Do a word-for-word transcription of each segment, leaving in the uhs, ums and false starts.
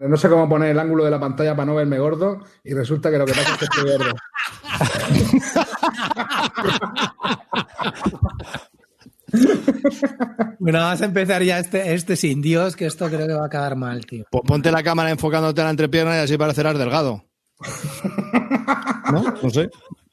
No sé cómo poner el ángulo de la pantalla para no verme gordo y resulta que lo que pasa es que estoy gordo. Bueno, vamos a empezar ya este, este sin Dios, que esto creo que va a quedar mal, tío. Pues ponte la cámara enfocándote en la entrepierna y así parecerás delgado. ¿No? No sé.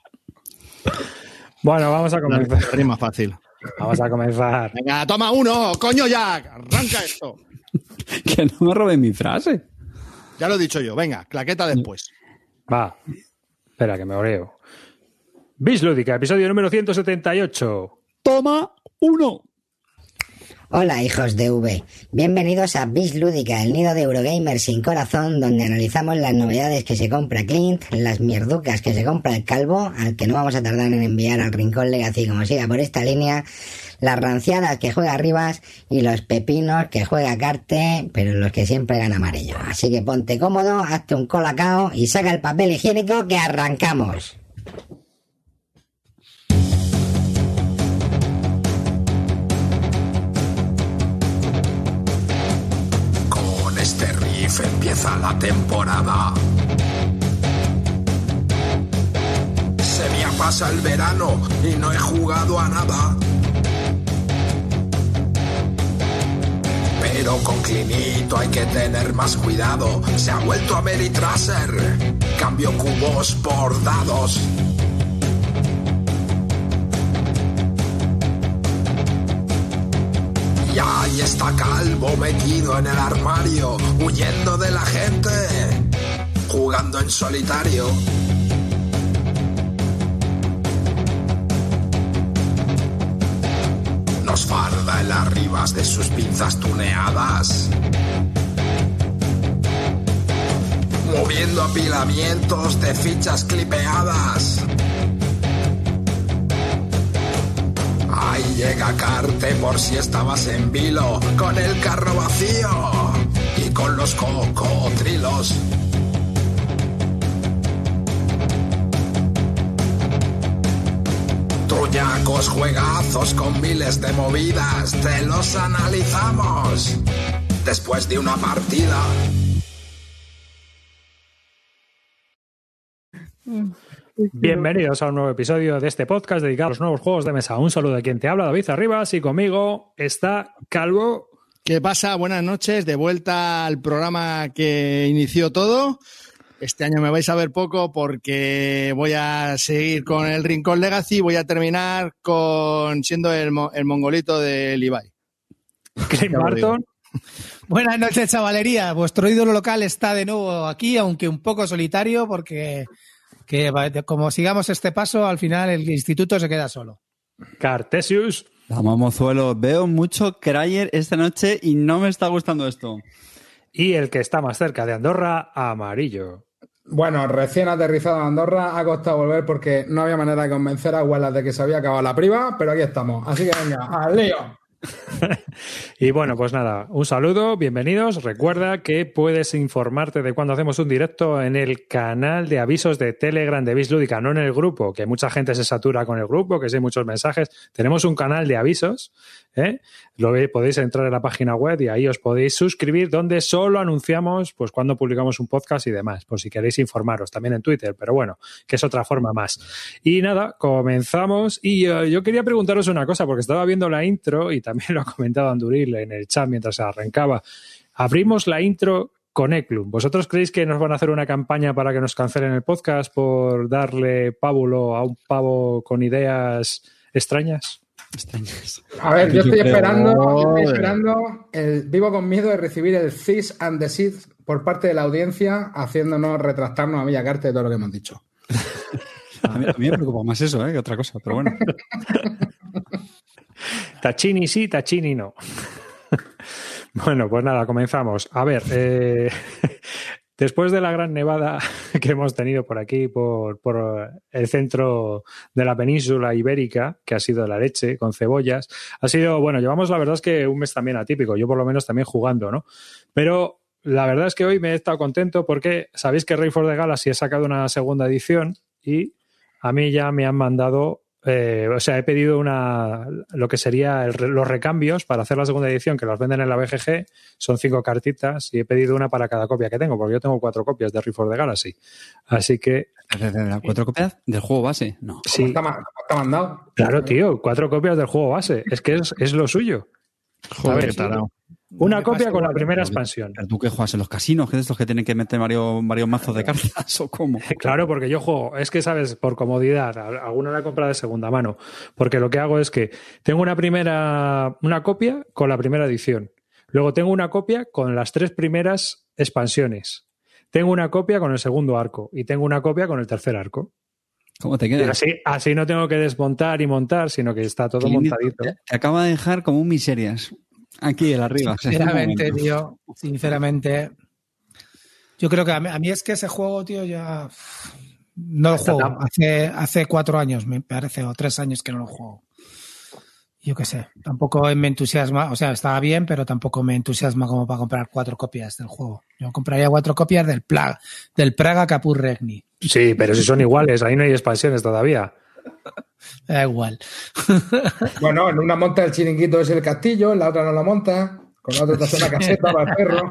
Bueno, vamos a comenzar. La rima fácil. Vamos a comenzar. Venga, toma uno, coño ya. Arranca esto. Que no me robe mi frase. Ya lo he dicho yo. Venga, claqueta después. Va. Espera, que me oreo. Bis Lúdica, episodio número ciento setenta y ocho. Toma uno. Hola, hijos de V. Bienvenidos a Bis Lúdica, el nido de Eurogamer sin corazón, donde analizamos las novedades que se compra Clint, las mierducas que se compra el Calvo, al que no vamos a tardar en enviar al Rincón Legacy como siga por esta línea, las ranciadas que juega Rivas y los pepinos que juega Carte, pero los que siempre gana amarillo. Así que ponte cómodo, hazte un colacao y saca el papel higiénico que arrancamos. Este riff empieza la temporada. Se me ha pasado el verano y no he jugado a nada. Pero con Clinito hay que tener más cuidado. Se ha vuelto a Meritraser. Cambio cubos por dados. Y ahí está Calvo metido en el armario, huyendo de la gente, jugando en solitario. Nos farda en las ribas de sus pinzas tuneadas, moviendo apilamientos de fichas clipeadas. Ahí llega Carte por si estabas en vilo, con el carro vacío y con los cocotrilos. Truñacos juegazos con miles de movidas, te los analizamos después de una partida. Bienvenidos a un nuevo episodio de este podcast dedicado a los nuevos juegos de mesa. Un saludo de quien te habla, David Arribas, y conmigo está Calvo. ¿Qué pasa? Buenas noches, de vuelta al programa que inició todo. Este año me vais a ver poco porque voy a seguir con el Rincón Legacy y voy a terminar con siendo el, el mongolito del Ibai. Clint Barton. Buenas noches, chavalería. Vuestro ídolo local está de nuevo aquí, aunque un poco solitario, porque que como sigamos este paso, al final el instituto se queda solo. Cartesius. Vamos, mozuelo. Veo mucho Crayer esta noche y no me está gustando esto. Y el que está más cerca de Andorra, Amarillo. Bueno, recién aterrizado en Andorra, ha costado volver porque no había manera de convencer a Wallace de que se había acabado la priva, pero aquí estamos. Así que venga, al lío. Y bueno, pues nada, un saludo, bienvenidos. Recuerda que puedes informarte de cuando hacemos un directo en el canal de avisos de Telegram de Bis Lúdica, no en el grupo, que mucha gente se satura con el grupo, que sí hay muchos mensajes. Tenemos un canal de avisos, ¿eh? Lo podéis entrar en la página web y ahí os podéis suscribir, donde solo anunciamos pues cuando publicamos un podcast y demás, por si queréis informaros, también en Twitter, pero bueno, que es otra forma más. Y nada, comenzamos. Y uh, yo quería preguntaros una cosa, porque estaba viendo la intro y también lo ha comentado Anduril en el chat mientras se arrancaba. Abrimos la intro con Eklund. ¿Vosotros creéis que nos van a hacer una campaña para que nos cancelen el podcast por darle pábulo a un pavo con ideas extrañas? Extrañas. A ver, yo estoy creo- esperando, yo estoy esperando el, vivo con miedo de recibir el cease and desist por parte de la audiencia, haciéndonos retractarnos a mí y a Carte de todo lo que hemos dicho. A mí, a mí me preocupa más eso, ¿eh? que otra cosa, pero bueno. Tachini sí, Tachini no. Bueno, pues nada, comenzamos. A ver, eh, después de la gran nevada que hemos tenido por aquí, por, por el centro de la península ibérica, que ha sido la leche, con cebollas, ha sido, bueno, llevamos la verdad es que un mes también atípico, yo por lo menos también jugando, ¿no? Pero la verdad es que hoy me he estado contento porque sabéis que Rey for the Galaxy ha sacado una segunda edición y a mí ya me han mandado Eh, o sea, he pedido una lo que sería el, los recambios para hacer la segunda edición, que los venden en la B G G, son cinco cartitas, y he pedido una para cada copia que tengo, porque yo tengo cuatro copias de Rift of the Galaxy. Así que... ¿Cuatro copias del juego base? No. Sí. ¿Cómo está, cómo está mandado? Claro, tío, cuatro copias del juego base. Es que es, es lo suyo. Joder, qué tarado. Una copia con la primera expansión. ¿Pero tú qué juegas en los casinos? ¿Qué es estos que tienen que meter varios, varios mazos de cartas o cómo? Claro, porque yo juego, es que sabes, por comodidad, alguna la he comprado de segunda mano, porque lo que hago es que tengo una primera, una copia con la primera edición, luego tengo una copia con las tres primeras expansiones, tengo una copia con el segundo arco y tengo una copia con el tercer arco. ¿Cómo te quedas? Así, así no tengo que desmontar y montar, sino que está todo Clint, montadito. Te, te acaba de dejar como un miserias. Aquí, el arriba. Sinceramente, tío, sinceramente, yo creo que a mí, a mí es que ese juego, tío, ya no lo juego. Hace, hace cuatro años, me parece, o tres años que no lo juego. Yo qué sé, tampoco me entusiasma, o sea, estaba bien, pero tampoco me entusiasma como para comprar cuatro copias del juego. Yo compraría cuatro copias del Praga, del Praga Caput Regni. Sí, pero si son iguales, ahí no hay expansiones todavía. Da igual. Bueno, en una monta el chiringuito es el castillo, en la otra no la monta, con la otra te hace una caseta para el perro.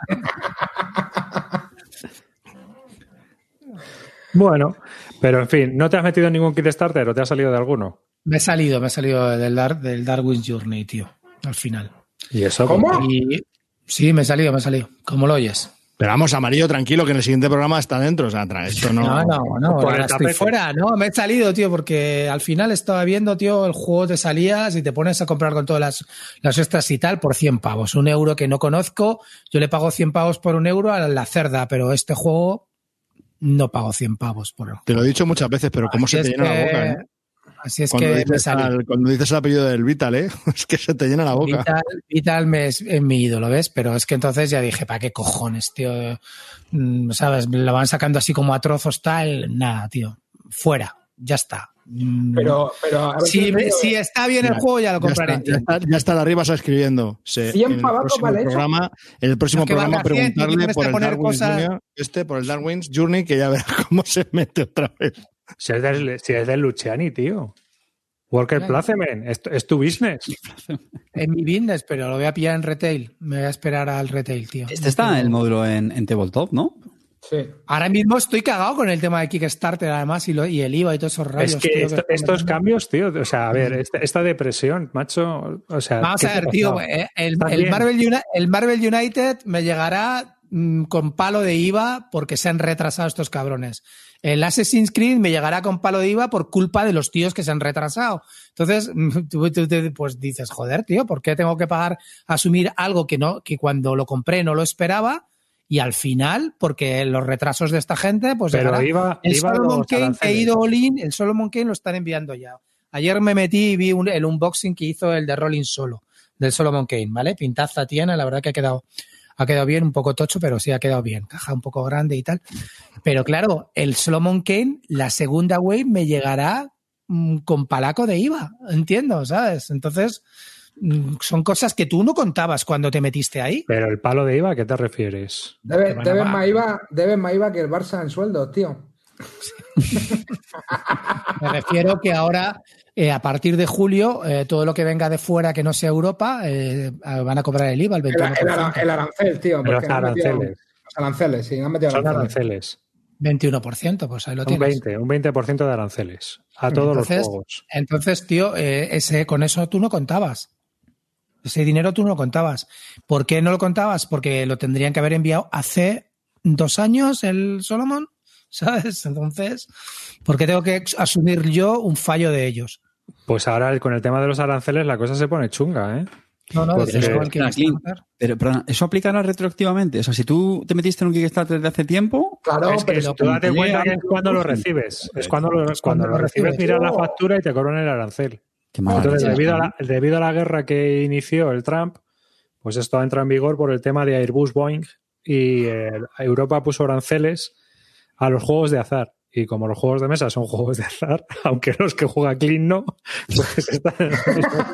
Bueno, pero en fin, ¿no te has metido en ningún Kickstarter o te ha salido de alguno? Me he salido, me he salido del, Dar, del Darwin's Journey, tío, al final. ¿Y eso? ¿Cómo? Y, sí, me he salido, me he salido. ¿Cómo lo oyes? Pero vamos, Amarillo, tranquilo, que en el siguiente programa está dentro. O sea, esto no... No, no, no, ahora estoy fuera. No, me he salido, tío, porque al final estaba viendo, tío, el juego te salías y te pones a comprar con todas las, las extras y tal por cien pavos. Un euro que no conozco, yo le pago cien pavos por un euro a la cerda, pero este juego no pago cien pavos por el juego. Te lo he dicho muchas veces, pero cómo Así se te llena que... la boca, ¿eh? Así es cuando que dices me salió. Al, cuando dices el apellido del Vital, ¿eh? Es que se te llena la boca. Vital, Vital me es, es mi ídolo, ¿ves? Pero es que entonces ya dije, ¿para qué cojones, tío? Mm, ¿Sabes? Lo van sacando así como a trozos tal. Nada, tío. Fuera. Ya está. Pero, pero a ver, si, tío, si está bien el ya, juego, ya lo compraré. Ya está, ya está, ya está de arriba escribiendo. Se, cien en el pavacos próximo vale programa, en el próximo No, que programa valga cien, preguntarle por el, poner cosas... Junior, este, por el Darwin's Journey, que ya verá cómo se mete otra vez. Si es del, si es del Luciani, tío. Worker Claro. Placement, es, es tu business. Es mi business, pero lo voy a pillar en retail. Me voy a esperar al retail, tío. Este está el módulo en, en Tabletop, ¿no? Sí. Ahora mismo estoy cagado con el tema de Kickstarter, además, y, lo, y el I V A y todos esos rayos. Es que, tío, esto, que estos cambios, tío, o sea, a ver, esta, esta depresión, macho, o sea... Vamos ¿qué a te ver, ha tío, pasado? eh, el, Está el, bien. Marvel Uni- el Marvel United me llegará mm, con palo de I V A porque se han retrasado estos cabrones. El Assassin's Creed me llegará con palo de I V A por culpa de los tíos que se han retrasado. Entonces, tú, tú, tú, pues dices, joder, tío, ¿por qué tengo que pagar, asumir algo que no, que cuando lo compré no lo esperaba? Y al final, porque los retrasos de esta gente, pues Pero llegará. iba, El iba Solomon los Kane, que he aranceles. ido all in, el Solomon Kane lo están enviando ya. Ayer me metí y vi un- el unboxing que hizo el de Rolling Solo, del Solomon Kane, ¿vale? Pintaza tiene, la verdad que ha quedado, ha quedado bien, un poco tocho, pero sí ha quedado bien. Caja un poco grande y tal. Pero claro, el Solomon Kane, la segunda wave me llegará mm, con palaco de I V A, entiendo, ¿sabes? Entonces, mm, son cosas que tú no contabas cuando te metiste ahí. Pero el palo de I V A, ¿a qué te refieres? Debe- Que van a Debes bajar. más I V A, debes más I V A que el Barça en sueldos, tío. Me refiero que ahora, eh, a partir de julio, eh, todo lo que venga de fuera que no sea Europa, eh, van a cobrar el I V A, el El, veintiuno por el ara- ciento. el arancel, tío. Los porque no han metido- aranceles. Los aranceles, sí, han metido Son aranceles. aranceles. veintiuno por ciento, pues ahí lo Un tienes. veinte, un veinte por ciento de aranceles. A todos Entonces, los juegos. entonces, tío, eh, ese, con eso tú no contabas. Ese dinero tú no lo contabas. ¿Por qué no lo contabas? Porque lo tendrían que haber enviado hace dos años el Solomon, ¿sabes? Entonces, ¿por qué tengo que asumir yo un fallo de ellos? Pues ahora con el tema de los aranceles la cosa se pone chunga, ¿eh? No, no, Porque- es igual que Claro, Clint, Kickstarter. Pero, perdón, ¿eso aplicará retroactivamente? O sea, si tú te metiste en un Kickstarter de hace tiempo, Claro, es que pero tú date como cuenta llega- que es cuando lo recibes. Es cuando lo, cuando lo recibes, recibes. miras la factura y te cobran el arancel. qué mala Entonces, leche, debido a, ¿no? la, debido a la guerra que inició el Trump, pues esto entra en vigor por el tema de Airbus Boeing y eh, Europa puso aranceles a los juegos de azar. Y como los juegos de mesa son juegos de azar, aunque los que juega Clint no, pues están en el mismo.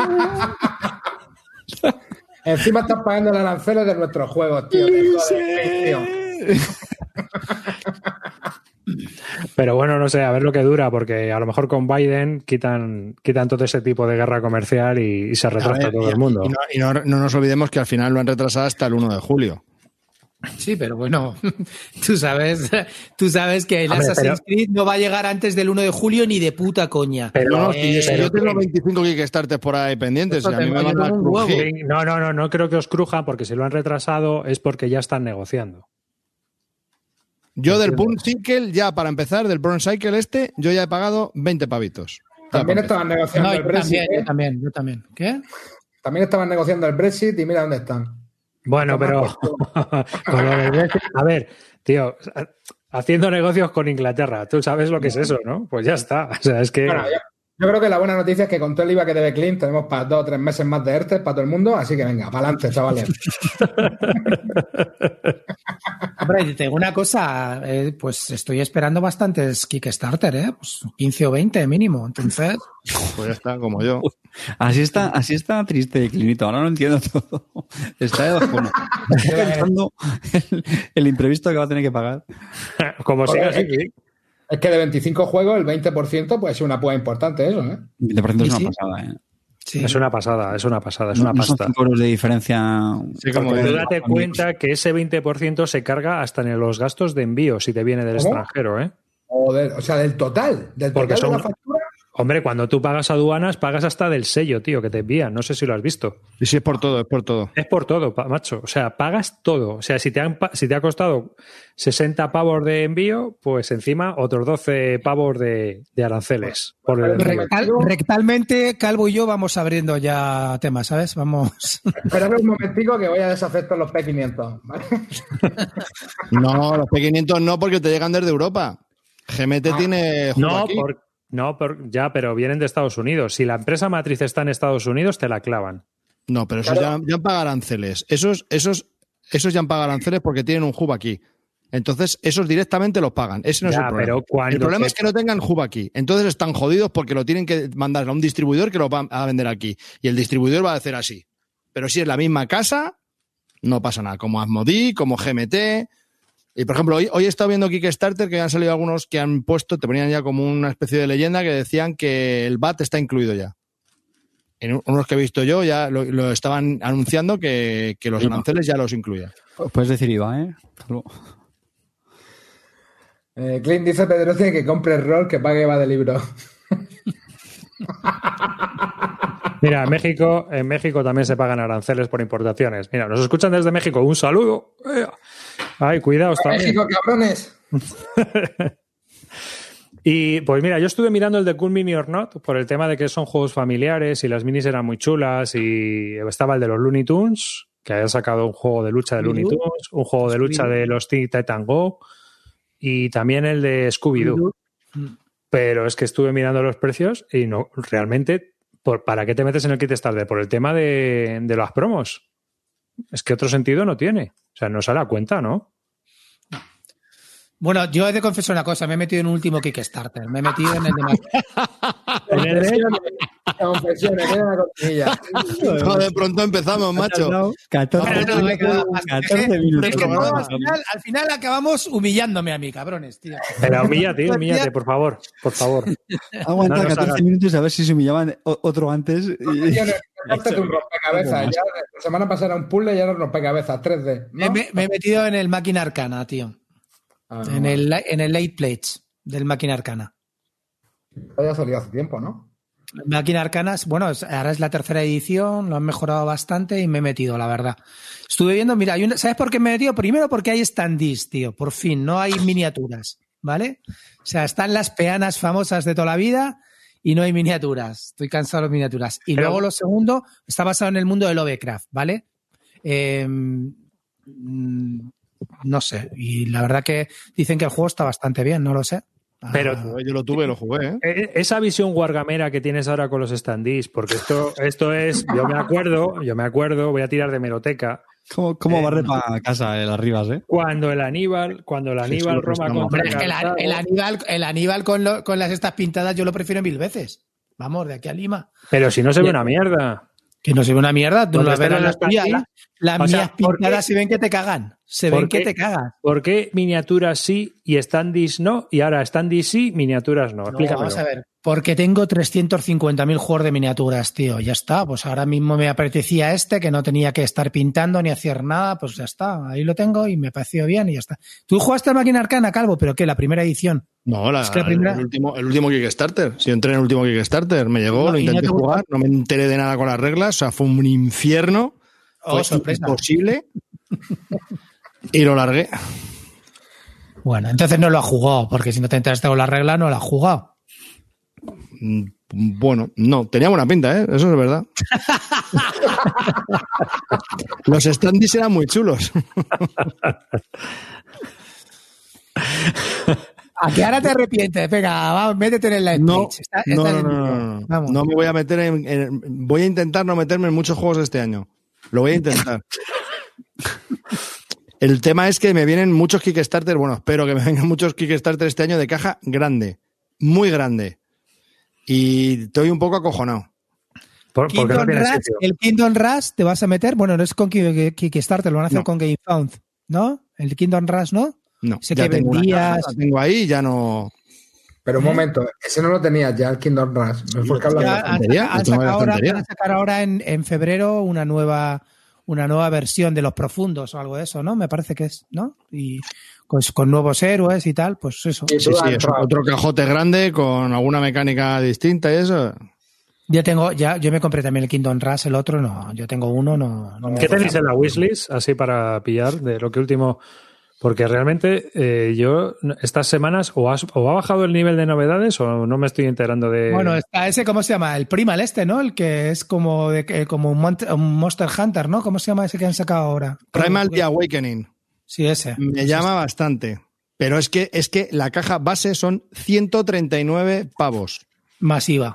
encima estás pagando los aranceles de nuestros juegos, tío. Te jodes, tío. Pero bueno, no sé, a ver lo que dura, porque a lo mejor con Biden quitan, quitan todo ese tipo de guerra comercial y, y se retrasa ver, todo y, el mundo. Y, no, y no, no nos olvidemos que al final lo han retrasado hasta el uno de julio. Sí, pero bueno, tú sabes, tú sabes que el Hombre, Assassin's pero... Creed no va a llegar antes del uno de julio ni de puta coña. Pero, no, eh, pero yo tengo veinticinco Kickstarter por ahí pendientes. Y a mí me van a no, no, no, no creo que os crujan, porque si lo han retrasado es porque ya están negociando. Yo del Burn Cycle, ya para empezar, del Burn Cycle este, yo ya he pagado veinte pavitos. También estaban negociando no, el Brexit. También, yo también, yo también. ¿Qué? También estaban negociando el Brexit y mira dónde están. Bueno, pero con lo del Brexit, a ver, tío, haciendo negocios con Inglaterra, tú sabes lo que es eso, ¿no? Pues ya está. O sea, es que. Bueno, yo, yo creo que la buena noticia es que con todo el I V A que debe Clint tenemos para dos o tres meses más de ERTE para todo el mundo, así que venga, para adelante, chavales. Hombre, te digo una cosa, eh, pues estoy esperando bastantes Kickstarter, ¿eh? Pues quince o veinte mínimo, entonces. Pues ya está, como yo. Así está, así está triste, Clinito. Ahora no entiendo todo. Está de bajón. Está pensando el, el imprevisto que va a tener que pagar. Como siga así, sí. Es que de veinticinco juegos, el veinte por ciento puede ser una púa importante eso, ¿eh? veinte por ciento es una sí. pasada, ¿eh? Sí. Es una pasada, es una pasada, es una no, pasta. No son cinco euros de diferencia. Sí, como tú date cuenta que ese veinte por ciento se carga hasta en los gastos de envío si te viene del ¿Cómo? extranjero, ¿eh? O, de, o sea, del total, del Porque total son, de la factura. Hombre, cuando tú pagas aduanas, pagas hasta del sello, tío, que te envían. No sé si lo has visto. Sí, sí, es por todo, es por todo. Es por todo, macho. O sea, pagas todo. O sea, si te, han, si te ha costado sesenta pavos de envío, pues encima otros doce pavos de, de aranceles. Por el Rectal, rectalmente, Calvo y yo vamos abriendo ya temas, ¿sabes? Vamos. Espérame un momentico que voy a deshacer todos los P quinientos, ¿vale? No, los P quinientos no, porque te llegan desde Europa. G M T ah, tiene... No, aquí. por... No, por, ya, pero vienen de Estados Unidos. Si la empresa matriz está en Estados Unidos, te la clavan. No, pero esos claro. ya, ya han pagado aranceles. Esos, esos, esos ya han pagado aranceles porque tienen un hub aquí. Entonces, esos directamente los pagan. Ese no ya, es el problema. Pero cuando el problema te... es que no tengan hub aquí. Entonces están jodidos porque lo tienen que mandar a un distribuidor que lo va a vender aquí. Y el distribuidor va a hacer así. Pero si es la misma casa, no pasa nada. Como Asmodee, como G M T... Y, por ejemplo, hoy, hoy he estado viendo Kickstarter que han salido algunos que han puesto, te ponían ya como una especie de leyenda que decían que el V A T está incluido ya. En unos que he visto yo ya lo, lo estaban anunciando que, que los aranceles ya los incluían. Puedes decir I V A, ¿eh? eh Clint dice Pedrote que compre el rol, que pague I V A de libro. Mira, en México, en México también se pagan aranceles por importaciones. Mira, nos escuchan desde México. Un saludo. Ay, cuidaos también. México, cabrones. Y pues mira, yo estuve mirando el de Cool Mini or Not por el tema de que son juegos familiares y las minis eran muy chulas y estaba el de los Looney Tunes, que había sacado un juego de lucha de Looney Tunes, un juego de lucha de los Teen Titan Go y también el de Scooby-Doo. Pero es que estuve mirando los precios y no, realmente... Por, ¿Para qué te metes en el Kickstarter? Por el tema de, de las promos. Es que otro sentido no tiene. O sea, no sale a cuenta, ¿no? Bueno, yo he de confesar una cosa. Me he metido en un último Kickstarter. Me he metido en el de... ¿En el de... Confesiones, mira una cosilla. No, de pronto empezamos, macho. catorce, no, no, venga, catorce minutos. Es que no, al, final, al final acabamos humillándome a mí, cabrones, tío. Pero humíllate, humíllate, por favor, por favor. Aguanta no catorce hagas... minutos a ver si se humillaban otro antes. Y... Hazte un rompecabezas. Ya la semana pasada un puzzle y ahora un rompecabezas tres D. ¿no? Me, me he metido en el Máquina Arcana, tío. Ah, en, no. el, en el Late Plates del Máquina Arcana. Ya salió hace tiempo, ¿no? Máquina Arcana, bueno, ahora es la tercera edición, lo han mejorado bastante y me he metido, la verdad. Estuve viendo, mira, hay una, ¿sabes por qué me he metido? Primero porque hay standees, tío, por fin, no hay miniaturas, ¿vale? O sea, están las peanas famosas de toda la vida y no hay miniaturas. Estoy cansado de las miniaturas. Y Pero... luego lo segundo, está basado en el mundo de Lovecraft, ¿vale? Eh, no sé, y la verdad que dicen que el juego está bastante bien, no lo sé. Pero ah, yo lo tuve, lo jugué, ¿eh? Esa visión wargamera que tienes ahora con los standees, porque esto, esto es, yo me acuerdo, yo me acuerdo, voy a tirar de meroteca. ¿Cómo, cómo eh, barre para casa el Arribas, eh? Cuando el Aníbal, cuando el Aníbal sí, Roma contra es que el, el Aníbal, el Aníbal con, lo, con las estas pintadas yo lo prefiero mil veces. Vamos, de aquí a Lima. Pero si no se ve una mierda. Que no se ve una mierda, tú no las ves Donde las están tuyas. aquí, la- Las o sea, mías ¿por qué? pintadas se ven que te cagan. Se ¿Por ven que qué? te cagan. ¿Por qué miniaturas sí y standees no? Y ahora standees sí, miniaturas no. No, Explícamelo. vamos a ver. Porque tengo trescientos cincuenta mil juegos de miniaturas, tío. Ya está. Pues ahora mismo me apetecía este, que no tenía que estar pintando ni hacer nada. Pues ya está. Ahí lo tengo y me pareció bien y ya está. Tú jugaste a Máquina Arcana, Calvo, pero ¿qué? La primera edición. No, la, Es que la primera- el, último, el último Kickstarter. Si entré en el último Kickstarter, me llegó, No, lo y no intenté te gustó. jugar, no me enteré de nada con las reglas, o sea, fue un infierno. Oh, Fue sorpresa. imposible. Y lo largué. Bueno, entonces no lo ha jugado, porque si no te enteraste con la regla, no lo ha jugado. Mm, Bueno, no, tenía buena pinta, ¿eh? Eso es verdad. Los standees eran muy chulos. ¿A qué ahora te arrepientes? Venga, vamos, métete en el No, Twitch. Está- no, está no, en- no, no, no. Vamos. No me voy a meter en, en- Voy a intentar no meterme en muchos juegos este año. Lo voy a intentar. El tema es que me vienen muchos Kickstarter, bueno, espero que me vengan muchos Kickstarter este año de caja grande, muy grande. Y estoy un poco acojonado. Por- porque no Kingdom tiene Rush, sitio. el Kingdom Rush te vas a meter, bueno, no es con Ki- Kickstarter, lo van a hacer No. con GameFound, ¿no? El Kingdom Rush, ¿no? No, Sé ya que tengo una vendías- caja, la tengo ahí, ya no. Pero un ¿Eh? momento, ese no lo tenías ya, el Kingdom Rush. No es porque Es que hablas de ha- la Han, tontería, han lo tengo en la sacado ahora, estantería. van a sacar ahora en, en febrero una nueva una nueva versión de Los Profundos o algo de eso, ¿no? Me parece que es, ¿no? Y pues con nuevos héroes y tal, pues eso. Sí, Sí, tú sí, has es entrado. otro cajote grande con alguna mecánica distinta y eso. Ya tengo, ya, yo me compré también el Kingdom Rush, el otro no, yo tengo uno, no. no me ¿Qué gusta. tenéis en la wishlist? Así para pillar de lo que último. Porque realmente eh, yo estas semanas o, has- o ha bajado el nivel de novedades o no me estoy enterando de. Bueno, está ese, ¿cómo se llama? El Primal este, ¿no? El que es como de que- como un, Mont- un Monster Hunter, ¿no? ¿Cómo se llama ese que han sacado ahora? Primal The Awakening. Sí, ese. Me llama bastante. Pero es que, es que la caja base son ciento treinta y nueve pavos. Masiva.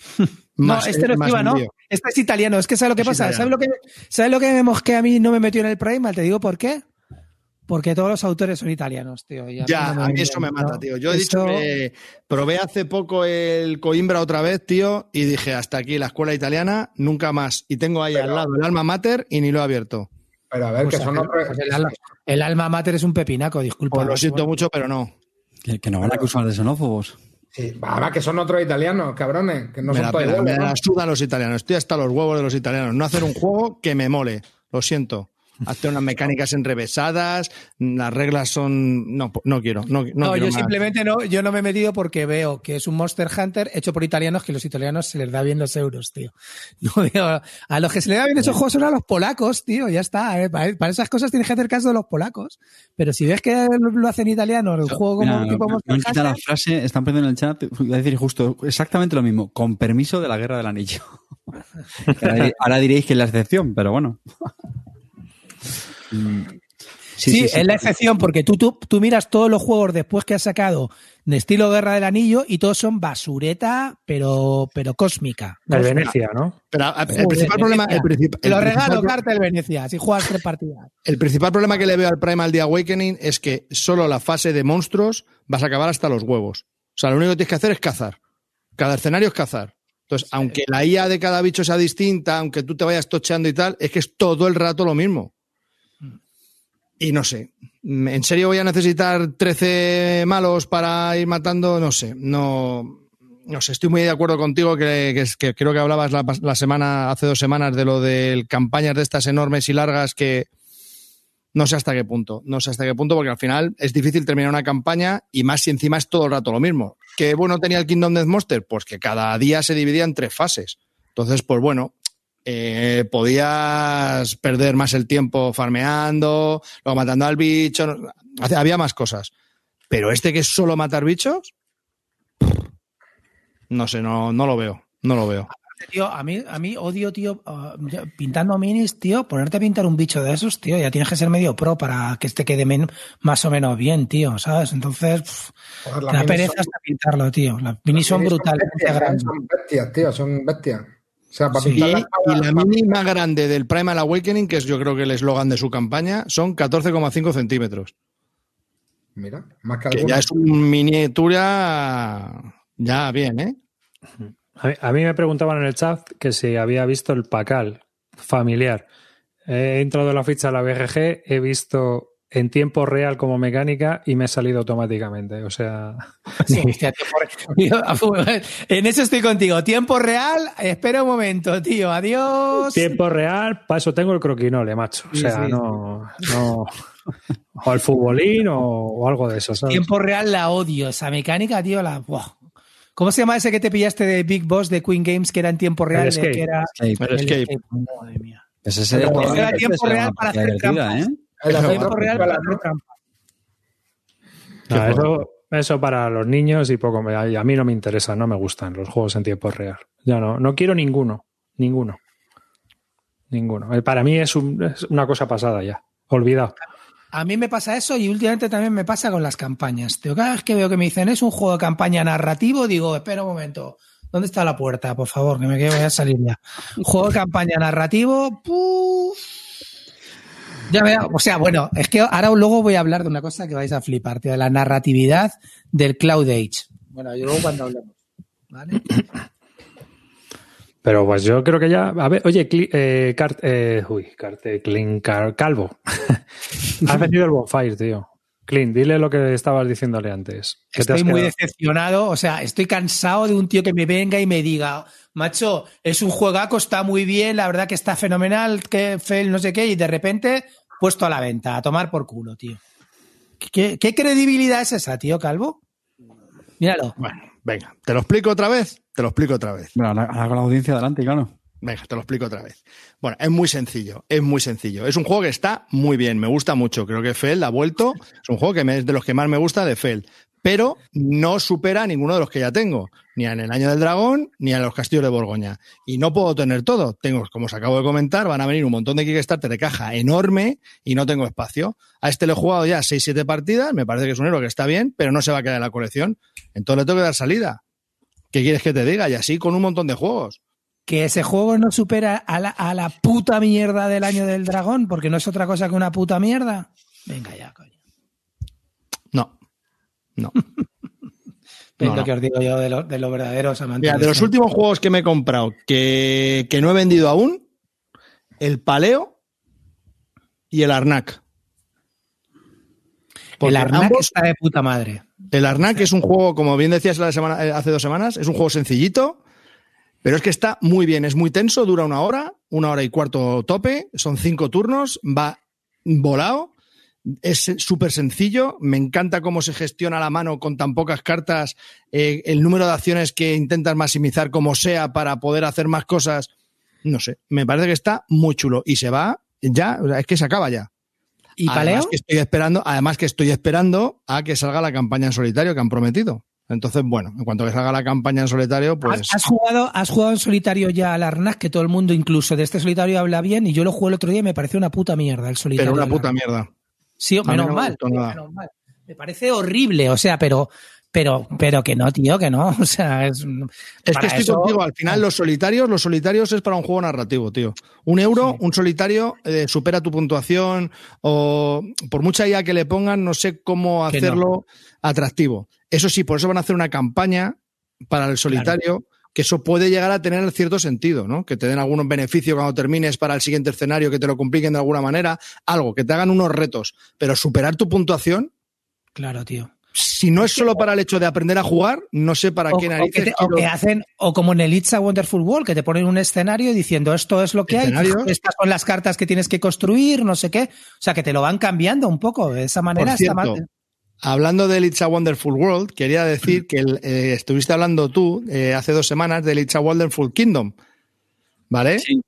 Más, no, este no es más IVA, ¿no? envío. Este es italiano. Es que ¿sabes lo que Es pasa? italiano. ¿Sabes lo que, ¿Sabes lo que me mosquea a mí no me metió en el Primal? Te digo por qué. Porque todos los autores son italianos, tío. y Ya, no a mí viene eso me bien, mata, ¿no? tío. Yo he Eso- dicho que probé hace poco el Coimbra otra vez, tío, y dije, hasta aquí la escuela italiana, nunca más. Y tengo ahí al lado el alma mater y ni lo he abierto. Pero a ver, Pues que son el, otros. pues el, alma, el alma mater es un pepinaco, disculpa. Pues lo siento Bueno, mucho, pero no. Que, que nos van a acusar de xenófobos. Sí, va, va, que son otros italianos, cabrones, que no me son la, todos pela, iguales, me ¿no? la sudan los italianos. Estoy hasta los huevos de los italianos. No hacer un juego que me mole. Lo siento. Hazte unas mecánicas enrevesadas, las reglas son... No, no quiero. No, no, No, quiero yo más. simplemente no, yo no me he metido porque veo que es un Monster Hunter hecho por italianos que los italianos se les da bien los euros, tío. No, digo, a los que se les da bien esos juegos son a los polacos, tío, ya está. ¿eh? Para, para esas cosas tienes que hacer caso de los polacos. Pero si ves que lo hacen italianos, el juego como Mira, tipo me Monster han quitado la Hunter, frase, están poniendo en el chat, voy a decir justo exactamente lo mismo, con permiso de la Guerra del Anillo. ahora, dir- ahora diréis que es la excepción, pero bueno. Mm. sí, es la excepción porque tú, tú, tú miras todos los juegos después que has sacado de estilo Guerra del Anillo y todos son basureta, pero, pero cósmica. de Cósmica. Venecia, ¿no? Pero a- el Joder, principal problema... El, Venecia. princip- Te lo el regalo, principal pro- Cartel Venecia, si juegas tres partidas. el principal problema que le veo al Primal The Awakening es que solo la fase de monstruos vas a acabar hasta los huevos. O sea, lo único que tienes que hacer es cazar. Cada escenario es cazar. Entonces, aunque la I A de cada bicho sea distinta, aunque tú te vayas tocheando y tal, es que es todo el rato lo mismo. Y no sé, ¿en serio voy a necesitar trece malos para ir matando? No sé, no, no sé, estoy muy de acuerdo contigo que, que, que creo que hablabas la, la semana, hace dos semanas de lo de campañas de estas enormes y largas que no sé hasta qué punto, no sé hasta qué punto porque al final es difícil terminar una campaña y más si encima es todo el rato lo mismo. ¿Qué bueno tenía el Kingdom Death Monster? Pues que cada día se dividía en tres fases. Entonces, pues bueno, Eh, podías perder más el tiempo farmeando, luego matando al bicho, no, había más cosas. Pero este que es solo matar bichos, no sé, no, no lo veo, no lo veo. Tío, a mí, a mí odio, tío, uh, yo- pintando minis, tío, ponerte a pintar un bicho de esos, tío, ya tienes que ser medio pro para que este quede men- más o menos bien, tío, ¿sabes? Entonces, pff, Joder, me las da minis pereza son- hasta pintarlo, tío. Las minis son minis brutales. bestias, grandes. son bestias, tío, son bestias. O sea, para Sí, pintar Y, la y espada- la mini más grande del Primal Awakening, que es yo creo que el eslogan de su campaña, son catorce coma cinco centímetros. Mira, más que Que alguna. ya es una miniatura ya bien, ¿eh? A mí, a mí me preguntaban en el chat que si había visto el Pacal familiar. He entrado en la ficha de la B G G, he visto en tiempo real como mecánica y me he salido automáticamente. O sea... Sí, hostia, tiempo real. En eso estoy contigo. Tiempo real, espera un momento, tío. Adiós. Tiempo real, para eso tengo el croquinole, macho. O sea, sí, sí, no, sí. no... O el futbolín o, o algo de eso, ¿sabes? Tiempo real la odio. Esa mecánica, tío, la... Wow. ¿Cómo se llama ese que te pillaste de Big Boss de Queen Games que era en tiempo real? El que era... Escape. El Escape. Escape. Madre mía. Ese es el Pero era tiempo real para hacer trampas. ¿Eh? Era tiempo real para hacer trampas. No, eso, eso para los niños y poco. A mí no me interesa, no me gustan los juegos en tiempo real. Ya no, no quiero ninguno, ninguno, ninguno. Para mí es, un, es una cosa pasada ya, olvidado. A mí me pasa eso y últimamente también me pasa con las campañas. Tío, cada vez que veo que me dicen es un juego de campaña narrativo, digo, espera un momento. ¿Dónde está la puerta? Por favor, que me voy a salir ya. Juego de campaña narrativo. Puf. Ya veo. O sea, bueno, es que ahora luego voy a hablar de una cosa que vais a flipar, tío, de la narratividad del Cloud Age. Bueno, yo luego cuando hablemos. ¿Vale? Pero pues yo creo que ya. A ver, oye, eh, Cart, eh, uy, Carte, Clint, Car, Calvo. Has vendido el Bonfire, tío. Clint, dile lo que estabas diciéndole antes. Estoy muy decepcionado, o sea, estoy cansado de un tío que me venga y me diga, macho, es un juegaco, está muy bien, la verdad que está fenomenal, que fel, no sé qué, y de repente puesto a la venta, a tomar por culo, tío. ¿Qué, qué credibilidad es esa, tío, Calvo? Míralo. Bueno, venga, ¿te lo explico otra vez? Te lo explico otra vez. Bueno, ahora con la audiencia adelante, claro. Venga, te lo explico otra vez. Bueno, es muy sencillo, es muy sencillo. Es un juego que está muy bien, me gusta mucho. Creo que Feld ha vuelto. Es un juego que me, es de los que más me gusta de Feld. Pero no supera a ninguno de los que ya tengo. Ni en el Año del Dragón, ni a los Castillos de Borgoña. Y no puedo tener todo. Tengo, como os acabo de comentar, van a venir un montón de Kickstarter de caja enorme y no tengo espacio. A este le he jugado ya seis siete partidas. Me parece que es un héroe que está bien, pero no se va a quedar en la colección. Entonces le tengo que dar salida. ¿Qué quieres que te diga? Y así con un montón de juegos. Que ese juego no supera a la, a la puta mierda del Año del Dragón, porque no es otra cosa que una puta mierda. Venga ya, coño. No. No. Es no, lo no. que os digo yo de, lo, de los verdaderos amantes. Mira, de los últimos juegos que me he comprado que, que no he vendido aún, el Paleo y el Arnak. Porque el Arnak ambos, está de puta madre. El Arnak es un juego, como bien decías la semana, hace dos semanas, es un juego sencillito. Pero es que está muy bien, es muy tenso, dura una hora, una hora y cuarto tope, son cinco turnos, va volado, es súper sencillo, me encanta cómo se gestiona la mano con tan pocas cartas, eh, el número de acciones que intentas maximizar como sea para poder hacer más cosas, no sé, me parece que está muy chulo y se va ya, o sea, es que se acaba ya. ¿Y Paleo? Además que estoy esperando, además que estoy esperando a que salga la campaña en solitario que han prometido. Entonces, bueno, en cuanto que salga la campaña en solitario, pues... ¿Has, has, jugado, ¿Has jugado en solitario ya al Arnak? Que todo el mundo, incluso de este solitario, habla bien. Y yo lo jugué el otro día y me pareció una puta mierda el solitario. Pero una puta mierda. Sí, menos, no mal, me menos mal. Me parece horrible, o sea, pero... Pero, pero que no, tío, que no. O sea, es. Es que estoy eso... contigo. Al final, los solitarios, los solitarios es para un juego narrativo, tío. Un euro, sí. Un solitario, eh, supera tu puntuación. O por mucha I A que le pongan, no sé cómo hacerlo no. atractivo. Eso sí, por eso van a hacer una campaña para el solitario, claro. Que eso puede llegar a tener cierto sentido, ¿no? Que te den algunos beneficios cuando termines para el siguiente escenario, que te lo compliquen de alguna manera, algo, que te hagan unos retos. Pero superar tu puntuación. Claro, tío. Si no es solo para el hecho de aprender a jugar, no sé para o, qué narices. O que, te, quiero... o que hacen, o como en el It's a Wonderful World, que te ponen un escenario diciendo esto es lo que hay, estas son las cartas que tienes que construir, no sé qué. O sea, que te lo van cambiando un poco. De esa manera Por cierto, está mal. Hablando del It's a Wonderful World, quería decir que el, eh, estuviste hablando tú eh, hace dos semanas del It's a Wonderful Kingdom, ¿vale? Sí.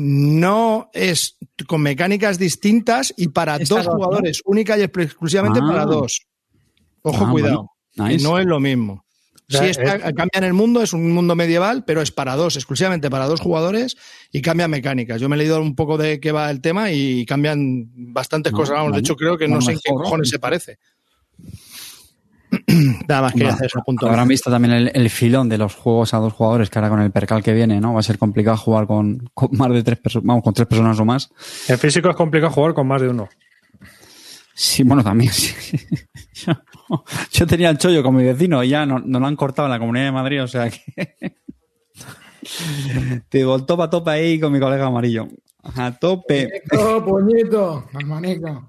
No es con mecánicas distintas y para Está dos, dos jugadores, ¿no? Única y exclusivamente ah. para dos. Ojo, ah, cuidado, bueno. Nice. No es lo mismo. Sí, está, cambia en el mundo, es un mundo medieval, pero es para dos, exclusivamente para dos jugadores y cambia mecánicas. Yo me he leído un poco de qué va el tema y cambian bastantes no, cosas. Vamos, no, de hecho, creo que no, no sé en qué cojones se parece. Nada más quería bueno, hacer ese punto. Habrán visto también el, el filón de los juegos a dos jugadores, que ahora con el percal que viene, ¿no? Va a ser complicado jugar con, con más de tres personas, vamos, con tres personas o más. En físico es complicado jugar con más de uno. Sí, bueno, también. Sí. Yo, yo tenía el chollo con mi vecino y ya no, no lo han cortado en la Comunidad de Madrid, o sea que... Te digo, topa, topa ahí con mi colega amarillo. A tope. Puñito, puñito, hermanico.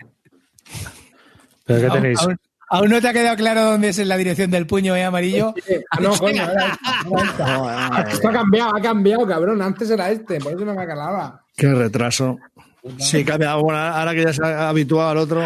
¿Pero qué tenéis? Aún, aún no te ha quedado claro dónde es la dirección del puño, ¿eh, amarillo? Ah, no, coño, era esta. Esto ha cambiado, ha cambiado, cabrón. Antes era este, por eso no me calaba. Qué retraso. Sí, cambia. Bueno, ahora que ya se ha habituado al otro.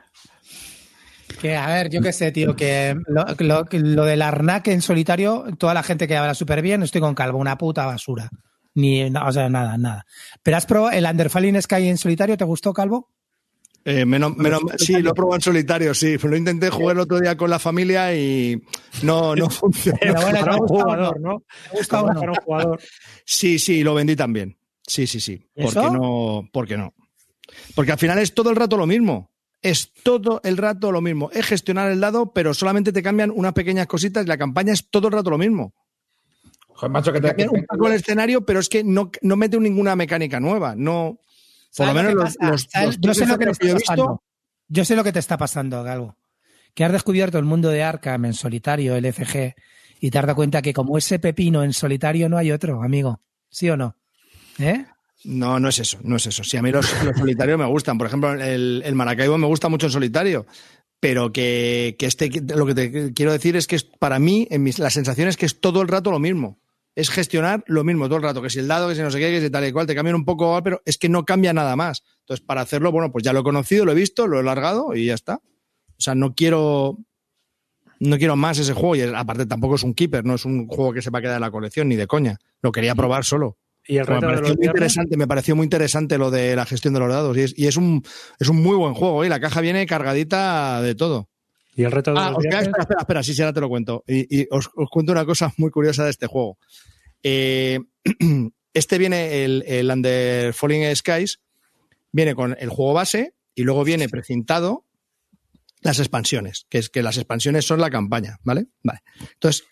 Que, a ver, yo qué sé, tío, que lo, lo, lo del Arnak en solitario, toda la gente que habla súper bien, estoy con Calvo, una puta basura. Ni, no, o sea, nada, nada. ¿Pero has probado el Underfalling Sky en solitario? ¿Te gustó, Calvo? Eh, menos, menos, sí, lo he probado en solitario, sí. Lo intenté jugar el otro día con la familia y no, no funcionó. Pero bueno, para te un gusta jugador, uno. ¿no? ¿Te gusta uno? Para un jugador. Sí, sí, lo vendí también. Sí, sí, sí. ¿Por ¿Eso? qué no? ¿Por qué no? Porque al final es todo el rato lo mismo. Es todo el rato lo mismo. Es gestionar el dado, pero solamente te cambian unas pequeñas cositas y la campaña es todo el rato lo mismo. Joder, macho, que Te te cambian un poco el escenario, pero es que no, no mete ninguna mecánica nueva. No. Por lo ¿Sabes menos lo que los, pasa? los, ¿Sabes? los Yo sé lo que te que yo he está visto. pasando. Yo sé lo que te está pasando, Calvo. Que has descubierto el mundo de Arkham en solitario, el F G, y te has dado cuenta que como ese pepino en solitario no hay otro, amigo. ¿Sí o no? ¿Eh? No, no es eso, no es eso. Sí, a mí los, los solitarios me gustan. Por ejemplo, el, el Maracaibo me gusta mucho en solitario. Pero que, que este, lo que te quiero decir es que es, para mí, en mis, la sensación es que es todo el rato lo mismo. Es gestionar lo mismo todo el rato. Que si el dado, que si no sé qué, que si tal y cual, te cambian un poco, pero es que no cambia nada más. Entonces, para hacerlo, bueno, pues ya lo he conocido, lo he visto, lo he largado y ya está. O sea, no quiero. No quiero más ese juego. Y aparte, tampoco es un keeper, no es un juego que se va a quedar en la colección, ni de coña. Lo quería probar solo. Y el Me reto de pareció los muy viernes. interesante, me pareció muy interesante lo de la gestión de los dados. Y es, y es un es un muy buen juego, ¿eh? La caja viene cargadita de todo. Y el reto de Ah, los os queda- viernes. espera, espera, espera, sí, sí, ahora te lo cuento. Y, y os, os cuento una cosa muy curiosa de este juego. Eh, este viene, el, el Under Falling Skies, viene con el juego base y luego viene precintado las expansiones, que es que las expansiones son la campaña, ¿vale? Vale. Entonces,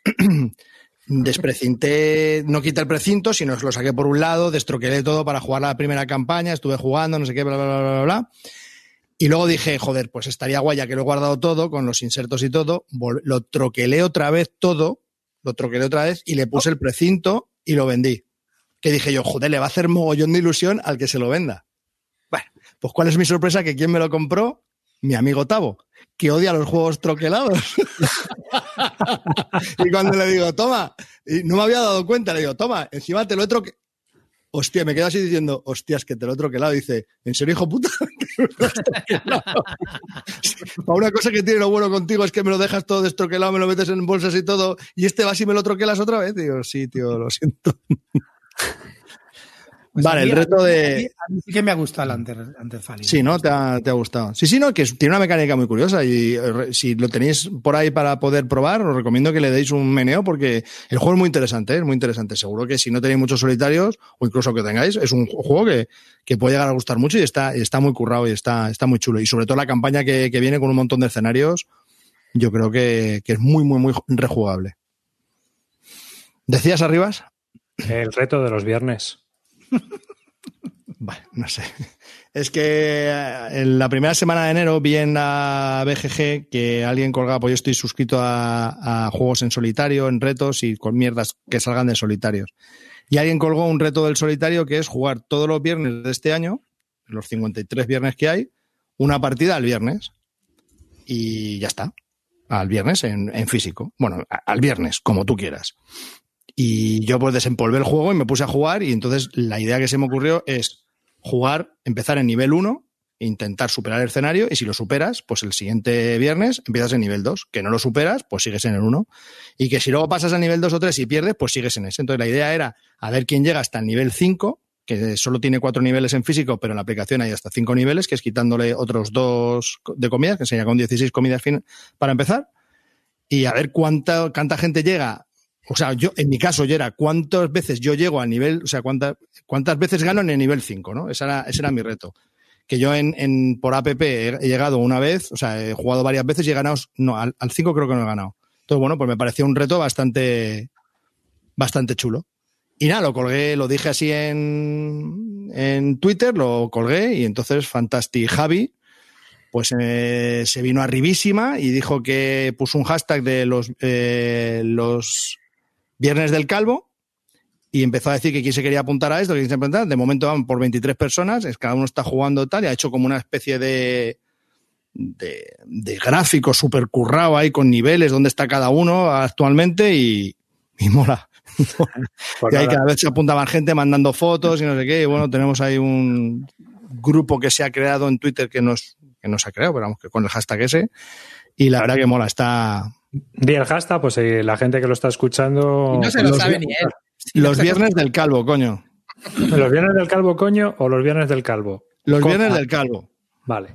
desprecinté, no quité el precinto, sino lo saqué por un lado, destroquelé todo para jugar la primera campaña, estuve jugando, no sé qué, bla, bla, bla, bla, bla. Y luego dije, joder, pues estaría guay, ya que lo he guardado todo, con los insertos y todo, vol- lo troquelé otra vez todo, lo troquelé otra vez y le puse el precinto y lo vendí. Que dije yo, joder, le va a hacer mogollón de ilusión al que se lo venda. Bueno, pues ¿cuál es mi sorpresa? Que ¿quién me lo compró? Mi amigo Tavo, que odia los juegos troquelados. Y cuando le digo, toma, y no me había dado cuenta, le digo, toma, encima te lo he troquelado. Hostia, me quedo así diciendo, hostias, que te lo he troquelado. Dice, ¿en serio, hijo puta? Para una cosa que tiene lo bueno contigo es que me lo dejas todo destroquelado, me lo metes en bolsas y todo, y este vas y me lo troquelas otra vez. Digo, sí, tío, lo siento. Pues Vale, a mí- el reto a mí- de... A mí sí que me ha gustado el Under, Underfalling. Sí, ¿no? Te ha, te ha gustado. Sí, sí, no, que es- tiene una mecánica muy curiosa y eh, si lo tenéis por ahí para poder probar, os recomiendo que le deis un meneo porque el juego es muy interesante, ¿eh? Es muy interesante. Seguro que si no tenéis muchos solitarios o incluso que tengáis, es un juego que, que puede llegar a gustar mucho y está, está muy currado y está, está muy chulo. Y sobre todo la campaña que, que viene con un montón de escenarios, yo creo que, que es muy, muy, muy rejugable. ¿Decías, Arribas? El reto de los viernes. Bueno, no sé. Es que en la primera semana de enero vi en la B G G que alguien colgaba, pues yo estoy suscrito a, a juegos en solitario, en retos y con mierdas que salgan de solitarios. Y alguien colgó un reto del solitario que es jugar todos los viernes de este año, los cincuenta y tres viernes que hay, una partida al viernes. Y ya está. Al viernes en, en físico. Bueno, a- al viernes, como tú quieras. Y yo pues desempolvé el juego y me puse a jugar y entonces la idea que se me ocurrió es jugar, empezar en nivel uno, intentar superar el escenario y si lo superas, pues el siguiente viernes empiezas en nivel dos. Que no lo superas, pues sigues en el uno. Y que si luego pasas al nivel dos o tres y pierdes, pues sigues en ese. Entonces la idea era a ver quién llega hasta el nivel cinco, que solo tiene cuatro niveles en físico, pero en la aplicación hay hasta cinco niveles, que es quitándole otros dos de comidas, que sería con dieciséis comidas fin- para empezar. Y a ver cuánta, cuánta gente llega. O sea, yo, en mi caso, yo era cuántas veces yo llego al nivel, o sea, cuántas, cuántas veces gano en el nivel cinco, ¿no? Ese era, ese era mi reto. Que yo en, en por app he, he llegado una vez, o sea, he jugado varias veces y he ganado, no, al, al cinco creo que no he ganado. Entonces, bueno, pues me pareció un reto bastante, bastante chulo. Y nada, lo colgué, lo dije así en, en Twitter, lo colgué y entonces Fantastic Javi, pues eh, se vino arribísima y dijo que puso un hashtag de los, eh, los Viernes del Calvo y empezó a decir que quién se quería apuntar a esto, que quién se apuntar. De momento van por veintitrés personas, es, cada uno está jugando tal, y ha hecho como una especie de, de, de gráfico súper currado ahí con niveles, donde está cada uno actualmente, y, y mola. Pues y ahí nada. cada vez se apuntaba gente mandando fotos y no sé qué, y bueno, tenemos ahí un grupo que se ha creado en Twitter que nos, que no se ha creado, pero vamos, que con el hashtag ese, y la verdad que mola, está... Di el hashtag, pues eh, la gente que lo está escuchando... Y no se lo Los sabe vi- ni él. Los viernes del calvo, coño. ¿Los viernes del calvo, coño, o los viernes del calvo? Los Co- viernes del calvo. Vale.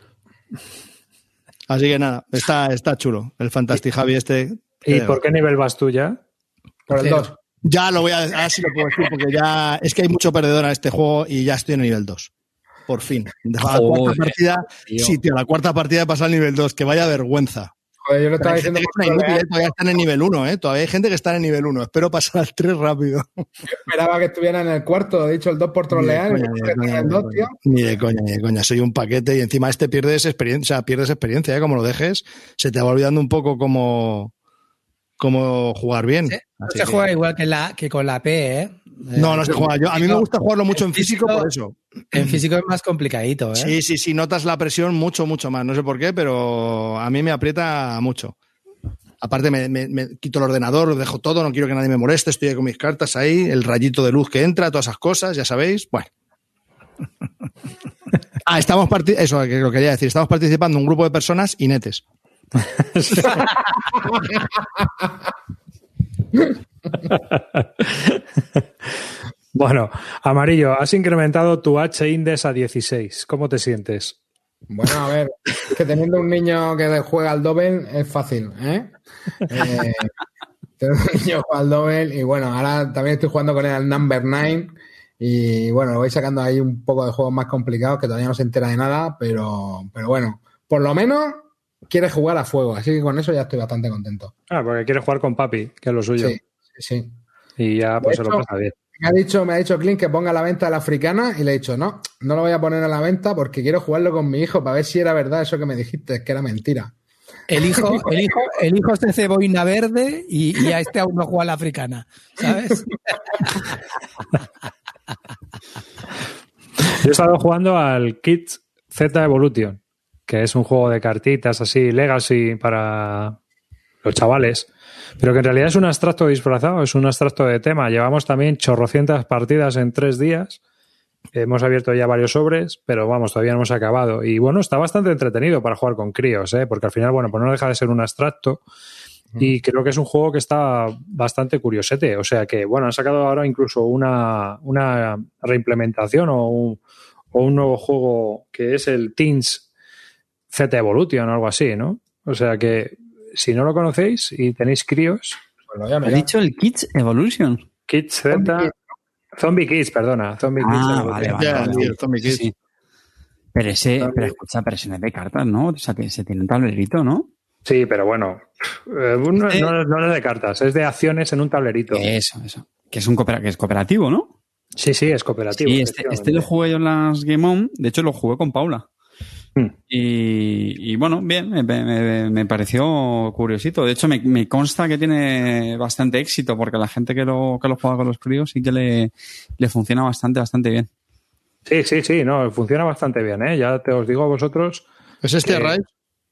Así que nada, está, está chulo. El Fantastic Javi este. ¿Y eh, por qué nivel vas tú ya? Por el Cero. dos. Ya lo voy a ahora sí lo puedo decir, porque ya es que hay mucho perdedor en este juego y ya estoy en el nivel dos. Por fin. La cuarta Joder, partida, tío. sí, tío, la cuarta partida he pasado al nivel dos, que vaya vergüenza. Joder, yo le Pero estaba hay gente diciendo que está por inútil, trolear, ¿eh? Todavía están en nivel uno, ¿eh? Todavía hay gente que está en nivel uno. Espero pasar al tres rápido. esperaba que estuviera en el cuarto, he dicho el dos por trolear, Ni y de me coña, puse ni de en el dos, coña, tío. Ni de coña, ni de coña. Soy un paquete y encima este pierdes experiencia, o sea, pierdes experiencia, ¿eh? Como lo dejes, se te va olvidando un poco cómo, cómo jugar bien. Sí, no Así se que- juega igual que, la, que con la P, ¿eh? No, no se juega. Yo, a mí me gusta jugarlo mucho en físico por eso. En físico es más complicadito, ¿eh? Sí, sí, sí, notas la presión mucho, mucho más. No sé por qué, pero a mí me aprieta mucho. Aparte, me, me- me quito el ordenador, lo dejo todo, no quiero que nadie me moleste, estoy ahí con mis cartas ahí, el rayito de luz que entra, todas esas cosas, ya sabéis. Bueno. Ah, estamos parti- eso que lo quería decir, estamos participando un grupo de personas inetes. Bueno, Amarillo, has incrementado tu H-Index a dieciséis. ¿Cómo te sientes? Bueno, a ver, es que teniendo un niño que juega al doble es fácil, ¿eh? eh tener un niño que juega al doble y bueno, ahora también estoy jugando con él al number nine y bueno, lo voy sacando ahí un poco de juegos más complicados que todavía no se entera de nada, pero, pero bueno, por lo menos quiere jugar a fuego, así que con eso ya estoy bastante contento. Ah, porque quieres jugar con papi, que es lo suyo. Sí, sí, sí. Y ya pues De se lo hecho, pasa bien. Me ha dicho, me ha dicho Clint que ponga a la venta la africana y le he dicho, no, no lo voy a poner a la venta porque quiero jugarlo con mi hijo para ver si era verdad eso que me dijiste, que era mentira. El hijo, el hijo, el hijo es de cebollina verde y, y a este aún no juega a la africana, ¿sabes? Yo he estado jugando al Kids Z Evolution, que es un juego de cartitas así, Legacy para los chavales, pero que en realidad es un abstracto disfrazado, es un abstracto de tema. Llevamos también chorrocientas partidas en tres días. Hemos abierto ya varios sobres, pero vamos, todavía no hemos acabado. Y bueno, está bastante entretenido para jugar con críos, ¿eh? Porque al final, bueno, pues no deja de ser un abstracto. Y creo que es un juego que está bastante curiosete. O sea que, bueno, han sacado ahora incluso una, una reimplementación o un, o un nuevo juego que es el Teens Z Evolution o algo así, ¿no? O sea que, si no lo conocéis y tenéis críos, Pues lo voy a ¿Has mirar. dicho el Kids Evolution? Kids Z... Zombie Kids, perdona. Zombie Kids. Ah, Evolution. vale, vale. Ya, vale. tío, Tommy Sí, Kids. sí. Pero ese, pero escucha, pero ese no es de cartas, ¿no? O sea, que se tiene un tablerito, ¿no? Sí, pero bueno, eh, no, Este- no- no es de cartas, es de acciones en un tablerito. Eso, eso. Que es un coopera- que es cooperativo, ¿no? Sí, sí, es cooperativo. Sí, este, este lo jugué yo en las Game On. De hecho, lo jugué con Paula. Hmm. Y, y bueno, bien, me, me- me pareció curiosito. De hecho, me, me consta que tiene bastante éxito porque la gente que lo, que lo juega con los críos sí que le, le funciona bastante, bastante bien. Sí, sí, sí, no, funciona bastante bien, ¿eh? Ya te os digo a vosotros. ¿Es este Eh, Rise?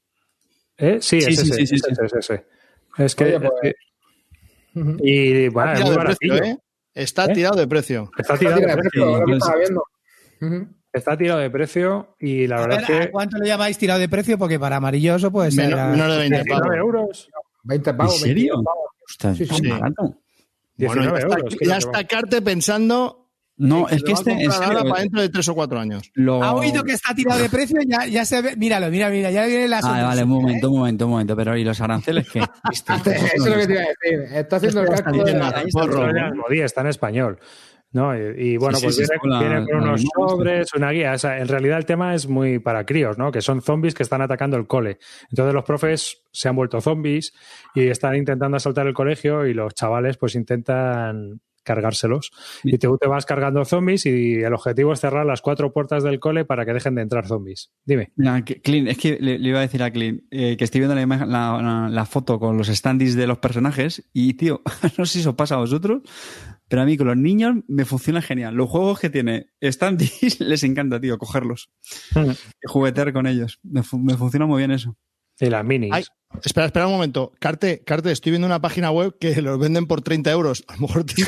¿Eh? Sí, Sí, es sí, ese, sí, sí, es sí. ese, es ese. Es que... Oye, pues- es que- y bueno, Está es tirado muy de precio, baratillo. ¿eh? Está ¿Eh? tirado de precio. Está tirado de precio. Lo que pues- estaba viendo. Ujú. Está tirado de precio y la A verdad ver, es ¿a que... cuánto le llamáis tirado de precio? Porque para amarilloso puede ser... Menos, a- menos de veinte diecinueve pavos. euros. veinte ¿En pavos. serio? veintidós pavos. Ostras, Sí, sí, tan sí. barato. Bueno, diecinueve ya euros. está, creo ya que está va. Carte pensando No, que es se que lo va a este, en comprar ahora serio, para dentro de tres o cuatro años. lo... ¿Ha oído que está tirado de precio? Ya, ya se ve... Míralo, mira, mira, ya viene la Ah, sonrisa, vale, un momento, ¿eh? un momento, un momento. Pero ¿y los aranceles qué? ¿Viste? Eso es lo que te iba a decir. Está haciendo el Esto cálculo de está la... bien, Pero porro. ya Almodí está en español. ¿No? Y, y bueno, Sí, pues sí, sí, viene, con la- viene con la unos limón, sobres, una guía. O sea, en realidad el tema es muy para críos, ¿no? Que son zombies que están atacando el cole. Entonces los profes se han vuelto zombies y están intentando asaltar el colegio y los chavales pues intentan cargárselos. Y tú te vas cargando zombies y el objetivo es cerrar las cuatro puertas del cole para que dejen de entrar zombies. Dime. Mira, que- Clint, es que le, le iba a decir a Clint eh, que estoy viendo la, imagen- la, la- la foto con los standees de los personajes y, tío, no sé si os pasa a vosotros, Pero a mí con los niños me funciona genial. Los juegos que tiene Stamp les encanta, tío, cogerlos. Mm. Y juguetear con ellos. Me, fu- me funciona muy bien eso. Y las minis. Ay, espera, espera un momento. Carte, Carte, estoy viendo una página web que los venden por treinta euros. A lo mejor te...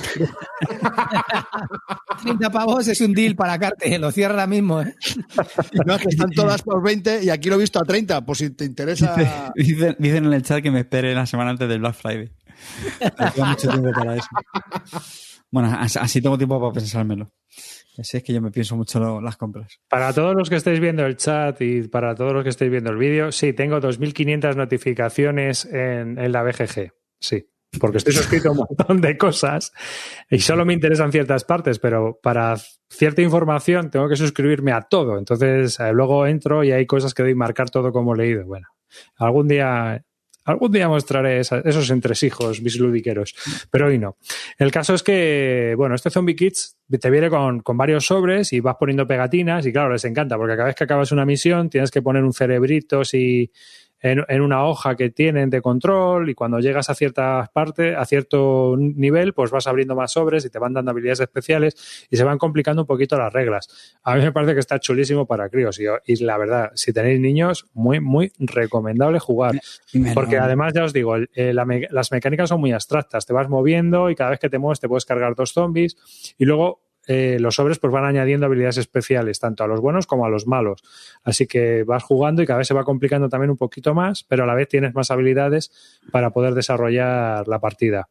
treinta pavos es un deal para Carte, lo cierra ahora mismo, ¿eh? No, que están todas por veinte y aquí lo he visto a treinta, por si te interesa. Dicen, dicen en el chat que me espere la semana antes del Black Friday. Me queda mucho tiempo para eso. Bueno, así, así tengo tiempo para pensármelo. Así es que yo me pienso mucho lo- las compras. Para todos los que estáis viendo el chat y para todos los que estáis viendo el vídeo, sí, tengo dos mil quinientas notificaciones en, en la B G G. Sí, porque estoy suscrito a un montón de cosas y solo me interesan ciertas partes, pero para cierta información tengo que suscribirme a todo. Entonces, eh, luego entro y hay cosas que doy marcar todo como leído. Bueno, algún día... Algún día mostraré esa- esos entresijos bisludiqueros, pero hoy no. El caso es que, bueno, este Zombie Kids te viene con, con varios sobres y vas poniendo pegatinas y claro, les encanta porque cada vez que acabas una misión tienes que poner un cerebrito si, en, en una hoja que tienen de control y cuando llegas a ciertas partes, a cierto nivel, pues vas abriendo más sobres y te van dando habilidades especiales y se van complicando un poquito las reglas. A mí me parece que está chulísimo para críos y, y la verdad, si tenéis niños, muy, muy recomendable jugar. Me- Porque además, ya os digo, eh, la me- las mecánicas son muy abstractas. Te vas moviendo y cada vez que te mueves te puedes cargar dos zombies y luego eh, los sobres pues van añadiendo habilidades especiales tanto a los buenos como a los malos. Así que vas jugando y cada vez se va complicando también un poquito más, pero a la vez tienes más habilidades para poder desarrollar la partida.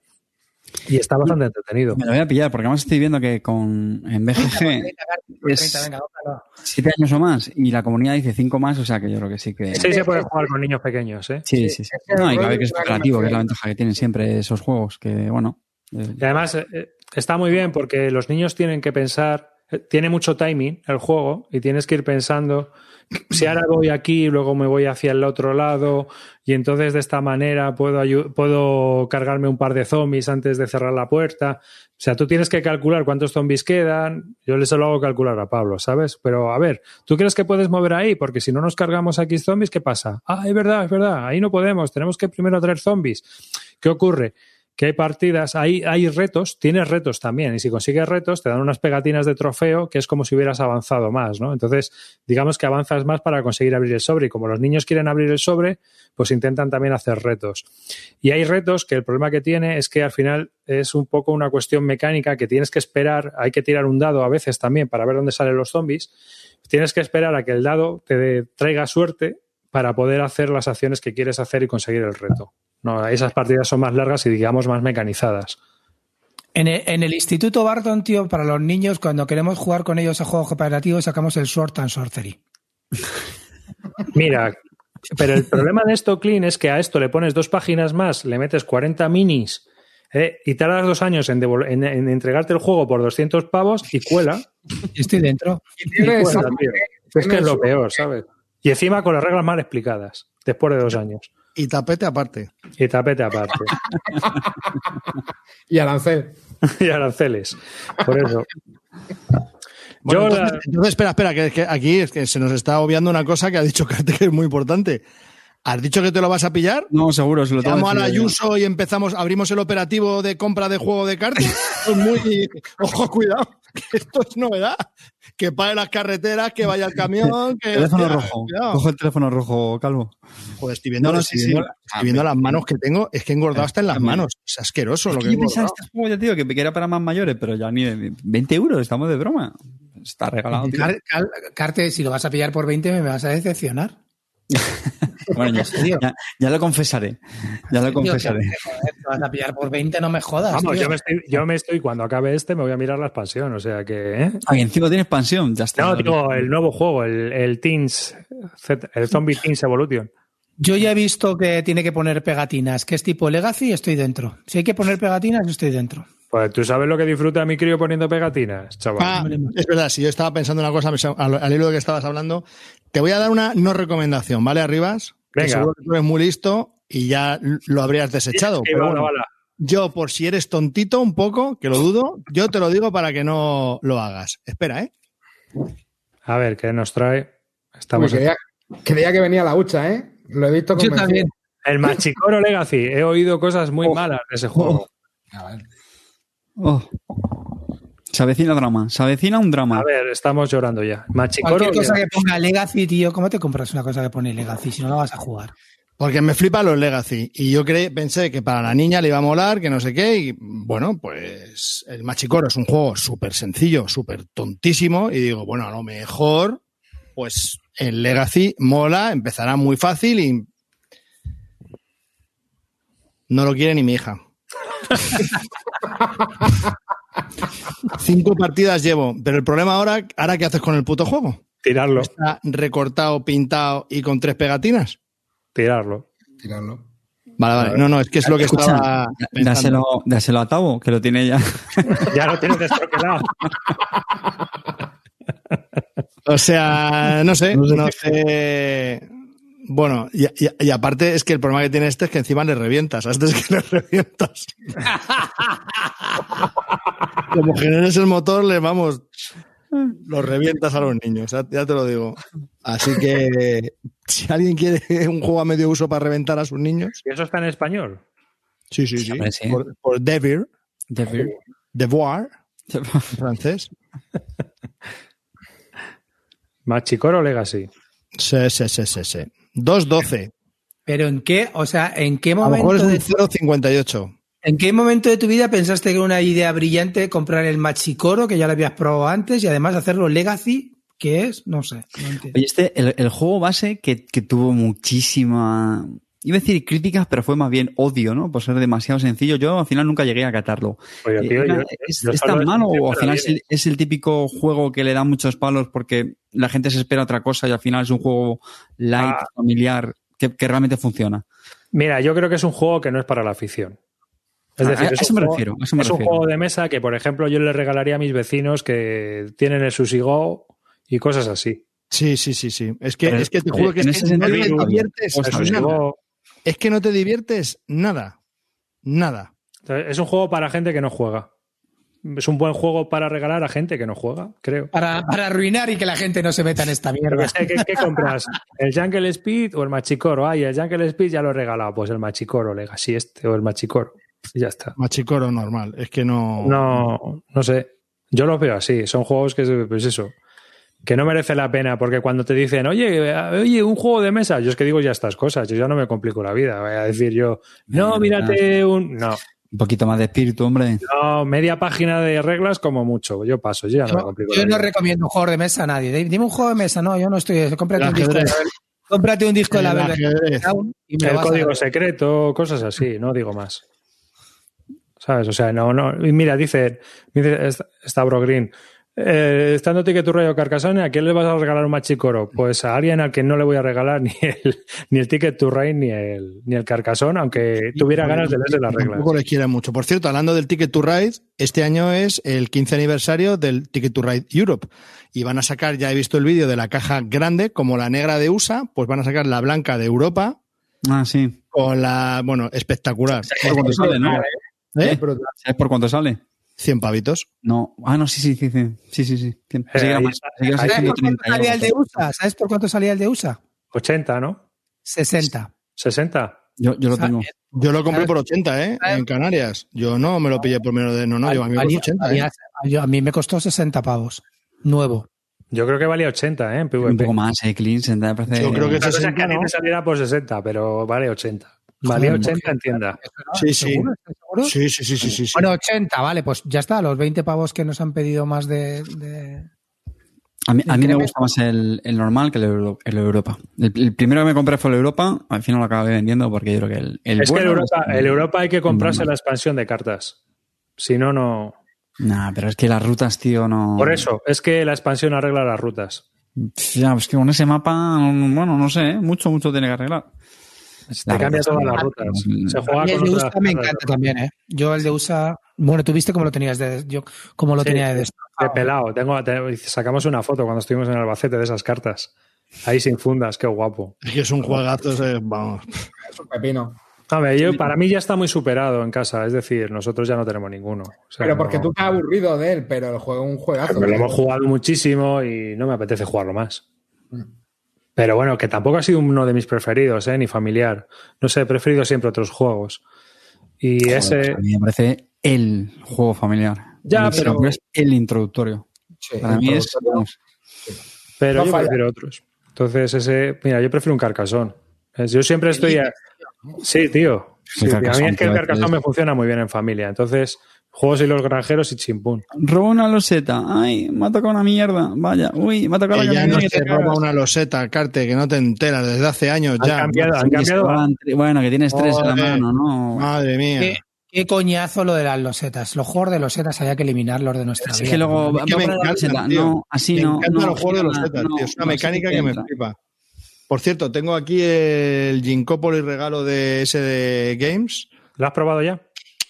Y está bastante entretenido. Me lo voy a pillar porque además estoy viendo que con en B G G es treinta, venga, ójalo. siete años o más y la comunidad dice cinco más, o sea que yo creo que sí que... Sí, se puede jugar con niños pequeños, ¿eh? Sí, sí, sí. No, y claro que es cooperativo, que es la ventaja que tienen siempre esos juegos, que bueno... eh, Y además eh, está muy bien porque los niños tienen que pensar, eh, tiene mucho timing el juego y tienes que ir pensando si ahora voy aquí y luego me voy hacia el otro lado y entonces de esta manera puedo, ayu- puedo cargarme un par de zombies antes de cerrar la puerta. O sea, tú tienes que calcular cuántos zombies quedan. Yo les lo hago calcular a Pablo, ¿sabes? Pero a ver, ¿tú crees que puedes mover ahí? Porque si no nos cargamos aquí zombies, ¿qué pasa? Ah, es verdad, es verdad, ahí no podemos, tenemos que primero traer zombies. ¿Qué ocurre? Que hay partidas, hay, hay retos, tienes retos también, y si consigues retos te dan unas pegatinas de trofeo que es como si hubieras avanzado más, ¿no? Entonces, digamos que avanzas más para conseguir abrir el sobre, y como los niños quieren abrir el sobre, pues intentan también hacer retos. Y hay retos que el problema que tiene es que al final es un poco una cuestión mecánica que tienes que esperar, hay que tirar un dado a veces también para ver dónde salen los zombies, tienes que esperar a que el dado te traiga suerte para poder hacer las acciones que quieres hacer y conseguir el reto. No, esas partidas son más largas y, digamos, más mecanizadas. En el, en el Instituto Barton, tío, para los niños, cuando queremos jugar con ellos a juegos cooperativos, sacamos el Sword and Sorcery. Mira, pero el problema de esto, Clean, es que a esto le pones dos páginas más, le metes cuarenta minis eh, y tardas dos años en, devol- en, en entregarte el juego por doscientos pavos y cuela. Y estoy dentro. Y Y tienes, cuela, tío. Es que es lo peor, ¿sabes? Y encima con las reglas mal explicadas, después de dos años. Y tapete aparte. Y tapete aparte. y arancel. Y aranceles. Por eso. Bueno, Yo entonces, la- entonces, espera, espera, que, que aquí es que se nos está obviando una cosa que ha dicho Carte que es muy importante. ¿Has dicho que te lo vas a pillar? No, seguro, se lo tengo Llamo a que la decir yo. Ayuso y empezamos, abrimos el operativo de compra de juego de cartas. Esto es muy, ojo, cuidado, que esto es novedad. Que pague las carreteras, que vaya el camión, que Teléfono hostia, rojo. cuidado. Cojo el teléfono rojo, Calvo. Joder, estoy viendo, No, no, estoy sí, viendo, sí. estoy viendo las manos que tengo, es que he engordado hasta en las manos. Es asqueroso lo Es que que he yo pensaba engordado. este juego, ya te digo, que que era para más mayores, pero ya ni de veinte euros, estamos de broma. Está regalado, tío. Car- Car- Carte, si lo vas a pillar por veinte me vas a decepcionar. Bueno, ya, serio? ya, ya lo confesaré. Ya lo confesaré. Tío, que- te vas a pillar por veinte, no me jodas. Vamos, tío. yo me, estoy, yo me estoy, cuando acabe este, me voy a mirar la expansión, o sea que... ¿eh? Ah, y encima tiene expansión, ya está. No, digo, el nuevo juego, el, el Teens, Z- el Zombie Teens Evolution. Yo ya he visto que tiene que poner pegatinas, que es tipo Legacy, estoy dentro. Si hay que poner pegatinas, yo estoy dentro. Pues tú sabes lo que disfruta mi crío poniendo pegatinas, chaval. Ah, es verdad, si yo estaba pensando una cosa al, al hilo de que estabas hablando, te voy a dar una no recomendación, ¿vale, Arribas? Que Venga. seguro que tú eres muy listo y ya lo habrías desechado. Sí, pero bala, bueno, bala. yo, por si eres tontito un poco, que lo dudo, yo te lo digo para que no lo hagas. Espera, ¿eh? A ver, ¿qué nos trae? Uy, Estamos en- creía, creía que venía la hucha, ¿eh? Lo he visto Yo convencido. también. el Machicoro Legacy. He oído cosas muy malas de ese juego. A ver. Oh. Se avecina drama, se avecina un drama. A ver, estamos llorando ya. Machicoro. Cualquier cosa que ponga Legacy, tío, ¿cómo te compras una cosa que pone Legacy si no la vas a jugar? Porque me flipan los Legacy. Y yo creí, pensé que para la niña le iba a molar, que no sé qué. Y bueno, pues el Machicoro es un juego súper sencillo, súper tontísimo. Y digo, bueno, a lo mejor, pues el Legacy mola, empezará muy fácil y no lo quiere ni mi hija. Cinco partidas llevo. Pero el problema ahora, ¿ahora qué haces con el puto juego? Tirarlo. Está recortado, pintado y con tres pegatinas. Tirarlo. Tirarlo. Vale, vale. No, no, es que es lo que Escucha, estaba pensando. Dáselo, dáselo a Tavo, que lo tiene ya. Ya lo tienes destroquelado. O sea, no sé, no sé. Bueno, y, y, y aparte es que el problema que tiene este es que encima le revientas. A este es que le revientas. Como generes el motor, le vamos, los revientas a los niños, ya, ya te lo digo. Así que si alguien quiere un juego a medio uso para reventar a sus niños. ¿Y eso está en español? Sí, sí, sí. Sí, sí. Por, por Devir. Devir. Devoir. En francés. ¿Machicoro o Legacy? Sí, sí, sí, sí, sí. dos doce. Pero ¿en qué? O sea, ¿en qué A lo momento mejor es un de, cero cincuenta y ocho. ¿en qué momento de tu vida pensaste que era una idea brillante comprar el Machicoro, que ya lo habías probado antes, y además hacerlo Legacy? ¿Qué es? No sé. No entiendo. Oye, este, el, el juego base que, que tuvo muchísima... Iba a decir críticas, pero fue más bien odio, ¿no? Por ser demasiado sencillo. Yo al final nunca llegué a catarlo. Oye, tío, Eh, yo- ¿Es, yo es solo tan es malo que o al para final es bien. el, es el típico juego que le da muchos palos porque la gente se espera otra cosa y al final es un juego light, Ah. familiar, que, que realmente funciona? Mira, yo creo que es un juego que no es para la afición. Es Ah, decir, a es, eso un, me juego, refiero, a eso me es un refiero. juego de mesa que, por ejemplo, yo le regalaría a mis vecinos que tienen el Sushi Go y cosas así. Sí, sí, sí, sí. Es que, Pero, es que te juro que, en es ese que no sentido te está bien. diviertes El Sushi nada. Go. Es que no te diviertes nada. Nada. Es un juego para gente que no juega. Es un buen juego para regalar a gente que no juega, creo. Para, para arruinar y que la gente no se meta en esta mierda. ¿Qué, qué compras? ¿El Jungle Speed o el Machicoro? Ay, el Jungle Speed ya lo he regalado. Pues el Machicoro, Legacy este o el Machicoro. Y ya está. Machicoro normal. Es que no. No, no sé. Yo los veo así. Son juegos que, pues eso, que no merece la pena. Porque cuando te dicen, oye, oye, un juego de mesa, yo es que digo ya estas cosas. Yo ya no me complico la vida. Voy a decir yo, no, mírate un. No, Un poquito más de espíritu, hombre. no, media página de reglas como mucho. Yo paso, yo ya no me Yo, complico yo la no vida. recomiendo un juego de mesa a nadie. Dime un juego de mesa, no, yo no estoy. Cómprate El un disco de ajedrez. la, cómprate un disco de la El Velvet ajedrez. Underground y me lo El vas a código dar. secreto, cosas así, no digo más. ¿Sabes? O sea, no, no. Y mira, dice, dice está Bro Green. Eh, estando Ticket to Ride o Carcassonne, ¿a quién le vas a regalar un Machicoro? Pues a alguien al que no le voy a regalar ni el, ni el Ticket to Ride ni el, ni el Carcassonne, aunque tuviera ganas de leerse las reglas. Tampoco les quiere mucho. Por cierto, hablando del Ticket to Ride, este año es el quince aniversario del Ticket to Ride Europe. Y van a sacar, ya he visto el vídeo de la caja grande, como la negra de U S A, pues van a sacar la blanca de Europa Ah, sí. con la, bueno, espectacular. ¿Por cuánto sale, no? ¿Eh? ¿Sabes por cuánto sale? cien pavitos. No. Ah, no, sí, sí, sí. Sí, sí, sí. sí. Pensé que era ahí más. está. Pensé que era ¿Sabes por cuánto ciento treinta y salía el de algo. U S A? ¿Sabes por cuánto salía el de U S A? ochenta, ¿no? sesenta. sesenta. Yo, yo lo tengo. Yo lo compré ¿Sabes? por ochenta, ¿eh? En Canarias. Yo no me lo pillé por menos de... No, no, yo a mí me Valía- costó ochenta, ¿eh? valía- yo- a mí me costó sesenta pavos. Nuevo. Yo creo que valía ochenta, ¿eh? En PvP. Un poco más, eh, Clean. Se me parece... Yo creo que Otra cosa es que sesenta, a ti ¿no? te saliera por sesenta, pero vale ochenta. Valía Joder, ochenta porque- en tienda. Sí, sí. ¿Seguro? ¿Estás seguro? Sí, sí, sí, sí, sí, sí. Bueno, ochenta, vale, pues ya está, los veinte pavos que nos han pedido más de... de- A mí, a mí me Incremento. gusta más el, el normal que el, Euro- el Europa. El, el primero que me compré fue el Europa. Al final lo acabé vendiendo porque yo creo que el, el Es que el bueno Europa, es- el Europa hay que comprarse normal. la expansión de cartas. Si no, no. Nah, pero es que las rutas, tío, no... Por eso, es que la expansión arregla las rutas. Ya, es que con ese mapa, bueno, no sé, ¿eh? mucho, mucho tiene que arreglar. Te La cambia ruta, todas la- las rutas. Se A juega mí el con de U otras S A me cartas. encanta también, ¿eh? Yo el de U S A... Bueno, tú viste cómo lo tenías de... Yo cómo lo Sí, tenía de de destrozado. pelado. Tengo, te- sacamos una foto cuando estuvimos en Albacete de esas cartas. Ahí sin fundas, qué guapo. Es que es un juegazo, ese, vamos. Es un pepino. A ver, yo, para mí ya está muy superado en casa. Es decir, nosotros ya no tenemos ninguno. O sea, Pero porque no- tú te has aburrido de él, pero el juego es un juegazo. Pero lo hemos jugado muchísimo y no me apetece jugarlo más. Pero bueno, que tampoco ha sido uno de mis preferidos, ¿eh? Ni familiar. No sé, he preferido siempre otros juegos. Y Joder, ese... A mí me parece el juego familiar. Ya, el pero... es el introductorio. Sí, Para el mí es... Vamos, Pero No yo falla. prefiero otros. Entonces, ese... Mira, yo prefiero un Carcassonne. Es- Yo siempre estoy... A... Sí, tío. Sí, El tío. A mí Carcassonne, es que el tío, Carcassonne es- me funciona muy bien en familia. Entonces, juegos y los granjeros y chimpún. robo una loseta. Ay, me ha tocado una mierda. Vaya, uy, me ha tocado Que la ya no camioneta. se roba una loseta, Carte, que no te enteras desde hace años Han ya. cambiado, han Sí, cambiado. se roban tre- Bueno, que tienes tres en la Joder. mano, ¿no? Madre mía. ¿Qué, qué coñazo lo de las losetas. Los juegos de losetas había que eliminarlos de nuestra Es vida. que luego Es que va me a poner la encantan, loseta. tío. No, así me no. encantan no, los juegos de los no, zetas, no, tío. Es una no, mecánica sí que me entra. flipa. Por cierto, tengo aquí el Ginkópolis regalo de S D Games. ¿Lo has probado ya?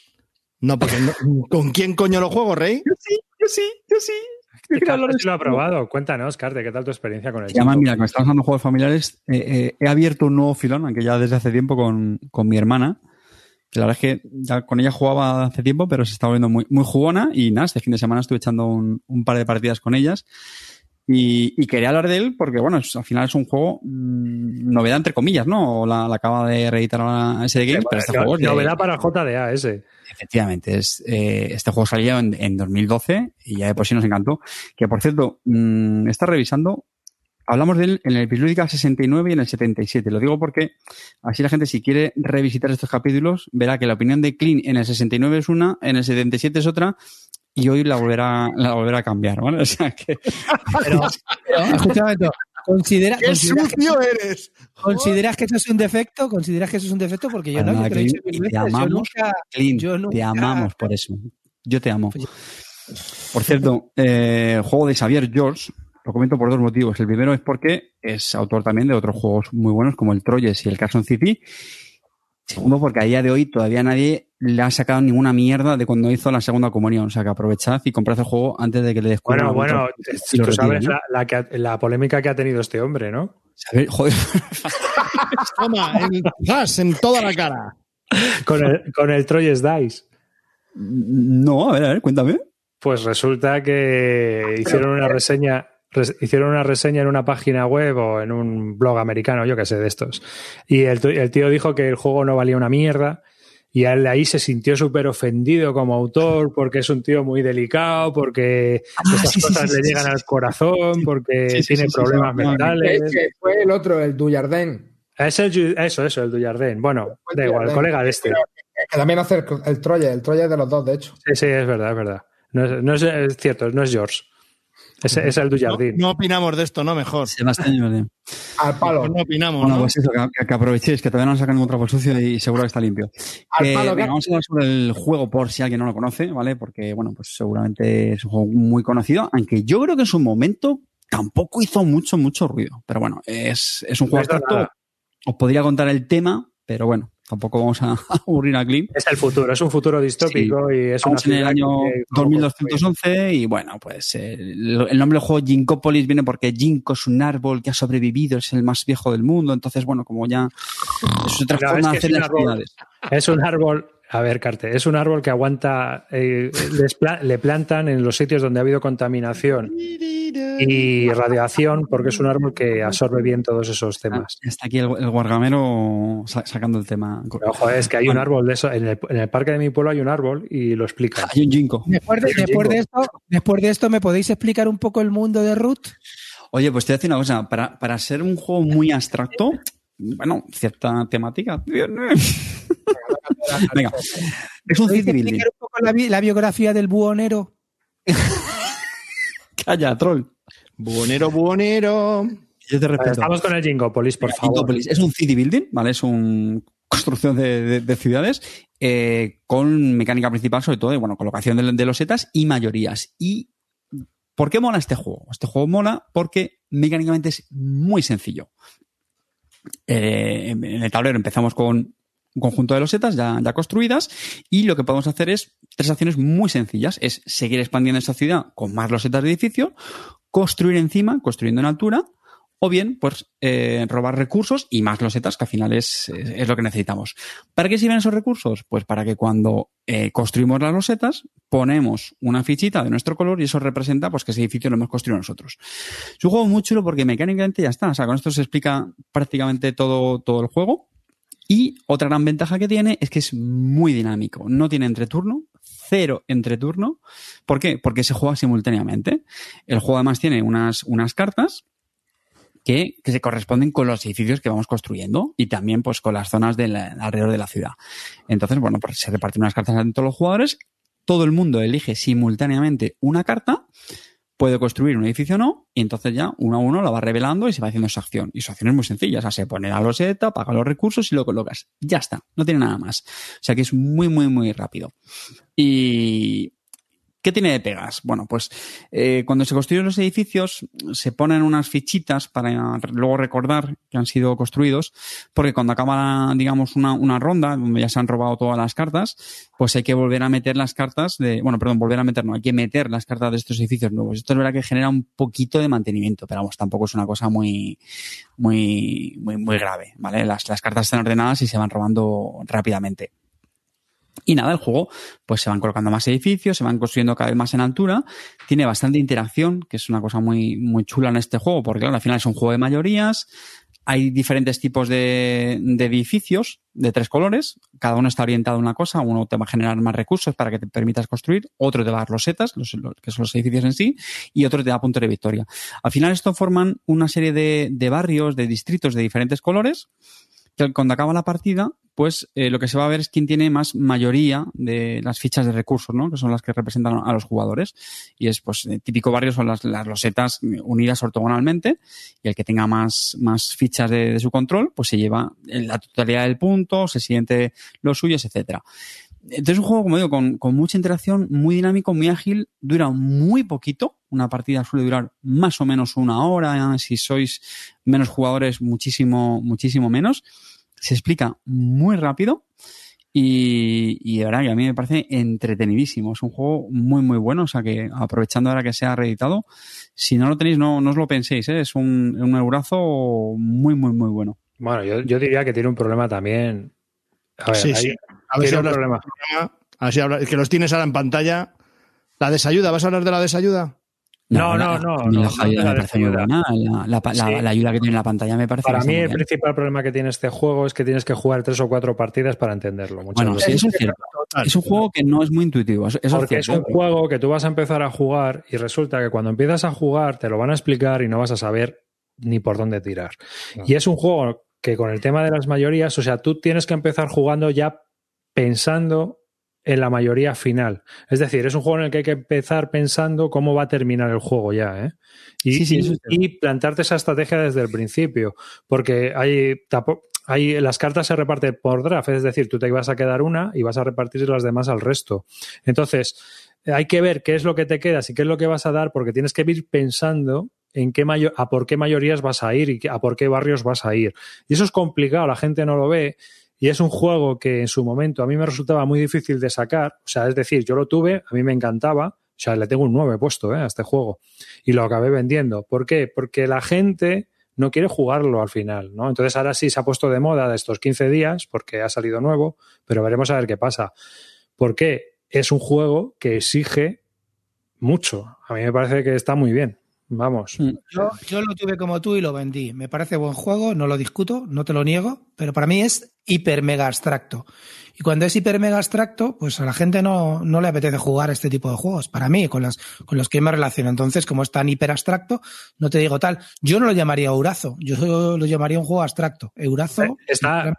No, porque no- ¿con quién coño lo juego, Rey? Yo sí, yo sí, yo sí. Carlos sí lo ha probado. Cuéntanos, Carte, ¿qué tal tu experiencia con el Y además, chico? mira, cuando estamos hablando de juegos familiares, eh, eh, he abierto un nuevo filón, aunque ya desde hace tiempo con, con mi hermana, que la verdad es que ya con ella jugaba hace tiempo, pero se está volviendo muy, muy jugona y nada, este fin de semana estuve echando un, un par de partidas con ellas y, y quería hablar de él porque, bueno, es- al final es un juego mmm, novedad entre comillas, ¿no? La, la acaba de reeditar ahora S D Games, pero este No- juego es de- novedad para J D A ese. Efectivamente, es, eh, este juego salió en, en dos mil doce y ya de por sí nos encantó. Que por cierto, mmm, está revisando, hablamos de él en el Bislúdica sesenta y nueve y en el setenta y siete. Lo digo porque así la gente, si quiere revisitar estos capítulos, verá que la opinión de Clean en el sesenta y nueve es una, en el setenta y siete es otra y hoy la volverá, la volverá a cambiar, ¿vale? O sea que... Pero, pero, escúchame un momento. ¿Considera, ¡Qué consideras, que, sucio eres! ¿Consideras que eso es un defecto? ¿Consideras que eso es un defecto? Porque yo Para no, nada, yo te lo he dicho Clint, mil te veces. Yo amamos, nunca, Clint, yo te nunca- amamos por eso. Yo te amo. Por cierto, eh, el juego de Xavier George, lo comento por dos motivos. El primero es porque es autor también de otros juegos muy buenos como el Troyes y el Carson City. Segundo, porque a día de hoy todavía nadie le ha sacado ninguna mierda de cuando hizo la segunda comunión. O sea, que aprovechad y comprad el juego antes de que le descubran. Bueno, bueno, otro y lo tú sabes retiren, ¿eh? la, la, que ha- la polémica que ha tenido este hombre, ¿no? Saber- joder, Toma, en, ¡zas! En toda la cara. Con el, con el Troyes Dice. no, a ver, a ver, cuéntame. Pues resulta que hicieron una reseña, res- hicieron una reseña en una página web o en un blog americano, yo que sé, de estos. Y el, tu- el tío dijo que el juego no valía una mierda. Y él ahí se sintió súper ofendido como autor porque es un tío muy delicado, porque Ah, estas sí, sí, cosas sí, le sí, llegan sí, al corazón, porque Sí, sí, tiene sí, sí, problemas sí, sí. mentales. Es que fue el otro, el Dujardin. Es el, Ju- eso, eso, el Dujardin. Bueno, da igual, el colega de este. Que también hace el, el Troye, el Troye es de los dos, de hecho. Sí, sí, es verdad, es verdad. No es, no es, es cierto, no es George. Es, es el No, Dujardin. no opinamos de esto, no mejor. Sebastián, yo me- Al palo. No opinamos, Bueno, ¿no? pues eso, que, que aprovechéis, que todavía no han sacado ningún trapo sucio y seguro que está limpio. Al Que, palo, venga, que- vamos a hablar sobre el juego por si alguien no lo conoce, ¿vale? Porque, bueno, pues seguramente es un juego muy conocido, aunque yo creo que en su momento tampoco hizo mucho, mucho ruido. Pero bueno, es, es un No juego hizo abstracto. nada. Os podría contar el tema, pero bueno, tampoco vamos a aburrir a Clint. Es el futuro, es un futuro distópico y es una Estamos en el ciudad año que- dos mil doscientos once y bueno, pues eh, el, el nombre del juego Ginkópolis viene porque Ginkgo es un árbol que ha sobrevivido, es el más viejo del mundo, entonces bueno, como ya es otra No, forma es de que hacer es un las árbol. ciudades. Es un árbol, a ver, Carte, es un árbol que aguanta, eh, les pla- le plantan en los sitios donde ha habido contaminación y radiación, porque es un árbol que absorbe bien todos esos temas. Está aquí el, el guargamero sa- sacando el tema. Pero, joder, es que hay un árbol de eso, en el, en el parque de mi pueblo hay un árbol y lo explica. Hay un Ginkgo. Después de, Hay un después, de jingo. esto, después de esto, ¿me podéis explicar un poco el mundo de Ruth? Oye, pues te voy a decir una cosa, para, para ser un juego muy abstracto, bueno, cierta temática. Venga, es un ¿Podéis city building. explicar un poco la, bi- la biografía del buhonero? Calla, troll. Buonero, buonero. Yo te Vale, respeto. estamos con el Jingopolis, por favor. Ginkópolis es un city building, ¿vale? Es una construcción de, de- de ciudades eh, con mecánica principal, sobre todo, de bueno, colocación de, de losetas y mayorías. ¿Y por qué mola este juego? Este juego mola porque mecánicamente es muy sencillo. Eh, en el tablero empezamos con un conjunto de losetas ya, ya construidas y lo que podemos hacer es tres acciones muy sencillas. Es seguir expandiendo esta ciudad con más losetas de edificio, construir encima, construyendo en altura, o bien, pues, eh, robar recursos y más losetas, que al final es, es, es lo que necesitamos. ¿Para qué sirven esos recursos? Pues para que cuando eh, construimos las losetas, ponemos una fichita de nuestro color y eso representa pues que ese edificio lo hemos construido nosotros. Es un juego muy chulo porque mecánicamente ya está. O sea, con esto se explica prácticamente todo, todo el juego. Y otra gran ventaja que tiene es que es muy dinámico. No tiene entreturno, cero entreturno. ¿Por qué? Porque se juega simultáneamente. El juego además tiene unas, unas cartas que, que se corresponden con los edificios que vamos construyendo y también pues con las zonas del, alrededor de la ciudad. Entonces, bueno, pues se reparten unas cartas entre todos los jugadores, todo el mundo elige simultáneamente una carta, puede construir un edificio o no, y entonces ya uno a uno la va revelando y se va haciendo esa acción. Y su acción es muy sencilla, o sea, se pone la loseta, paga los recursos y lo colocas. Ya está, no tiene nada más. O sea que es muy, muy, muy rápido. Y... ¿qué tiene de pegas? Bueno, pues eh, cuando se construyen los edificios se ponen unas fichitas para luego recordar que han sido construidos, porque cuando acaba, digamos, una, una ronda donde ya se han robado todas las cartas, pues hay que volver a meter las cartas de... Bueno, perdón, volver a meter, no, hay que meter las cartas de estos edificios nuevos. Esto es verdad que genera un poquito de mantenimiento, pero vamos, tampoco es una cosa muy, muy, muy, muy grave, ¿vale? Las, las cartas están ordenadas y se van robando rápidamente. Y nada, el juego, pues se van colocando más edificios, se van construyendo cada vez más en altura, tiene bastante interacción, que es una cosa muy, muy chula en este juego, porque claro, al final es un juego de mayorías, hay diferentes tipos de, de edificios de tres colores, cada uno está orientado a una cosa, uno te va a generar más recursos para que te permitas construir, otro te va a dar losetas, los, los, que son los edificios en sí, y otro te da puntos de victoria. Al final esto forman una serie de, de barrios, de distritos de diferentes colores, que cuando acaba la partida, pues eh, lo que se va a ver es quién tiene más mayoría de las fichas de recursos, ¿no? Que son las que representan a los jugadores. Y es, pues, el típico barrio son las, las losetas unidas ortogonalmente, y el que tenga más, más fichas de, de su control, pues se lleva la totalidad del punto, se siente los suyos, etcétera. Entonces es un juego, como digo, con, con mucha interacción, muy dinámico, muy ágil, dura muy poquito. Una partida suele durar más o menos una hora, si sois menos jugadores, muchísimo, muchísimo menos. Se explica muy rápido y, y de verdad que a mí me parece entretenidísimo. Es un juego muy, muy bueno, o sea que aprovechando ahora que se ha reeditado, si no lo tenéis, no, no os lo penséis, ¿eh? Es un, un eurazo muy, muy, muy bueno. Bueno, yo, yo diría que tiene un problema también. A ver, sí, ahí, sí. A ver si un hablas, problema. A ver si hablas, que los tienes ahora en pantalla. La desayuda, ¿vas a hablar de la desayuda? No, la, no, no. La, no, la, no ayuda la me parece muy buena. La, la, sí. la, la ayuda que tiene en la pantalla me parece Para mí el bien. principal problema que tiene este juego es que tienes que jugar tres o cuatro partidas para entenderlo. Bueno, veces. sí, eso es cierto. Es un juego que no es muy intuitivo. Eso Porque es, cierto, es un juego que tú vas a empezar a jugar y resulta que cuando empiezas a jugar te lo van a explicar y no vas a saber ni por dónde tirar. No. Y es un juego que con el tema de las mayorías, o sea, tú tienes que empezar jugando ya pensando en la mayoría final. Es decir, es un juego en el que hay que empezar pensando cómo va a terminar el juego ya, ¿eh? Y, sí, sí, y, y plantarte esa estrategia desde el principio. Porque hay, hay las cartas se reparten por draft, es decir, tú te vas a quedar una y vas a repartir las demás al resto. Entonces, hay que ver qué es lo que te quedas y qué es lo que vas a dar, porque tienes que ir pensando en qué mayo- a por qué mayorías vas a ir y a por qué barrios vas a ir. Y eso es complicado, la gente no lo ve. Y es un juego que en su momento a mí me resultaba muy difícil de sacar. O sea, es decir, yo lo tuve, a mí me encantaba. O sea, le tengo un nueve puesto ¿eh? a este juego. Y lo acabé vendiendo. ¿Por qué? Porque la gente no quiere jugarlo al final, ¿no? Entonces ahora sí se ha puesto de moda de estos quince días porque ha salido nuevo, pero veremos a ver qué pasa. ¿Por qué? Es un juego que exige mucho. A mí me parece que está muy bien. Vamos. Yo, yo lo tuve como tú y lo vendí. Me parece buen juego, no lo discuto, no te lo niego, pero para mí es hiper mega abstracto. Y cuando es hiper mega abstracto, pues a la gente no, no le apetece jugar este tipo de juegos. Para mí, con, las, con los que me relaciono. Entonces, como es tan hiper abstracto, no te digo tal. Yo no lo llamaría Eurazo, yo lo llamaría un juego abstracto. Eurazo... Está...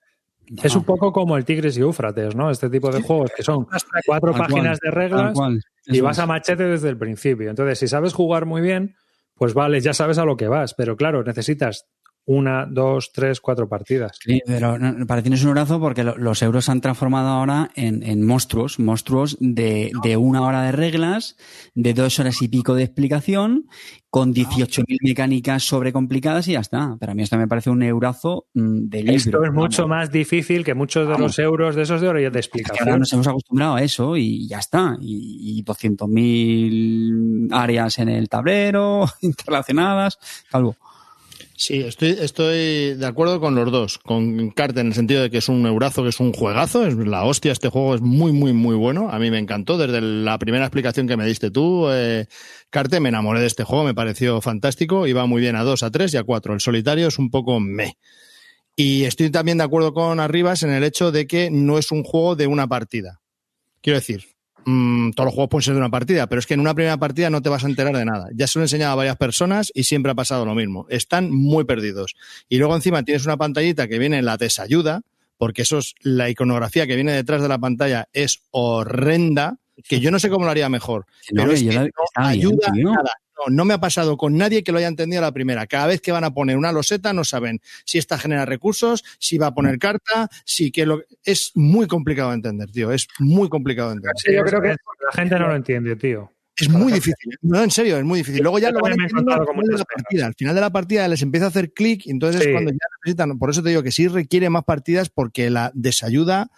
Es un poco como el Tigris y Éufrates, ¿no? Este tipo de juegos que son cuatro tal páginas cual, de reglas y vas a machete desde el principio. Entonces, si sabes jugar muy bien, pues vale, ya sabes a lo que vas. Pero claro, necesitas una, dos, tres, cuatro partidas. Sí, pero no, para ti no es un eurazo porque lo, los euros se han transformado ahora en, en monstruos, monstruos de, de una hora de reglas, de dos horas y pico de explicación, con dieciocho mil mecánicas sobrecomplicadas y ya está. Pero a mí esto me parece un eurazo de libro. Esto es mucho vamos. más difícil que muchos de los euros de esos de horas de explicación. Es que ahora nos hemos acostumbrado a eso y ya está. Y, y doscientos mil áreas en el tablero, interrelacionadas, calvo. Sí, estoy, estoy de acuerdo con los dos, con Carte en el sentido de que es un eurazo, que es un juegazo, es la hostia, este juego es muy, muy, muy bueno, a mí me encantó, desde la primera explicación que me diste tú, eh, Carte, me enamoré de este juego, me pareció fantástico, iba muy bien a dos, a tres y a cuatro, el solitario es un poco meh. Y estoy también de acuerdo con Arribas en el hecho de que no es un juego de una partida. Quiero decir, mmm, todos los juegos pueden ser de una partida, pero es que en una primera partida no te vas a enterar de nada. Ya se lo he enseñado a varias personas y siempre ha pasado lo mismo. Están muy perdidos. Y luego encima tienes una pantallita que viene en la desayuda, porque eso es la iconografía que viene detrás de la pantalla es horrenda, que yo no sé cómo lo haría mejor. No, pero es que la, no ayuda bien, nada. No, no me ha pasado con nadie que lo haya entendido a la primera. Cada vez que van a poner una loseta no saben si esta genera recursos, si va a poner carta, si que lo... Es muy complicado de entender, tío. Es muy complicado de entender. Sí, yo creo que la gente no lo entiende, tío. Es muy difícil. No, en serio, es muy difícil. Luego ya lo van a entender al final de la partida. Al final de la partida les empieza a hacer clic y entonces sí. Es cuando ya necesitan. Por eso te digo que sí requiere más partidas porque la desayuda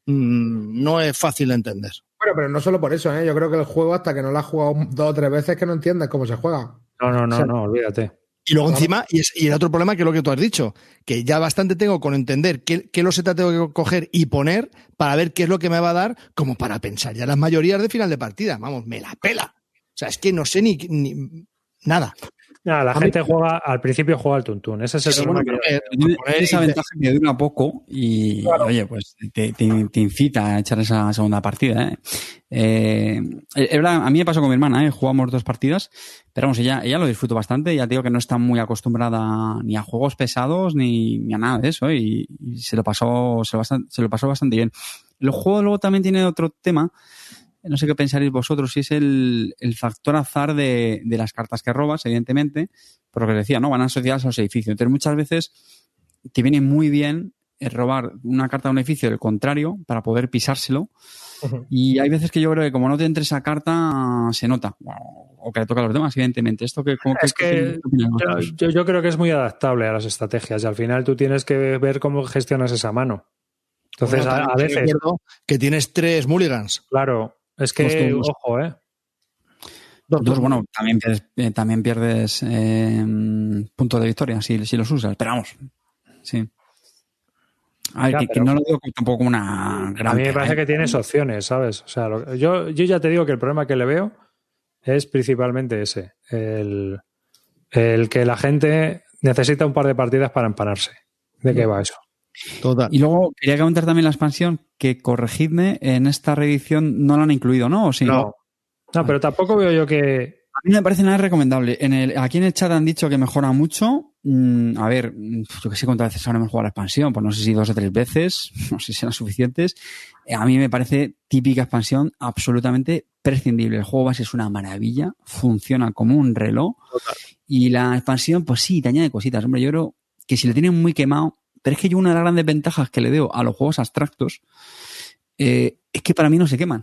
mmm, no es fácil de entender. Bueno, pero no solo por eso, ¿eh? Yo creo que el juego, hasta que no lo has jugado dos o tres veces, que no entiendes cómo se juega. No, no, no, o sea, no, olvídate. Y luego encima, y, es, y el otro problema que es lo que tú has dicho, que ya bastante tengo con entender qué, qué loseta tengo que coger y poner para ver qué es lo que me va a dar, como para pensar ya las mayorías de final de partida. Vamos, me la pela. O sea, es que no sé ni, ni nada. Nada, la a gente mí... juega, al principio juega al tuntún. Ese es el problema. Bueno, que tiene esa ventaja que dura poco y, claro. Oye, pues te, te, te incita a echar esa segunda partida. ¿eh? Eh, a mí me pasó con mi hermana, ¿eh? Jugamos dos partidas, pero vamos, ella, ella lo disfruto bastante. Ya te digo que no está muy acostumbrada ni a juegos pesados ni, ni a nada de eso, ¿eh? y, y se lo pasó, se lo, bastante, se lo pasó bastante bien. El juego luego también tiene otro tema. No sé qué pensaréis vosotros, si es el, el factor azar de, de las cartas que robas, evidentemente, por lo que os decía, ¿no? Van asociadas a los edificios. Entonces, muchas veces te viene muy bien robar una carta de un edificio del contrario para poder pisárselo. Uh-huh. Y hay veces que yo creo que como no te entre esa carta, se nota. O que le toca a los demás, evidentemente. Esto que, como es que, que, que yo, yo, yo creo que es muy adaptable a las estrategias y al final tú tienes que ver cómo gestionas esa mano. Entonces, bueno, a, a veces... Que tienes tres mulligans. Claro. Es que, dos, ojo, ¿eh? Dos, dos bueno, también pierdes, eh, también pierdes eh, puntos de victoria si, si los usas, pero vamos, sí. A ver, ya, que, que no lo digo tampoco como una gran... A mí me parece que tienes opciones, ¿sabes? O sea, lo, yo, yo ya te digo que el problema que le veo es principalmente ese, el, el que la gente necesita un par de partidas para empanarse. ¿De qué va eso? Total. Y luego quería comentar también la expansión que, corregidme, en esta reedición no la han incluido, ¿no? ¿O sí? No, no, pero tampoco veo yo que... A mí me parece nada recomendable. En el, aquí en el chat han dicho que mejora mucho. Mm, a ver, yo que sé cuántas veces habremos jugado la expansión, pues no sé si dos o tres veces, no sé si serán suficientes. A mí me parece típica expansión absolutamente prescindible. El juego base es una maravilla, funciona como un reloj. Total. Y la expansión, pues sí, te añade cositas. Hombre, yo creo que si le tienen muy quemado... Pero es que yo una de las grandes ventajas que le veo a los juegos abstractos eh, es que para mí no se queman.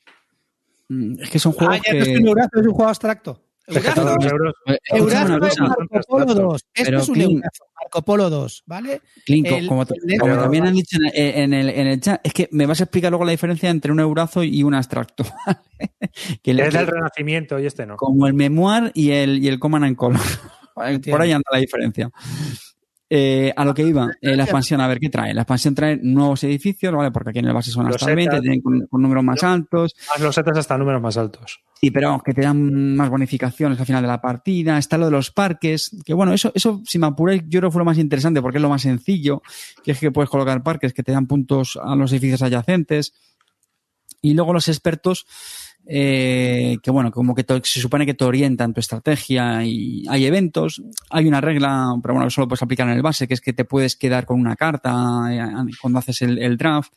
Es que son juegos ah, ya que... no es un eurazo, es un juego abstracto. Eurazo, euros. Eurazo es Marco Polo dos. Esto pero es un Clint, Eurazo, Marco Polo dos, ¿vale? Clint, el, como, el como también han dicho en el, en el chat, es que me vas a explicar luego la diferencia entre un eurazo y un abstracto. que es del Renacimiento y este no. Como el Memoir y el, y el Command and Color. Por ahí anda la diferencia. Eh, a lo que iba, eh, la expansión, a ver qué trae. La expansión trae nuevos edificios, ¿vale? Porque aquí en el base son hasta veinte, tienen con, con números más altos. Más losetas hasta números más altos. Sí, pero vamos, que te dan más bonificaciones al final de la partida. Está lo de los parques, que bueno, eso, eso si me apuráis, yo creo que fue lo más interesante porque es lo más sencillo, que es que puedes colocar parques que te dan puntos a los edificios adyacentes. Y luego los expertos, eh, que bueno, como que te, se supone que te orientan tu estrategia y hay eventos, hay una regla, pero bueno, que solo puedes aplicar en el base, que es que te puedes quedar con una carta eh, cuando haces el, el draft.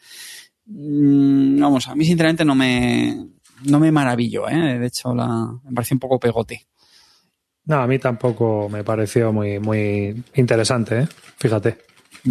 Mm, vamos, a mí sinceramente no me, no me maravillo, ¿eh? De hecho, la, me pareció un poco pegote. No, a mí tampoco me pareció muy, muy interesante, ¿eh? Fíjate. Mm.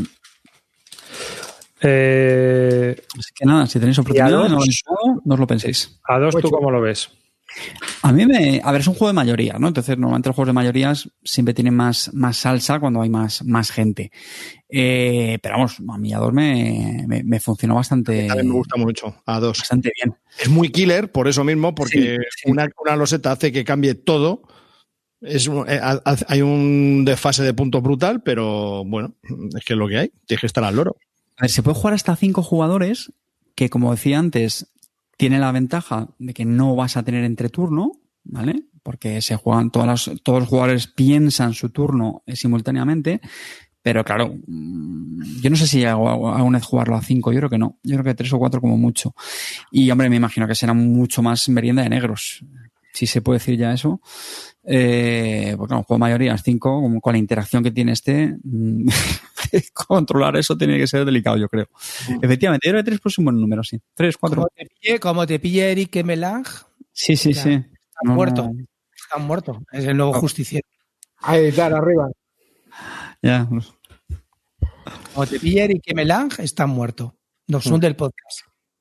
Eh, Así que nada, si tenéis oportunidad, no, no os lo penséis. A dos, ¿tú cómo lo ves? A mí me... A ver, es un juego de mayoría, ¿no? Entonces, normalmente los juegos de mayorías siempre tienen más, más salsa cuando hay más, más gente. Eh, pero vamos, a mí a dos me, me, me funcionó bastante... A mí me gusta mucho, a dos. Bastante bien. Es muy killer, por eso mismo, porque sí, sí. Una, una loseta hace que cambie todo. Es, hay un desfase de puntos brutal, pero bueno, es que es lo que hay. Tienes que estar al loro. A ver, se puede jugar hasta cinco jugadores, que como decía antes, tiene la ventaja de que no vas a tener entreturno, ¿vale? Porque se juegan todas las, todos los jugadores piensan su turno simultáneamente, Pero claro, yo no sé si hago alguna vez jugarlo a cinco, yo creo que no. Yo creo que tres o cuatro como mucho. Y hombre, me imagino que será mucho más merienda de negros, si se puede decir ya eso. Eh, porque no, juego mayoría cinco, como con la interacción que tiene este, controlar eso tiene que ser delicado, yo creo. Uh-huh. Efectivamente, yo creo que tres es un buen número, sí. Tres, cuatro. Como te pille, como te pille Eric Melange. Sí, sí, ya, sí. Está no, muerto. No. Está muerto. Es el nuevo oh. justiciero. A editar arriba. Ya. Como te pille Eric Melange, está muerto. Nos son uh-huh. del podcast.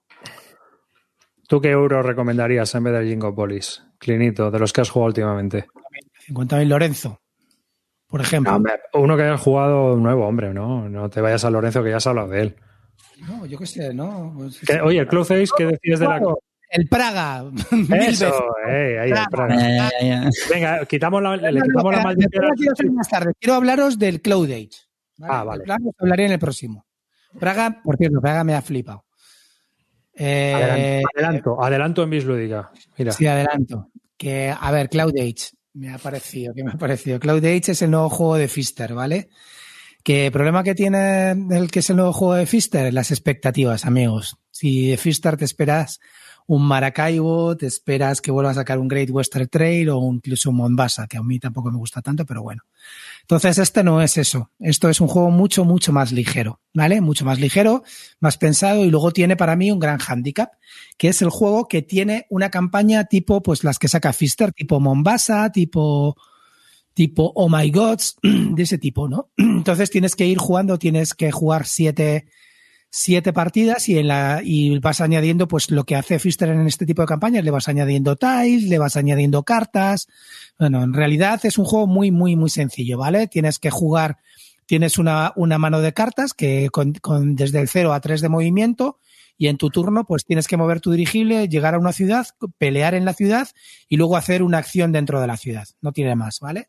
¿Tú qué euro recomendarías en vez del Jingopolis, Clinito, de los que has jugado últimamente? cincuenta mil Lorenzo, por ejemplo. No, hombre, uno que hayas jugado nuevo, hombre, no, no te vayas a Lorenzo que ya has hablado de él. No, yo qué sé, ¿no? ¿Qué, oye, el Cloud Ace, ¿qué decías de la...? El Praga. Eso, eh, ahí el Praga. Ya, ya, ya. Venga, quitamos la, le quitamos la maldición. Más tarde. Quiero hablaros del Cloud Age. ¿Vale? Ah, vale. Praga os hablaré en el próximo. Praga, por cierto, Praga me ha flipado. Eh, adelanto, adelanto, adelanto en Bislúdica. Mira. Sí, adelanto. Que, a ver, Cloud Age. Me ha parecido, ¿qué me ha parecido? Cloud Age es el nuevo juego de Pfister, ¿vale? ¿Qué problema que tiene el que es el nuevo juego de Pfister? Las expectativas, amigos. Si de Pfister te esperas un Maracaibo, te esperas que vuelva a sacar un Great Western Trail o incluso un Mombasa, que a mí tampoco me gusta tanto, pero bueno. Entonces, este no es eso. Esto es un juego mucho, mucho más ligero, ¿vale? Mucho más ligero, más pensado, y luego tiene para mí un gran hándicap, que es el juego que tiene una campaña tipo, pues las que saca Pfister, tipo Mombasa, tipo, tipo Oh My Gods, de ese tipo, ¿no? Entonces tienes que ir jugando, tienes que jugar siete, siete partidas y en la, y vas añadiendo, pues lo que hace Pfister en este tipo de campañas, le vas añadiendo tiles, le vas añadiendo cartas. Bueno, en realidad es un juego muy, muy, muy sencillo, ¿vale? Tienes que jugar, tienes una, una mano de cartas que con, con desde el cero a tres de movimiento, y en tu turno pues tienes que mover tu dirigible, llegar a una ciudad, pelear en la ciudad y luego hacer una acción dentro de la ciudad. No tiene más, ¿vale?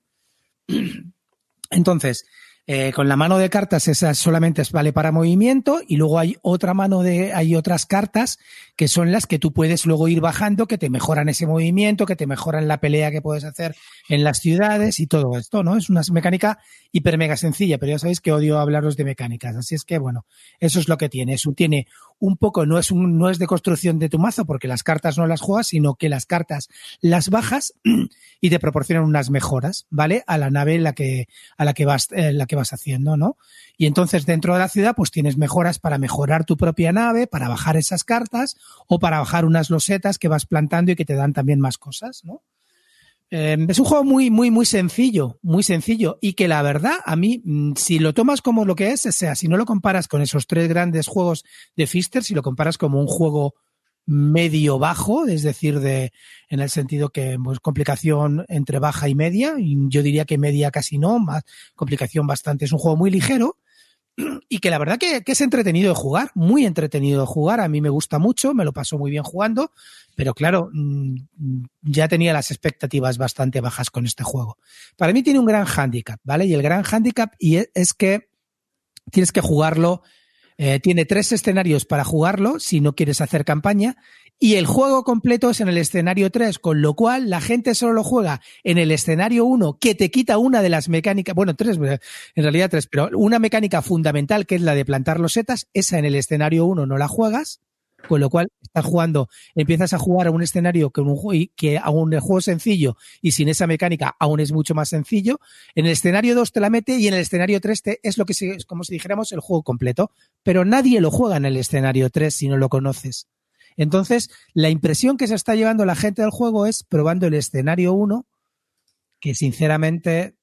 Entonces, Eh, con la mano de cartas esa solamente vale para movimiento, y luego hay otra mano de, hay otras cartas que son las que tú puedes luego ir bajando, que te mejoran ese movimiento, que te mejoran la pelea que puedes hacer en las ciudades y todo esto, ¿no? Es una mecánica hiper mega sencilla, pero ya sabéis que odio hablaros de mecánicas, así es que bueno, eso es lo que tiene. Es un, tiene un poco, no es un, no es de construcción de tu mazo porque las cartas no las juegas, sino que las cartas las bajas y te proporcionan unas mejoras, ¿vale? A la nave en la que, a la que vas, eh, la que vas haciendo, ¿no? Y entonces dentro de la ciudad pues tienes mejoras para mejorar tu propia nave, para bajar esas cartas o para bajar unas losetas que vas plantando y que te dan también más cosas, ¿no? Eh, es un juego muy, muy, muy sencillo, muy sencillo, y que la verdad a mí, si lo tomas como lo que es, o sea, si no lo comparas con esos tres grandes juegos de Pfister, si lo comparas como un juego medio bajo, es decir, de en el sentido que pues, complicación entre baja y media, y yo diría que media casi no, más complicación bastante. Es un juego muy ligero y que la verdad que, que es entretenido de jugar, muy entretenido de jugar. A mí me gusta mucho, me lo paso muy bien jugando, pero claro, ya tenía las expectativas bastante bajas con este juego. Para mí tiene un gran hándicap, ¿vale? Y el gran hándicap y es que tienes que jugarlo. Eh, tiene tres escenarios para jugarlo si no quieres hacer campaña, y el juego completo es en el escenario tres, con lo cual la gente solo lo juega en el escenario uno, que te quita una de las mecánicas, bueno, tres, en realidad tres, pero una mecánica fundamental que es la de plantar losetas, esa en el escenario uno no la juegas, con lo cual estás jugando, empiezas a jugar a un escenario que, un, que aún el juego sencillo y sin esa mecánica aún es mucho más sencillo. En el escenario dos te la mete y en el escenario tres te, es lo que se, es como si dijéramos el juego completo, pero nadie lo juega en el escenario tres si no lo conoces. Entonces, la impresión que se está llevando la gente del juego es probando el escenario uno, que sinceramente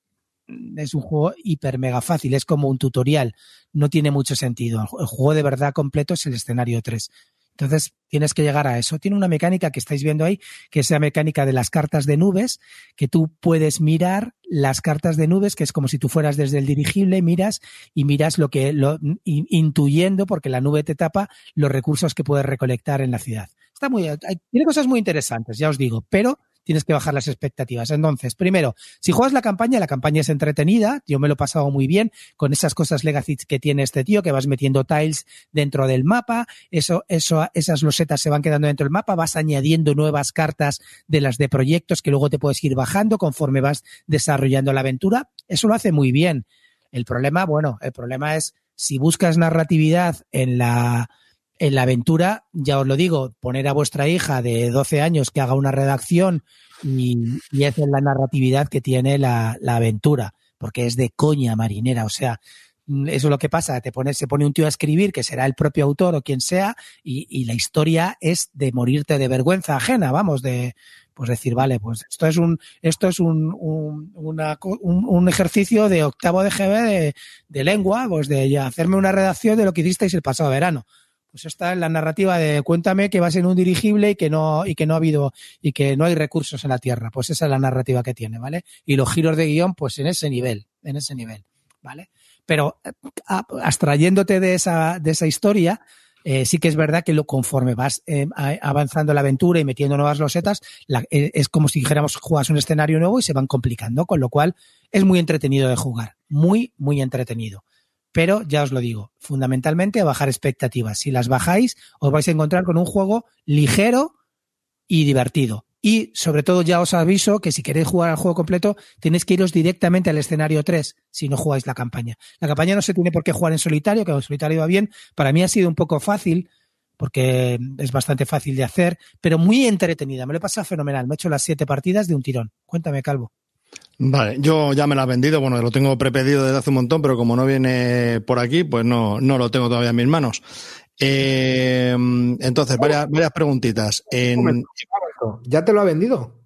es un juego hiper mega fácil, es como un tutorial, no tiene mucho sentido. El juego de verdad completo es el escenario tres. Entonces tienes que llegar a eso. Tiene una mecánica que estáis viendo ahí, que es la mecánica de las cartas de nubes, que tú puedes mirar las cartas de nubes, que es como si tú fueras desde el dirigible, miras y miras lo que, lo, intuyendo, porque la nube te tapa los recursos que puedes recolectar en la ciudad. Está muy, tiene cosas muy interesantes, ya os digo, pero tienes que bajar las expectativas. Entonces, primero, si juegas la campaña, la campaña es entretenida, yo me lo he pasado muy bien con esas cosas legacy que tiene este tío, que vas metiendo tiles dentro del mapa, eso, eso, esas losetas se van quedando dentro del mapa, vas añadiendo nuevas cartas de las de proyectos que luego te puedes ir bajando conforme vas desarrollando la aventura, eso lo hace muy bien. El problema, bueno, el problema es si buscas narratividad en la, en la aventura, ya os lo digo, poner a vuestra hija de doce años que haga una redacción y, y esa es la narratividad que tiene la, la aventura, porque es de coña marinera, o sea, eso es lo que pasa, te pone, se pone un tío a escribir, que será el propio autor o quien sea, y, y la historia es de morirte de vergüenza ajena, vamos, de pues decir, vale, pues esto es un esto es un un, una, un, un ejercicio de octavo de G B de, de lengua, pues de ya hacerme una redacción de lo que hicisteis el pasado verano. Pues esta es la narrativa de cuéntame que vas en un dirigible y que no y que no ha habido y que no hay recursos en la Tierra. Pues esa es la narrativa que tiene, ¿vale? Y los giros de guión, pues en ese nivel, en ese nivel, ¿vale? Pero abstrayéndote de esa, de esa historia, eh, sí que es verdad que lo conforme vas eh, avanzando la aventura y metiendo nuevas losetas, la, eh, es como si dijéramos juegas un escenario nuevo y se van complicando, con lo cual es muy entretenido de jugar, muy, muy entretenido. Pero ya os lo digo, fundamentalmente bajar expectativas. Si las bajáis, os vais a encontrar con un juego ligero y divertido. Y sobre todo ya os aviso que si queréis jugar al juego completo tenéis que iros directamente al escenario tres si no jugáis la campaña. La campaña no se tiene por qué jugar en solitario, que en solitario va bien. Para mí ha sido un poco fácil porque es bastante fácil de hacer, pero muy entretenida. Me lo he pasado fenomenal. Me he hecho las siete partidas de un tirón. Cuéntame, Calvo. Vale, yo ya me lo he vendido. Bueno, lo tengo prepedido desde hace un montón, pero como no viene por aquí, pues no, no lo tengo todavía en mis manos. Eh, entonces, varias, varias preguntitas. En... Un momento, un momento. ¿Ya te lo ha vendido?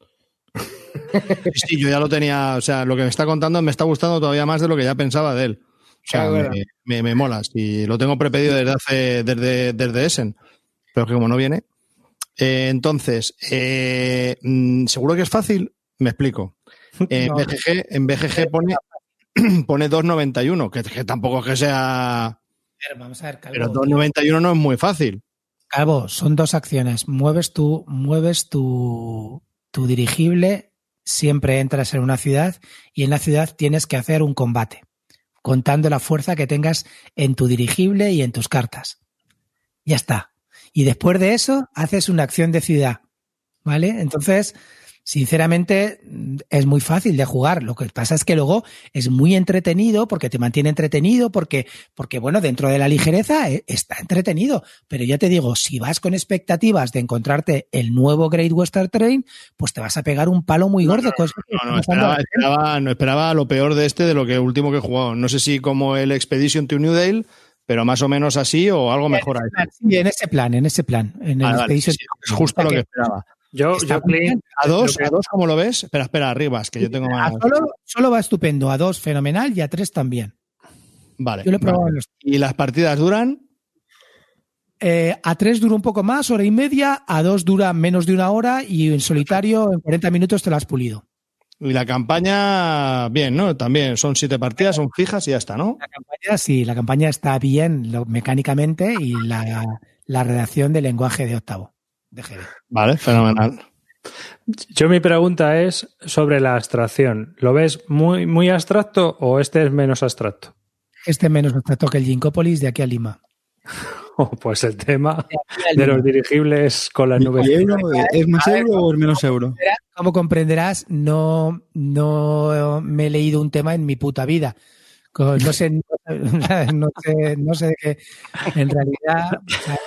Sí, yo ya lo tenía, o sea, lo que me está contando me está gustando todavía más de lo que ya pensaba de él. O sea, Claro, me, me, me mola. Sí, lo tengo prepedido desde hace, desde, desde Essen, pero que como no viene. Eh, entonces, eh, ¿seguro que es fácil? Me explico. En, no. B G G, en B G G pone, pone dos noventa y uno, que, que tampoco es que sea... Vamos a ver, Calvo, pero dos noventa y uno no es muy fácil. Calvo, son dos acciones. Mueves tu, mueves tu, tu dirigible, siempre entras en una ciudad y en la ciudad tienes que hacer un combate, contando la fuerza que tengas en tu dirigible y en tus cartas. Ya está. Y después de eso, haces una acción de ciudad. ¿Vale? Entonces... Sinceramente, es muy fácil de jugar. Lo que pasa es que luego es muy entretenido porque te mantiene entretenido, porque, porque bueno, dentro de la ligereza está entretenido. Pero ya te digo, si vas con expectativas de encontrarte el nuevo Great Western Trail, pues te vas a pegar un palo muy gordo. No, no, no, no, esperaba, esperaba, no esperaba lo peor de este de lo que último que he jugado. No sé si como el Expedition to New Dale, pero más o menos así o algo mejor. Sí, en ese plan, en ese plan. En el ah, vale, Expedition sí, es justo lo que esperaba. Yo, yo Clint, a dos, que... a dos, ¿cómo lo ves? Espera, espera, arriba, es que yo tengo más. A solo, solo va estupendo, a dos fenomenal y a tres también. Vale. Yo lo he probado vale. en los... ¿Y las partidas duran? Eh, a tres dura un poco más, hora y media, a dos dura menos de una hora y en solitario en cuarenta minutos te lo has pulido. Y la campaña, bien, ¿no? También son siete partidas, son fijas y ya está, ¿no? La campaña, sí, la campaña está bien lo, mecánicamente y la, la redacción del lenguaje de octavo. De G B. Vale, fenomenal. Yo mi pregunta es sobre la abstracción. ¿Lo ves muy, muy abstracto o este es menos abstracto? Este es menos abstracto que el Ginkópolis de aquí a Lima. Oh, pues el tema de, de los dirigibles con las nubes. ¿Es más euro o es menos euro? Como comprenderás, no, no me he leído un tema en mi puta vida. No sé, no sé, no sé de qué. En realidad...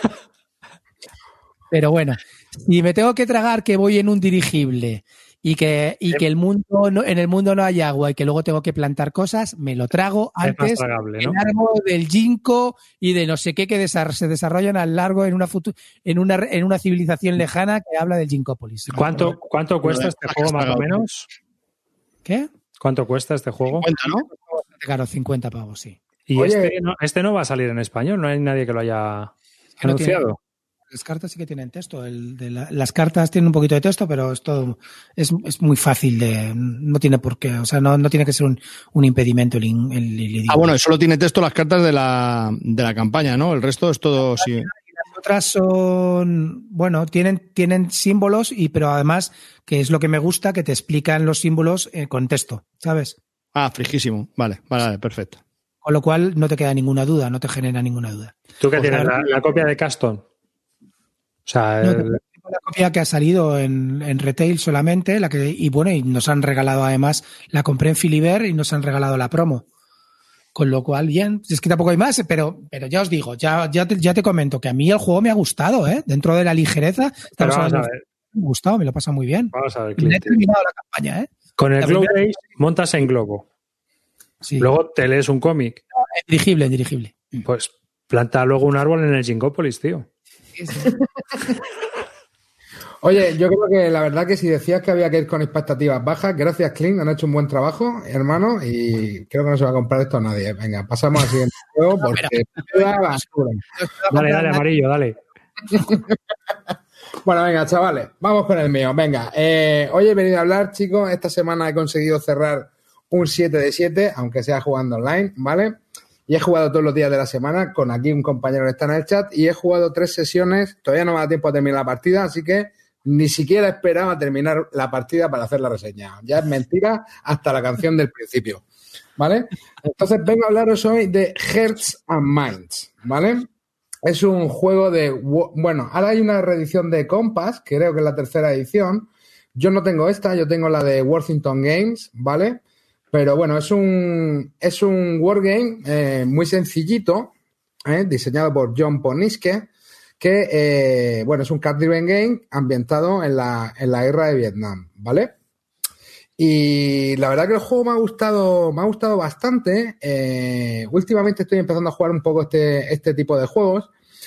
Pero bueno, si me tengo que tragar que voy en un dirigible y que, y que el mundo no, en el mundo no hay agua y que luego tengo que plantar cosas, me lo trago antes tragable, ¿no? el largo del ginkgo y de no sé qué que desar, se desarrollan a lo largo en una, futu, en, una, en una civilización lejana que habla del Ginkópolis. ¿Cuánto, ¿Cuánto cuesta este juego más o menos? ¿Qué? ¿Cuánto cuesta este juego? cincuenta, ¿no? Claro, cincuenta pavos, sí. Y Oye, este, no, este no va a salir en español, no hay nadie que lo haya que no anunciado. Tiene... Las cartas sí que tienen texto. El de la, las cartas tienen un poquito de texto, pero es todo, es, es muy fácil de, no tiene por qué, o sea, no, no tiene que ser un, un impedimento el, el, el idioma. Ah, bueno, solo tiene texto las cartas de la, de la campaña, ¿no? El resto es todo, sí. Y las otras son, bueno, tienen, tienen símbolos y, pero además, que es lo que me gusta, que te explican los símbolos eh, con texto, ¿sabes? Ah, frijísimo. Vale, vale, vale, perfecto. Con lo cual no te queda ninguna duda, no te genera ninguna duda. ¿Tú qué O tienes? sea, La, la copia de Caston. O sea, no, el... tengo la copia que ha salido en, en retail solamente, la que, y bueno, y nos han regalado además, la compré en Philibert y nos han regalado la promo. Con lo cual, bien, es que tampoco hay más, pero, pero ya os digo, ya, ya, te, ya te comento que a mí el juego me ha gustado, ¿eh? Dentro de la ligereza, estamos vamos hablando, a ver. me ha gustado, me lo pasa muy bien. Vamos a ver, Y me he Clint. terminado la campaña, ¿eh? Con el La Globe primera- Days montas en globo. Sí. Luego te lees un cómic. Es dirigible, es dirigible. Pues planta luego un árbol en el Gingopolis, tío. Sí, sí. Oye, yo creo que la verdad que si decías que había que ir con expectativas bajas, gracias, Clint, han hecho un buen trabajo, hermano, y creo que no se va a comprar esto a nadie. Venga, pasamos al siguiente juego porque toda basura. Dale, dale, amarillo, dale. Bueno, venga, chavales, vamos con el mío. Venga, eh, hoy he venido a hablar, chicos. Esta semana he conseguido cerrar un siete de siete, aunque sea jugando online, ¿vale? Y he jugado todos los días de la semana con aquí un compañero que está en el chat y he jugado tres sesiones. Todavía no me da tiempo a terminar la partida, así que ni siquiera esperaba terminar la partida para hacer la reseña. Ya es mentira hasta la canción del principio, ¿vale? Entonces vengo a hablaros hoy de Hearts and Minds, ¿vale? Es un juego de... Bueno, ahora hay una reedición de Compass, que creo que es la tercera edición. Yo no tengo esta, yo tengo la de Worthington Games, ¿vale? Pero bueno, es un, es un wargame eh, muy sencillito, eh, diseñado por John Poniske, que, eh, bueno, es un card-driven game ambientado en la, en la guerra de Vietnam, ¿vale? Y la verdad que el juego me ha gustado, me ha gustado bastante. Eh, últimamente estoy empezando a jugar un poco este, este tipo de juegos.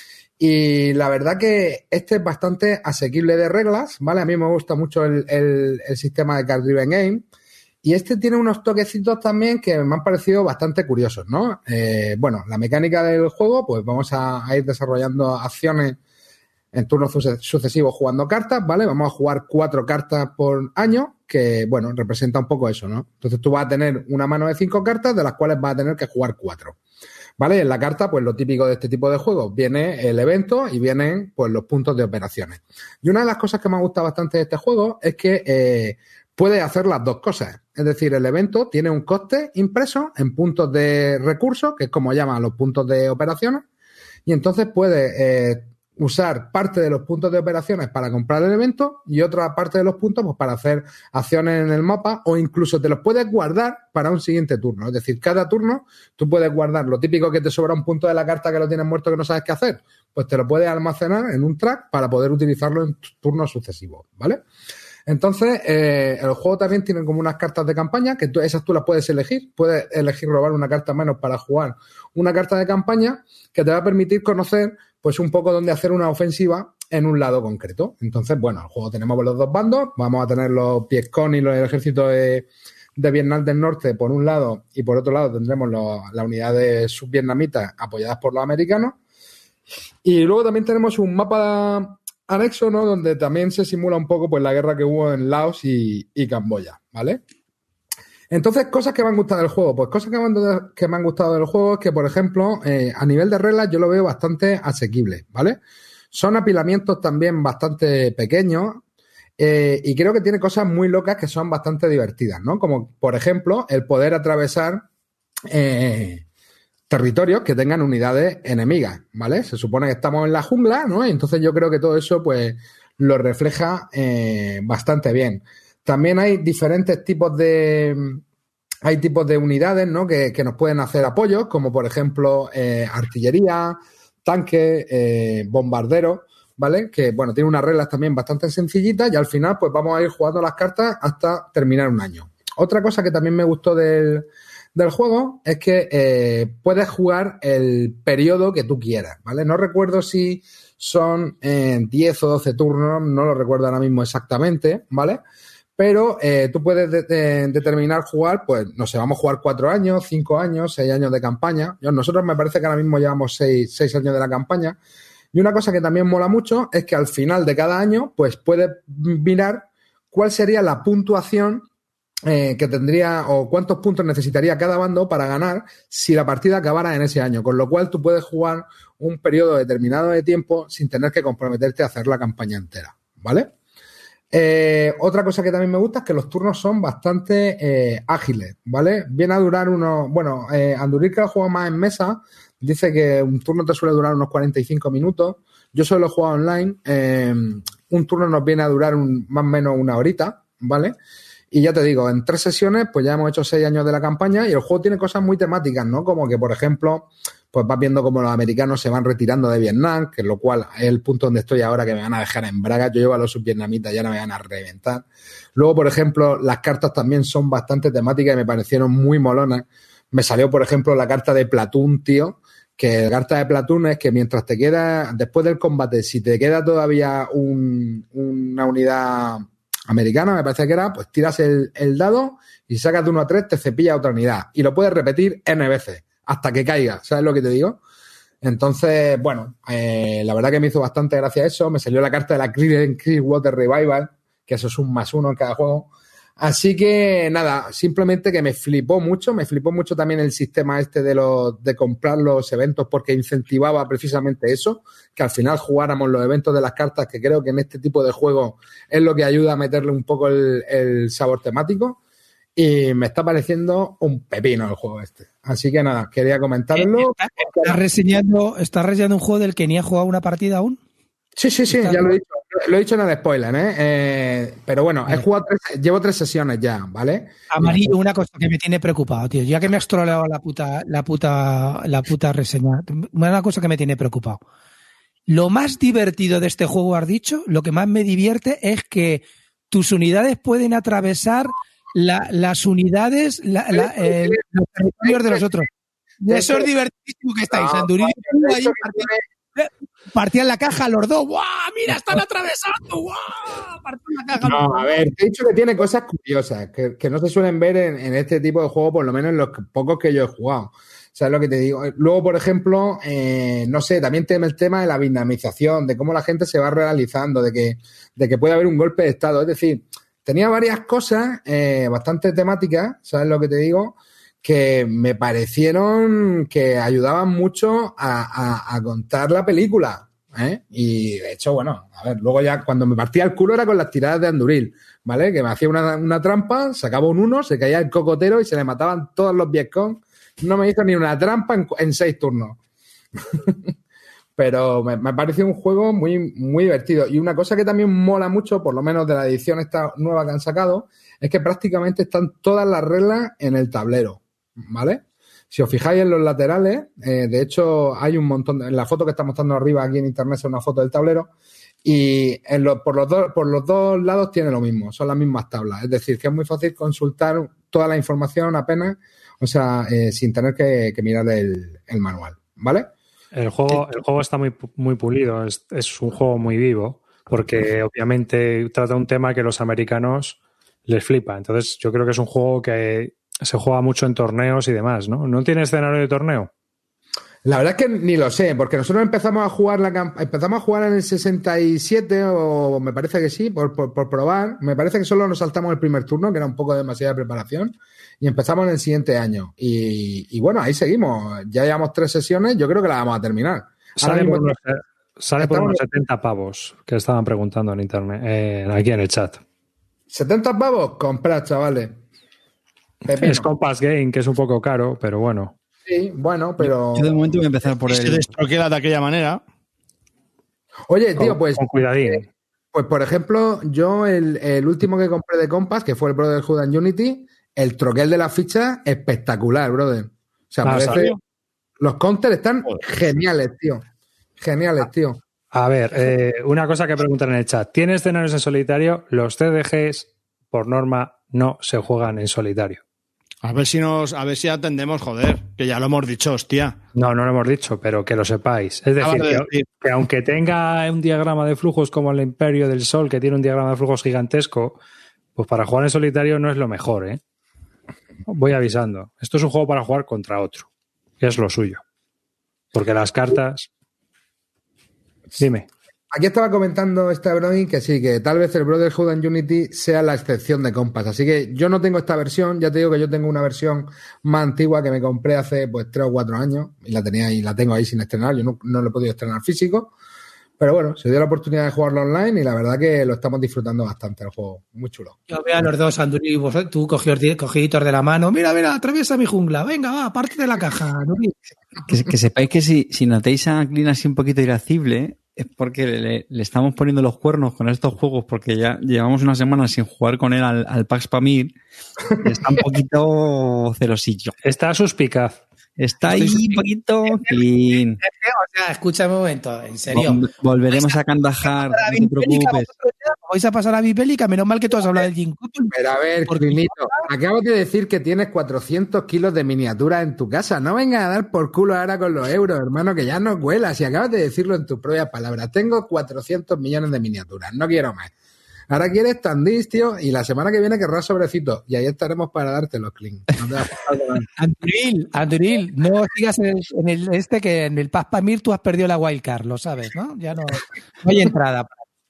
Y la verdad que este es bastante asequible de reglas, ¿vale? A mí me gusta mucho el, el, el sistema de card-driven game. Y este tiene unos toquecitos también que me han parecido bastante curiosos, ¿no? Eh, bueno, la mecánica del juego, pues vamos a, a ir desarrollando acciones en turnos sucesivos jugando cartas, ¿vale? Vamos a jugar cuatro cartas por año, que, bueno, representa un poco eso, ¿no? Entonces tú vas a tener una mano de cinco cartas, de las cuales vas a tener que jugar cuatro, ¿vale? En la carta, pues lo típico de este tipo de juegos, viene el evento y vienen, pues, los puntos de operaciones. Y una de las cosas que me ha gustado bastante de este juego es que eh, puede hacer las dos cosas. Es decir, el evento tiene un coste impreso en puntos de recursos, que es como llaman los puntos de operaciones, y entonces puede eh, usar parte de los puntos de operaciones para comprar el evento y otra parte de los puntos pues para hacer acciones en el mapa, o incluso te los puedes guardar para un siguiente turno. Es decir, cada turno tú puedes guardar lo típico que te sobra un punto de la carta que lo tienes muerto que no sabes qué hacer, pues te lo puedes almacenar en un track para poder utilizarlo en turnos sucesivos, ¿vale? Entonces, eh, el juego también tiene como unas cartas de campaña, que tú, esas tú las puedes elegir. Puedes elegir robar una carta menos para jugar una carta de campaña que te va a permitir conocer pues un poco dónde hacer una ofensiva en un lado concreto. Entonces, bueno, el juego tenemos los dos bandos. Vamos a tener los Vietcong y los ejércitos de, de Vietnam del Norte por un lado, y por otro lado tendremos los, las unidades subvietnamitas apoyadas por los americanos. Y luego también tenemos un mapa anexo, ¿no? Donde también se simula un poco pues la guerra que hubo en Laos y, y Camboya, ¿vale? Entonces, cosas que me han gustado del juego. Pues cosas que me han, que me han gustado del juego es que, por ejemplo, eh, a nivel de reglas yo lo veo bastante asequible, ¿vale? Son apilamientos también bastante pequeños eh, y creo que tiene cosas muy locas que son bastante divertidas, ¿no? Como, por ejemplo, el poder atravesar eh, territorios que tengan unidades enemigas, ¿vale? Se supone que estamos en la jungla, ¿no? Y entonces yo creo que todo eso, pues, lo refleja eh, bastante bien. También hay diferentes tipos de... Hay tipos de unidades, ¿no? Que, que nos pueden hacer apoyos, como por ejemplo eh, artillería, tanques, eh, bombarderos, ¿vale? Que, bueno, tiene unas reglas también bastante sencillitas y al final, pues vamos a ir jugando las cartas hasta terminar un año. Otra cosa que también me gustó del, del juego es que eh, puedes jugar el periodo que tú quieras, ¿vale? No recuerdo si son eh, diez o doce turnos, no lo recuerdo ahora mismo exactamente, ¿vale? Pero eh, tú puedes de, de, determinar jugar, pues, no sé, vamos a jugar cuatro años, cinco años, seis años de campaña. Yo, nosotros me parece que ahora mismo llevamos seis, seis años de la campaña. Y una cosa que también mola mucho es que al final de cada año, pues, puedes mirar cuál sería la puntuación eh, que tendría o cuántos puntos necesitaría cada bando para ganar si la partida acabara en ese año. Con lo cual tú puedes jugar un periodo determinado de tiempo sin tener que comprometerte a hacer la campaña entera, ¿vale? Eh, otra cosa que también me gusta es que los turnos son bastante eh, ágiles, ¿vale? Viene a durar unos... Bueno, eh, Andurir, que lo juega más en mesa, dice que un turno te suele durar unos cuarenta y cinco minutos. Yo solo he jugado online. Eh, un turno nos viene a durar un, más o menos una horita, ¿vale? Y ya te digo, en tres sesiones, pues ya hemos hecho seis años de la campaña y el juego tiene cosas muy temáticas, ¿no? Como que, por ejemplo, pues vas viendo cómo los americanos se van retirando de Vietnam, que es lo cual es el punto donde estoy ahora, que me van a dejar en braga. Yo llevo a los subvietnamitas, ya no me van a reventar. Luego, por ejemplo, las cartas también son bastante temáticas y me parecieron muy molonas. Me salió, por ejemplo, la carta de Platoon, tío, que la carta de Platoon es que mientras te queda, después del combate, si te queda todavía un, una unidad americana, me parece que era, pues tiras el, el dado y sacas de uno a tres, te cepilla otra unidad. Y lo puedes repetir N veces, hasta que caiga, ¿sabes lo que te digo? Entonces, bueno, eh, la verdad que me hizo bastante gracia eso. Me salió la carta de la Clearwater Revival, que eso es un más uno en cada juego. Así que, nada, simplemente que me flipó mucho. Me flipó mucho también el sistema este de los de comprar los eventos porque incentivaba precisamente eso, que al final jugáramos los eventos de las cartas, que creo que en este tipo de juegos es lo que ayuda a meterle un poco el, el sabor temático. Y me está pareciendo un pepino el juego este. Así que nada, quería comentarlo. ¿Estás está reseñando, está reseñando un juego del que ni ha jugado una partida aún? Sí, sí, sí, ya lo he dicho. Lo he dicho en el spoiler, ¿eh? eh pero bueno, vale. he jugado tres, llevo tres sesiones ya, ¿vale? Amarillo, una cosa que me tiene preocupado, tío. Ya que me has troleado la puta, la puta, la puta reseña, una cosa que me tiene preocupado. Lo más divertido de este juego, has dicho, lo que más me divierte es que tus unidades pueden atravesar La, las unidades, la, la, eh, los territorios de los otros. Y eso es divertísimo que estáis. No, Anduril y tú ahí partían, partían la caja los dos. ¡Guau! ¡Mira, están atravesando! ¡Guau! Partían la caja. No, a ver, te he dicho que tiene cosas curiosas que, que no se suelen ver en, en este tipo de juego, por lo menos en los pocos que yo he jugado. ¿Sabes lo que te digo? Luego, por ejemplo, eh, no sé, también tiene el tema de la vietnamización, de cómo la gente se va realizando, de que, de que puede haber un golpe de estado. Es decir, tenía varias cosas eh, bastante temáticas, ¿sabes lo que te digo? Que me parecieron que ayudaban mucho a, a, a contar la película, ¿eh? Y de hecho, bueno, a ver, luego ya cuando me partía el culo era con las tiradas de Anduril, ¿vale? Que me hacía una, una trampa, sacaba un uno, se caía el cocotero y se le mataban todos los Vietcong. No me hizo ni una trampa en, en seis turnos. Pero me, me pareció un juego muy, muy divertido. Y una cosa que también mola mucho, por lo menos de la edición esta nueva que han sacado, es que prácticamente están todas las reglas en el tablero, ¿vale? Si os fijáis en los laterales, eh, de hecho hay un montón, de, en la foto que está mostrando arriba aquí en internet es una foto del tablero, y en lo, por, los dos, por los dos lados tiene lo mismo, son las mismas tablas. Es decir, que es muy fácil consultar toda la información apenas, o sea, eh, sin tener que, que mirar el, el manual, ¿vale? El juego, el juego está muy, muy pulido, es, es un juego muy vivo, porque obviamente trata un tema que los americanos les flipa. Entonces yo creo que es un juego que se juega mucho en torneos y demás, ¿no? ¿No tiene escenario de torneo? La verdad es que ni lo sé, porque nosotros empezamos a jugar la empezamos a jugar en el sesenta y siete, o me parece que sí, por, por, por probar. Me parece que solo nos saltamos el primer turno, que era un poco demasiada preparación, y empezamos en el siguiente año. Y, y bueno, ahí seguimos. Ya llevamos tres sesiones, yo creo que la vamos a terminar. Sale por unos, sale por unos setenta pavos, que estaban preguntando en internet, eh, aquí en el chat. ¿setenta pavos? Comprad, chavales. Pepino. Es Compass Game, que es un poco caro, pero bueno. Sí, bueno, pero... Yo de momento voy a empezar por y el... se destroquela de aquella manera. Oye, tío, con, pues... Con cuidadín. Pues, por ejemplo, yo el, el último que compré de Compass, que fue el Brotherhood and Unity, el troquel de la ficha, espectacular, brother. O sea, Ah, parece... ¿sabes? Los counters están geniales, tío. Geniales, tío. A ver, eh, una cosa que preguntan en el chat. ¿Tiene escenarios en solitario? Los C D Gs, por norma, no se juegan en solitario. A ver si nos, a ver si atendemos, joder, que ya lo hemos dicho, hostia. No, no lo hemos dicho, pero que lo sepáis. Es decir, Ah, vale, que, decir. que aunque tenga un diagrama de flujos como el Imperio del Sol, que tiene un diagrama de flujos gigantesco, pues para jugar en solitario no es lo mejor, ¿eh? Voy avisando. Esto es un juego para jugar contra otro, que es lo suyo. Porque las cartas... Dime. Aquí estaba comentando esta Brody que sí, que tal vez el Brotherhood and Unity sea la excepción de Compass. Así que yo no tengo esta versión, ya te digo que yo tengo una versión más antigua que me compré hace pues tres o cuatro años y la tenía y la tengo ahí sin estrenar. Yo no, no lo he podido estrenar físico, pero bueno, se dio la oportunidad de jugarlo online y la verdad que lo estamos disfrutando bastante el juego. Muy chulo. Yo veo a los dos, Anduri, vos, tú cogidos, cogiditos de la mano. Mira, mira, atraviesa mi jungla. Venga, va, parte de la caja, Anduri. Que, que sepáis que si, si notéis a Clean así un poquito irascible, es porque le, le estamos poniendo los cuernos con estos juegos porque ya llevamos una semana sin jugar con él al, al Pax Pamir. Está un poquito celosillo. Está suspicaz. Está ahí un poquito clean. O sea, escucha un momento, en serio. Vol- volveremos a Kandahar, no te preocupes. Vais a pasar a Bibélica, menos mal que tú has hablado del Jim Cotton. Pero a ver, Clinito, acabas de decir que tienes cuatrocientos kilos de miniatura en tu casa. No vengas a dar por culo ahora con los euros, hermano, que ya no cuelas. Si acabas de decirlo en tus propias palabras. Tengo cuatrocientos millones de miniaturas, no quiero más. Ahora quieres Tandis, tío, y la semana que viene querrás sobrecitos. Y ahí estaremos para dártelos, Clint. No te vas a pasar nada. Anduril, Anduril, no sigas en el, en el este que en el Pax Pamir tú has perdido la wildcard, lo sabes, ¿no? Ya no, no hay entrada.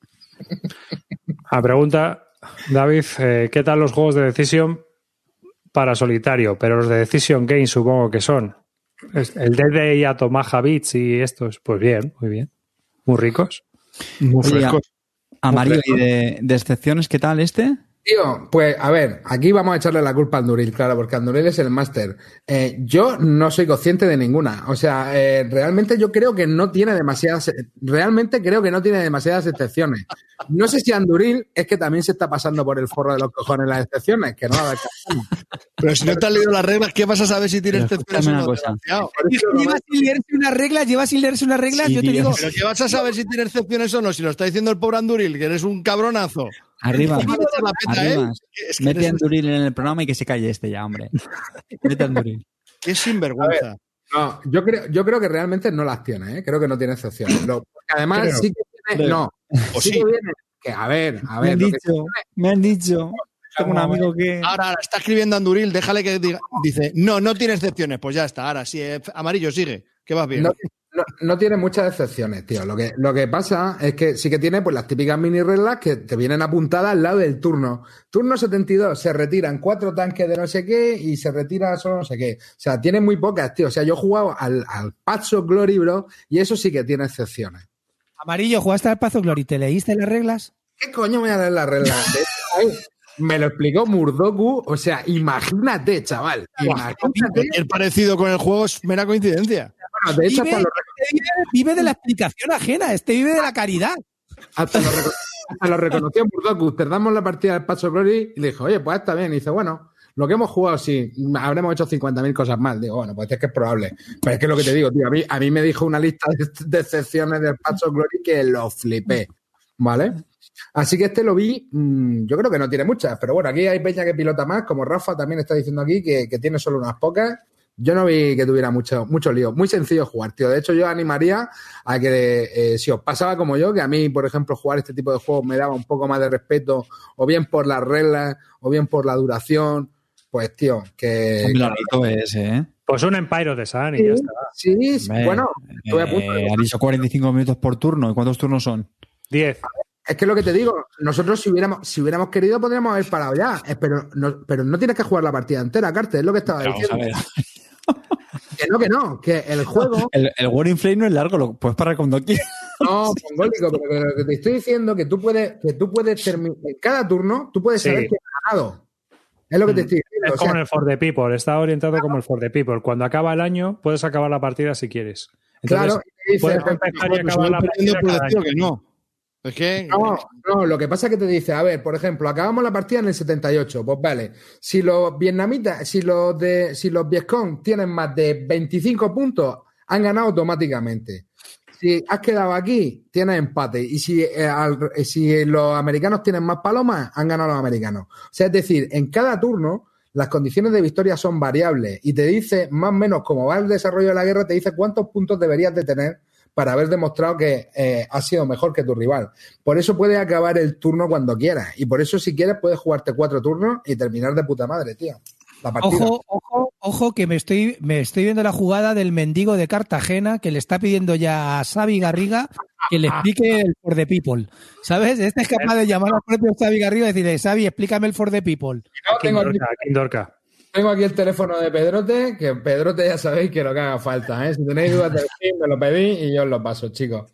A pregunta, David, eh, ¿qué tal los juegos de Decision para solitario? Pero los de Decision Games supongo que son. El D D y Atomaja Beats y estos, pues bien, muy bien. Muy ricos. Muy Oye, frescos. Amarillo, ¿y de, de excepciones qué tal este? Tío, pues a ver, aquí vamos a echarle la culpa a Anduril, claro, porque Anduril es el máster. Eh, yo no soy consciente de ninguna. O sea, eh, realmente yo creo que no tiene demasiadas. Realmente creo que no tiene demasiadas excepciones. No sé si Anduril es que también se está pasando por el forro de los cojones las excepciones, que no va a haber. Pero si no te has leído las reglas, ¿qué vas a saber si tienes Pero excepciones escúchame o no? una cosa. Desgraciado. Es que llevas sin leerse unas reglas, llevas sin leerse unas reglas, Sí, yo te tío. digo. Pero ¿qué vas a saber si tienes excepciones o no? Si lo está diciendo el pobre Anduril, que eres un cabronazo. Arriba, ¿Cómo le echas la peta a él? arriba. Es que Mete a eres- Anduril en el programa y que se calle este ya, hombre. Mete a Anduril. Qué sinvergüenza. No, yo creo, yo creo que realmente no las tiene, ¿eh? Creo que no tiene excepciones. Lo- porque además Creo. sí que tiene. Creo. No, O sí sí. que viene. Que, a ver, a Me ver. han lo que- dicho, me han dicho. Tengo un amigo que... Ahora, ahora, está escribiendo Anduril, déjale que diga. Dice, no, no tiene excepciones. Pues ya está, ahora sí, eh, amarillo, sigue, que vas bien. No, no, no tiene muchas excepciones, tío. Lo que, lo que pasa es que sí que tiene pues las típicas mini reglas que te vienen apuntadas al lado del turno. Turno setenta y dos, se retiran cuatro tanques de no sé qué y se retira solo no sé qué. O sea, tiene muy pocas, tío. O sea, yo he jugado al, al Path of Glory, bro, y eso sí que tiene excepciones. Amarillo, ¿jugaste al Path of Glory? ¿Te leíste las reglas? ¿Qué coño me voy a leer las reglas? De hecho, ahí me lo explicó Murdoku. O sea, imagínate, chaval. Imagínate. Cualquier parecido con el juego es mera coincidencia. Bueno, de hecho, Vive, hasta lo, este vive, vive de la explicación ajena, este vive de la caridad. hasta lo, reco- hasta lo reconoció Murdoku. Tardamos la partida del Path of Glory y le dijo, oye, pues está bien. Y dice, bueno, lo que hemos jugado, sí, habremos hecho cincuenta mil cosas mal. Digo, bueno, pues es que es probable. Pero es que es lo que te digo, tío. A mí, a mí me dijo una lista de, de excepciones del Path of Glory que lo flipé. ¿Vale? Así que este lo vi, mmm, yo creo que no tiene muchas, pero bueno, aquí hay peña que pilota más, como Rafa también está diciendo aquí, que, que tiene solo unas pocas. Yo no vi que tuviera mucho, mucho lío. Muy sencillo de jugar, tío. De hecho, yo animaría a que, eh, si os pasaba como yo, que a mí, por ejemplo, jugar este tipo de juegos me daba un poco más de respeto, o bien por las reglas, o bien por la duración, pues, tío, que... Un larguito ese, ¿eh? Pues un Empire of the Sun y ya está. Sí, sí, Hombre, bueno, estoy a punto de- eh, han dicho cuarenta y cinco minutos por turno. ¿Y cuántos turnos son? diez. Es que lo que te digo, nosotros si hubiéramos, si hubiéramos querido podríamos haber parado ya, eh, pero no, pero no tienes que jugar la partida entera, Carter, es lo que estaba Vamos a diciendo. ver. Que no, que no, que el juego, El, el Warring Flame no es largo, lo puedes parar cuando quieras. no, mongólico, pero que lo que te estoy diciendo que tú puedes, que tú puedes terminar, en cada turno, tú puedes Sí. saber quién ha ganado. Es lo que te estoy diciendo. Es O como sea, en el For the People, está orientado como el For the People. Cuando acaba el año, puedes acabar la partida si quieres. Entonces, claro, y te dice, puedes "Oye, empezar y Pues acabar voy la perdiendo partida por cada decir año. que no. Es que. No, no, lo que pasa es que te dice, a ver, por ejemplo, acabamos la partida en el setenta y ocho, pues vale, si los vietnamitas, si los de, si los Vietcong tienen más de veinticinco puntos, han ganado automáticamente. Si has quedado aquí, tienes empate. Y si, eh, al- eh, si los americanos tienen más palomas, han ganado los americanos. O sea, es decir, en cada turno, las condiciones de victoria son variables y te dice, más o menos, cómo va el desarrollo de la guerra, te dice cuántos puntos deberías de tener para haber demostrado que eh, has sido mejor que tu rival. Por eso puedes acabar el turno cuando quieras. Y por eso, si quieres, puedes jugarte cuatro turnos y terminar de puta madre, tío. La partida. Ojo, ojo, ojo, que me estoy, me estoy viendo la jugada del mendigo de Cartagena que le está pidiendo ya a Xavi Garriga que le explique el For the People. ¿Sabes? Este es capaz de llamar al propio Xavi Garriga y decirle, Xavi, explícame el For the People. No, Aquí tengo, en aquí, Dorca, aquí en Dorca. tengo aquí el teléfono de Pedrote, que Pedrote ya sabéis que lo que haga falta, ¿eh? Si tenéis dudas del film, me lo pedís y yo os lo paso, chicos.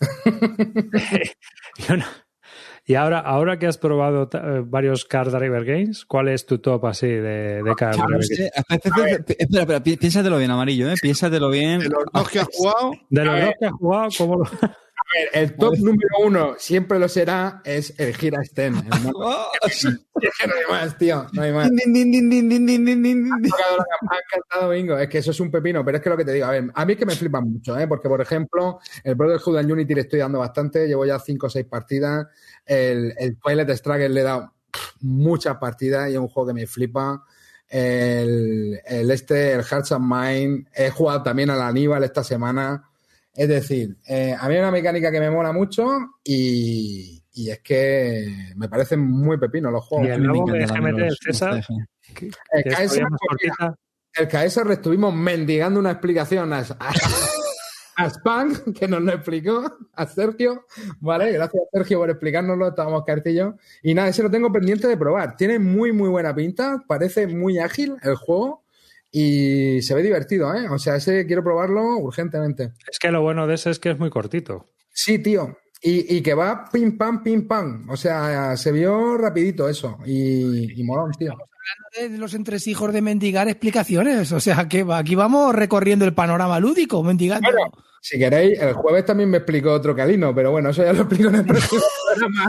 Yo no- Y ahora, ahora que has probado eh, varios Car Driver Games, ¿cuál es tu top así de, de Car No Driver sé, Games? espera, espera, espera, espera, espera, pi- piénsatelo bien, amarillo, ¿eh? Piénsatelo bien. De los dos que has jugado, De los dos que has jugado, ¿cómo lo- ver, el top número uno siempre lo será, es el Gira Sten. El mono. Es que no hay más, tío, no hay más. Din, din, din, din, din, din, din, din. Han tocado la campana, han cantado bingo. Es que eso es un pepino, pero es que lo que te digo, a ver, a mí es que me flipa mucho, ¿eh? Porque, por ejemplo, el Brotherhood and Unity le estoy dando bastante, llevo ya cinco o seis partidas, el, el Twilight Struggle le he dado muchas partidas y es un juego que me flipa. El, el este, el Hearts and Mind, he jugado también al Aníbal esta semana. Es decir, eh, a mí hay una mecánica que me mola mucho y, y es que me parecen muy pepinos los juegos. Y el nuevo de G M T, el César, el K S R, el K S R estuvimos mendigando una explicación a, a, a Spam, que nos lo explicó, a Sergio, ¿vale? Gracias a Sergio por explicárnoslo, estábamos cartillos. Y nada, ese lo tengo pendiente de probar. Tiene muy, muy buena pinta, parece muy ágil el juego y se ve divertido, ¿eh? O sea, ese quiero probarlo urgentemente. Es que lo bueno de ese es que es muy cortito. Sí, tío. Y, y que va pim, pam, pim, pam. O sea, se vio rapidito eso. Y, y molón, tío. Estamos hablando de los entresijos de mendigar explicaciones. O sea, que aquí vamos recorriendo el panorama lúdico, mendigando. Bueno, si queréis, el jueves también me explicó otro Calino, pero bueno, eso ya lo explico en el próximo programa.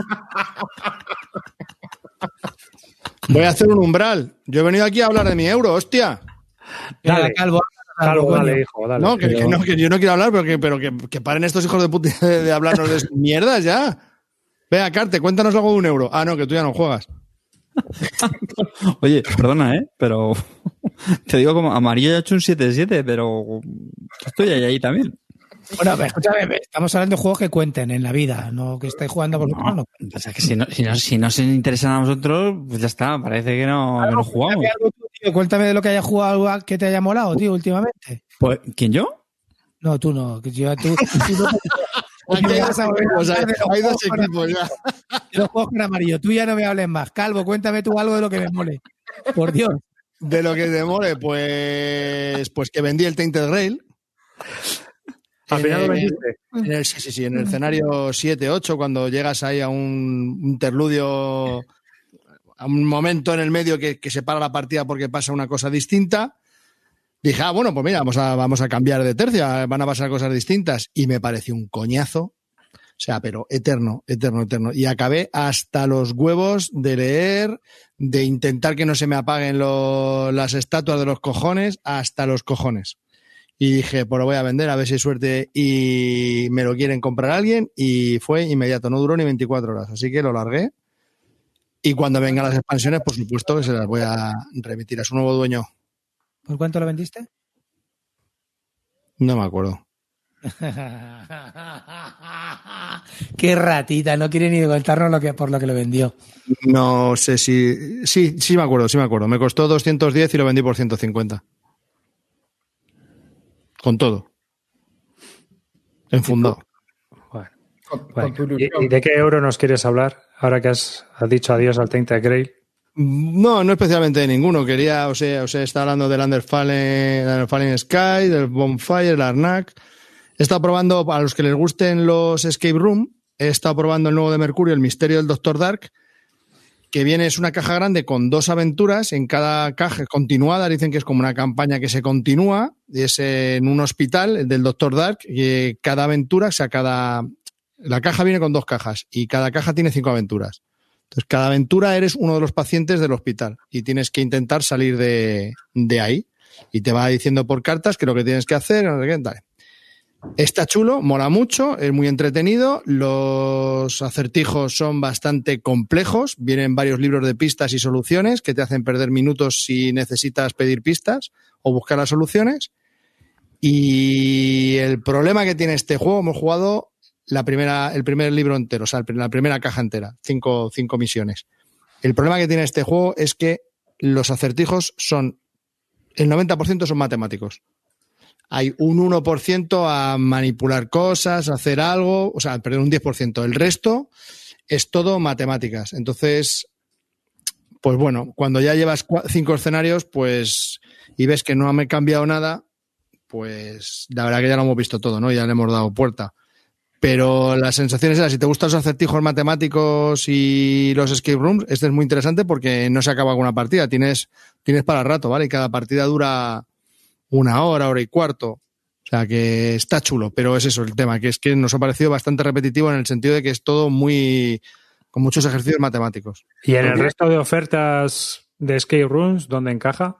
Voy a hacer un umbral. Yo he venido aquí a hablar de mi euro, hostia. Dale, Calvo, Calvo, dale, hijo, dale. No, que, Pero- que no, que yo no quiero hablar, pero que, pero que, que paren estos hijos de puta de, de hablarnos de mierdas ya. Venga, Carte, cuéntanos algo de un euro. Ah, no, que tú ya no juegas. Oye, perdona, ¿eh? Pero te digo como amarillo ya he hecho un siete siete, pero estoy ahí, ahí también. Bueno, pero escúchame, estamos hablando de juegos que cuenten en la vida, no que estáis jugando por No, o sea, que si no, si no, si no se interesan a nosotros, pues ya está, parece que no, que no jugamos. Cuéntame algo tú, tío, cuéntame de lo que hayas jugado que te haya molado, tío, últimamente. Pues, ¿quién yo? No, tú no, que yo tú, tú no- Aquí hay dos equipos, hay- de los hay dos juegos con equipos ya. de los juegos con amarillo. Tú ya no me hables más. Calvo, cuéntame tú algo de lo que me mole. Por Dios. De lo que te mole, pues, pues que vendí el Tainted Grail. Al final lo En el- vendiste. en el- sí, sí, sí, en el escenario siete ocho, cuando llegas ahí a un interludio, a un momento en el medio que, que se para la partida porque pasa una cosa distinta, dije, ah, bueno, pues mira, vamos a, vamos a cambiar de tercia, van a pasar cosas distintas. Y me pareció un coñazo. O sea, pero eterno, eterno, eterno. Y acabé hasta los huevos de leer, de intentar que no se me apaguen lo- las estatuas de los cojones, hasta los cojones. Y dije, pues lo voy a vender, a ver si hay suerte y me lo quieren comprar alguien. Y fue inmediato, no duró ni veinticuatro horas. Así que lo largué. Y cuando vengan las expansiones, por supuesto que se las voy a remitir a su nuevo dueño. ¿Por cuánto lo vendiste? No me acuerdo. Qué ratita, no quiere ni contarnos lo que, por lo que lo vendió. No sé si... Sí, sí me acuerdo, sí me acuerdo. Me costó doscientos diez y lo vendí por ciento cincuenta. Con todo. Enfundado. Bueno, Con- bueno. con tu ¿Y, ilusión. y de qué euro nos quieres hablar ahora que has, has dicho adiós al Tainted Grail? No, no especialmente de ninguno. Quería, o sea, o sea, está hablando del Underfallen, Underfallen Sky, del Bonfire, el Arnak. He estado probando, a los que les gusten los Escape Room, he estado probando el nuevo de Mercurio, el Misterio del Doctor Dark, que viene, es una caja grande con dos aventuras en cada caja, continuada, dicen que es como una campaña que se continúa, y es en un hospital, el del Doctor Dark, y cada aventura, o sea, cada... La caja viene con dos cajas, y cada caja tiene cinco aventuras. Entonces, cada aventura eres uno de los pacientes del hospital, y tienes que intentar salir de, de ahí. Y te va diciendo por cartas que lo que tienes que hacer, no sé qué, dale. Está chulo, mola mucho, es muy entretenido. Los acertijos son bastante complejos. Vienen varios libros de pistas y soluciones que te hacen perder minutos si necesitas pedir pistas o buscar las soluciones. Y el problema que tiene este juego, hemos jugado la primera, el primer libro entero, o sea, la primera caja entera, cinco, cinco misiones. El problema que tiene este juego es que los acertijos son, el noventa por ciento son matemáticos. Hay un uno por ciento a manipular cosas, a hacer algo, o sea, perdón, un diez por ciento. El resto es todo matemáticas. Entonces, pues bueno, cuando ya llevas cinco escenarios, pues, y ves que no ha cambiado nada, pues la verdad que ya lo hemos visto todo, ¿no? Ya le hemos dado puerta. Pero la sensación es esa, si te gustan los acertijos matemáticos y los escape rooms, este es muy interesante porque no se acaba con una partida, tienes, tienes para rato, ¿vale? Y cada partida dura una hora, hora y cuarto. O O sea, que está chulo, pero es eso el tema, que es que nos ha parecido bastante repetitivo en el sentido de que es todo muy... con muchos ejercicios matemáticos. ¿Y en el resto de ofertas de escape rooms, dónde encaja?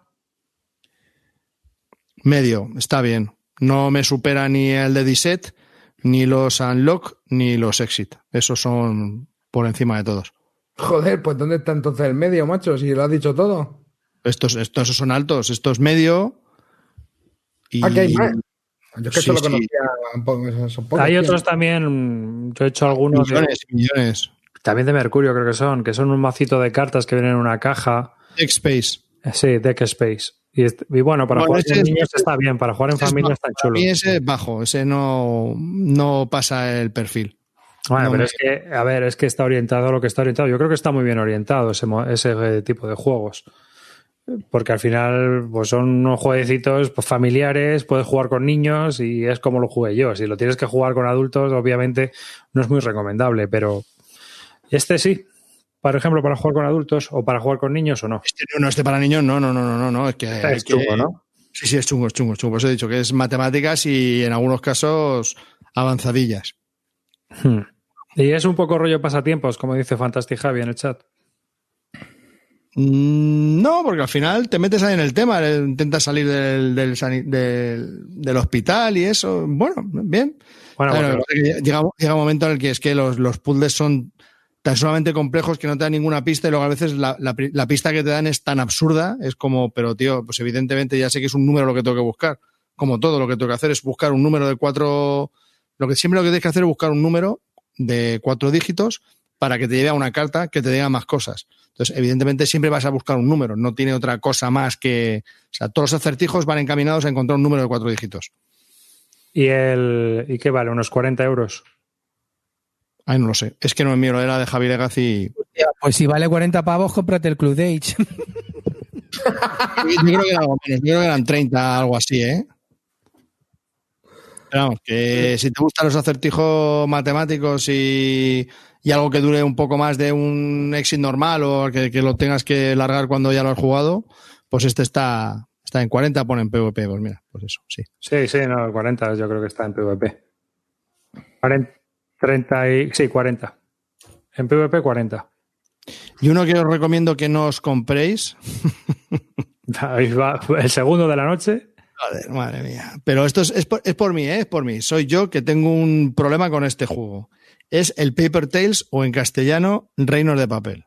Medio, está bien. No me supera ni el de Disset, ni los Unlock, ni los Exit. Esos son por encima de todos. Joder, pues ¿dónde está entonces el medio, macho? Si lo has dicho todo. Estos, estos son altos, estos medio. Y... Ah, que hay más. Yo es que Sí, solo sí. conocía un poco, son pocos, Hay tío. otros también, yo he hecho algunos de, millones, millones. también de Mercurio, creo que son, que son un macito de cartas que vienen en una caja. X-Space. Eh, Sí, Deck Space. Y, est- y bueno, para Bueno, jugar ese con es- niños está bien, para jugar en Ese es familia bajo. está Para chulo. mí ese es bajo, ese no, no pasa el perfil. Bueno, no pero me- es que, a ver, es que está orientado a lo que está orientado. Yo creo que está muy bien orientado ese, mo- ese eh, tipo de juegos. Porque al final pues son unos jueguecitos pues, familiares, puedes jugar con niños y es como lo jugué yo. Si lo tienes que jugar con adultos, obviamente no es muy recomendable, pero este sí. Por ejemplo, para jugar con adultos o para jugar con niños o no. Este no, no, este para niños, no, no, no, no, no, no, es que... Este es es que- chungo, ¿no? Sí, sí, es chungo, es chungo, es chungo. Por eso he dicho que es matemáticas y en algunos casos avanzadillas. Hmm. Y es un poco rollo pasatiempos, como dice Fantastic Javi en el chat. Mm, No, porque al final te metes ahí en el tema, eh, intentas salir del, del, sani- del, del hospital y eso. Bueno, bien. Bueno, Claro, bueno, lo que pasa es que llega, llega un momento en el que es que los, los puzzles son tan sumamente complejos que no te dan ninguna pista y luego a veces la, la, pri- la pista que te dan es tan absurda, es como, pero tío, pues evidentemente ya sé que es un número lo que tengo que buscar. Como todo, lo que tengo que hacer es buscar un número de cuatro... Lo que siempre lo que tienes que hacer es buscar un número de cuatro dígitos para que te lleve a una carta que te diga más cosas. Entonces, evidentemente siempre vas a buscar un número, no tiene otra cosa más que... O sea, todos los acertijos van encaminados a encontrar un número de cuatro dígitos. ¿Y, el, ¿Y qué vale? ¿Unos cuarenta euros? Ay, no lo sé. Es que no es mío, era de Javi Legacy. Pues si vale cuarenta pavos, cómprate el Club de Age. Yo creo que era algo menos, yo creo que eran treinta, algo así, ¿eh? Pero vamos, que si te gustan los acertijos matemáticos y, y algo que dure un poco más de un exit normal o que, que lo tengas que largar cuando ya lo has jugado, pues este está, está en cuarenta, pone en PvP, pues mira, pues eso, sí. Sí, sí, no, cuarenta yo creo que está en PvP. cuarenta, treinta y... Sí, cuarenta. En PvP cuarenta. Y uno que os recomiendo que no os compréis, Ahí va el segundo de la noche. joder, madre mía, pero esto es, es, por, es por mí, ¿eh? Es por mí, soy yo que tengo un problema con este juego. Es el Paper Tales o en castellano Reinos de Papel.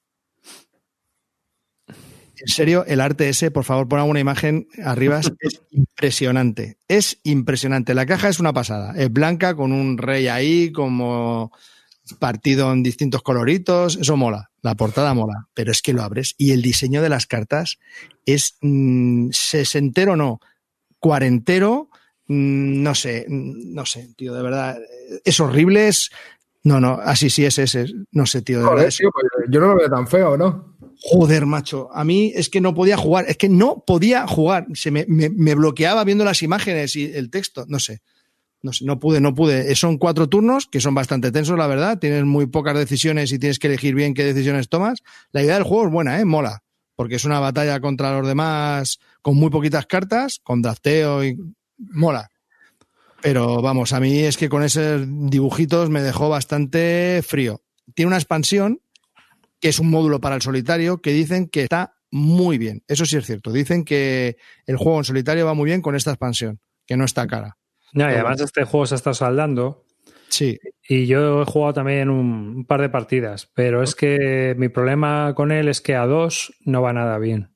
En serio, el arte ese, por favor, pon alguna imagen arriba, es impresionante. Es impresionante. La caja es una pasada. Es blanca con un rey ahí, como partido en distintos coloritos. Eso mola. La portada mola. Pero es que lo abres y el diseño de las cartas es mmm, sesentero, no, cuarentero. Mmm, no sé, no sé, tío, de verdad. Es horrible. Es... No, no, así sí es ese. No sé, tío, de Joder, verdad. Es... tío, pues yo no lo veo tan feo, ¿no? Joder, macho, a mí es que no podía jugar, es que no podía jugar, se me, me, me bloqueaba viendo las imágenes y el texto, no sé, no sé, no pude, no pude. Son cuatro turnos que son bastante tensos, la verdad, tienes muy pocas decisiones y tienes que elegir bien qué decisiones tomas. La idea del juego es buena, ¿eh? Mola, porque es una batalla contra los demás con muy poquitas cartas, con drafteo y mola. Pero vamos, a mí es que con esos dibujitos me dejó bastante frío. Tiene una expansión que es un módulo para el solitario, que dicen que está muy bien. Eso sí es cierto. Dicen que el juego en solitario va muy bien con esta expansión, que no está cara. No, y Pero además bueno. este juego se está saldando. Sí. Y yo he jugado también un, un par de partidas, pero es que mi problema con él es que a dos no va nada bien.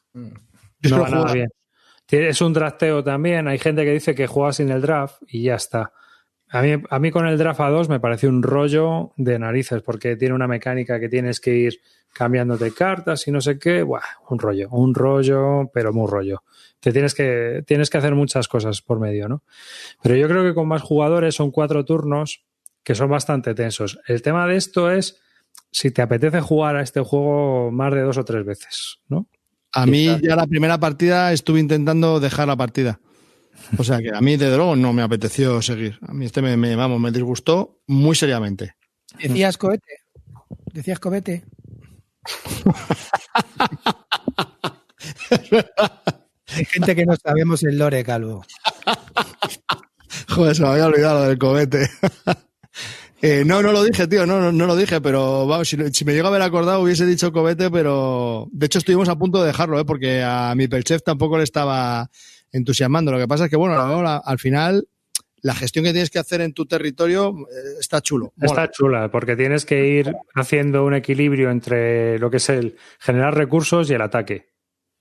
Yo No lo va juego- nada bien. Es un drafteo también. Hay gente que dice que juega sin el draft y ya está. A mí, a mí con el draft a dos me pareció un rollo de narices porque tiene una mecánica que tienes que ir cambiándote cartas y no sé qué. Buah, un rollo, un rollo, pero muy rollo. Te tienes que, tienes que hacer muchas cosas por medio, ¿no? Pero yo creo que con más jugadores son cuatro turnos que son bastante tensos. El tema de esto es si te apetece jugar a este juego más de dos o tres veces, ¿no? A mí ya la primera partida estuve intentando dejar la partida. O sea que a mí, desde luego, no me apeteció seguir. A mí este me, me, vamos, me disgustó muy seriamente. ¿Decías cohete? ¿Decías cohete? Hay gente que no sabemos el lore, Calvo. Joder, se me había olvidado lo del cobete. eh, no, no lo dije, tío, no, no, no lo dije, pero vamos, si, si me llega a haber acordado hubiese dicho cobete, pero de hecho estuvimos a punto de dejarlo, ¿eh? Porque a mi Pelchef tampoco le estaba entusiasmando. Lo que pasa es que, bueno, la, la, al final la gestión que tienes que hacer en tu territorio eh, está chulo. Mola. Está chula, porque tienes que ir haciendo un equilibrio entre lo que es el generar recursos y el ataque.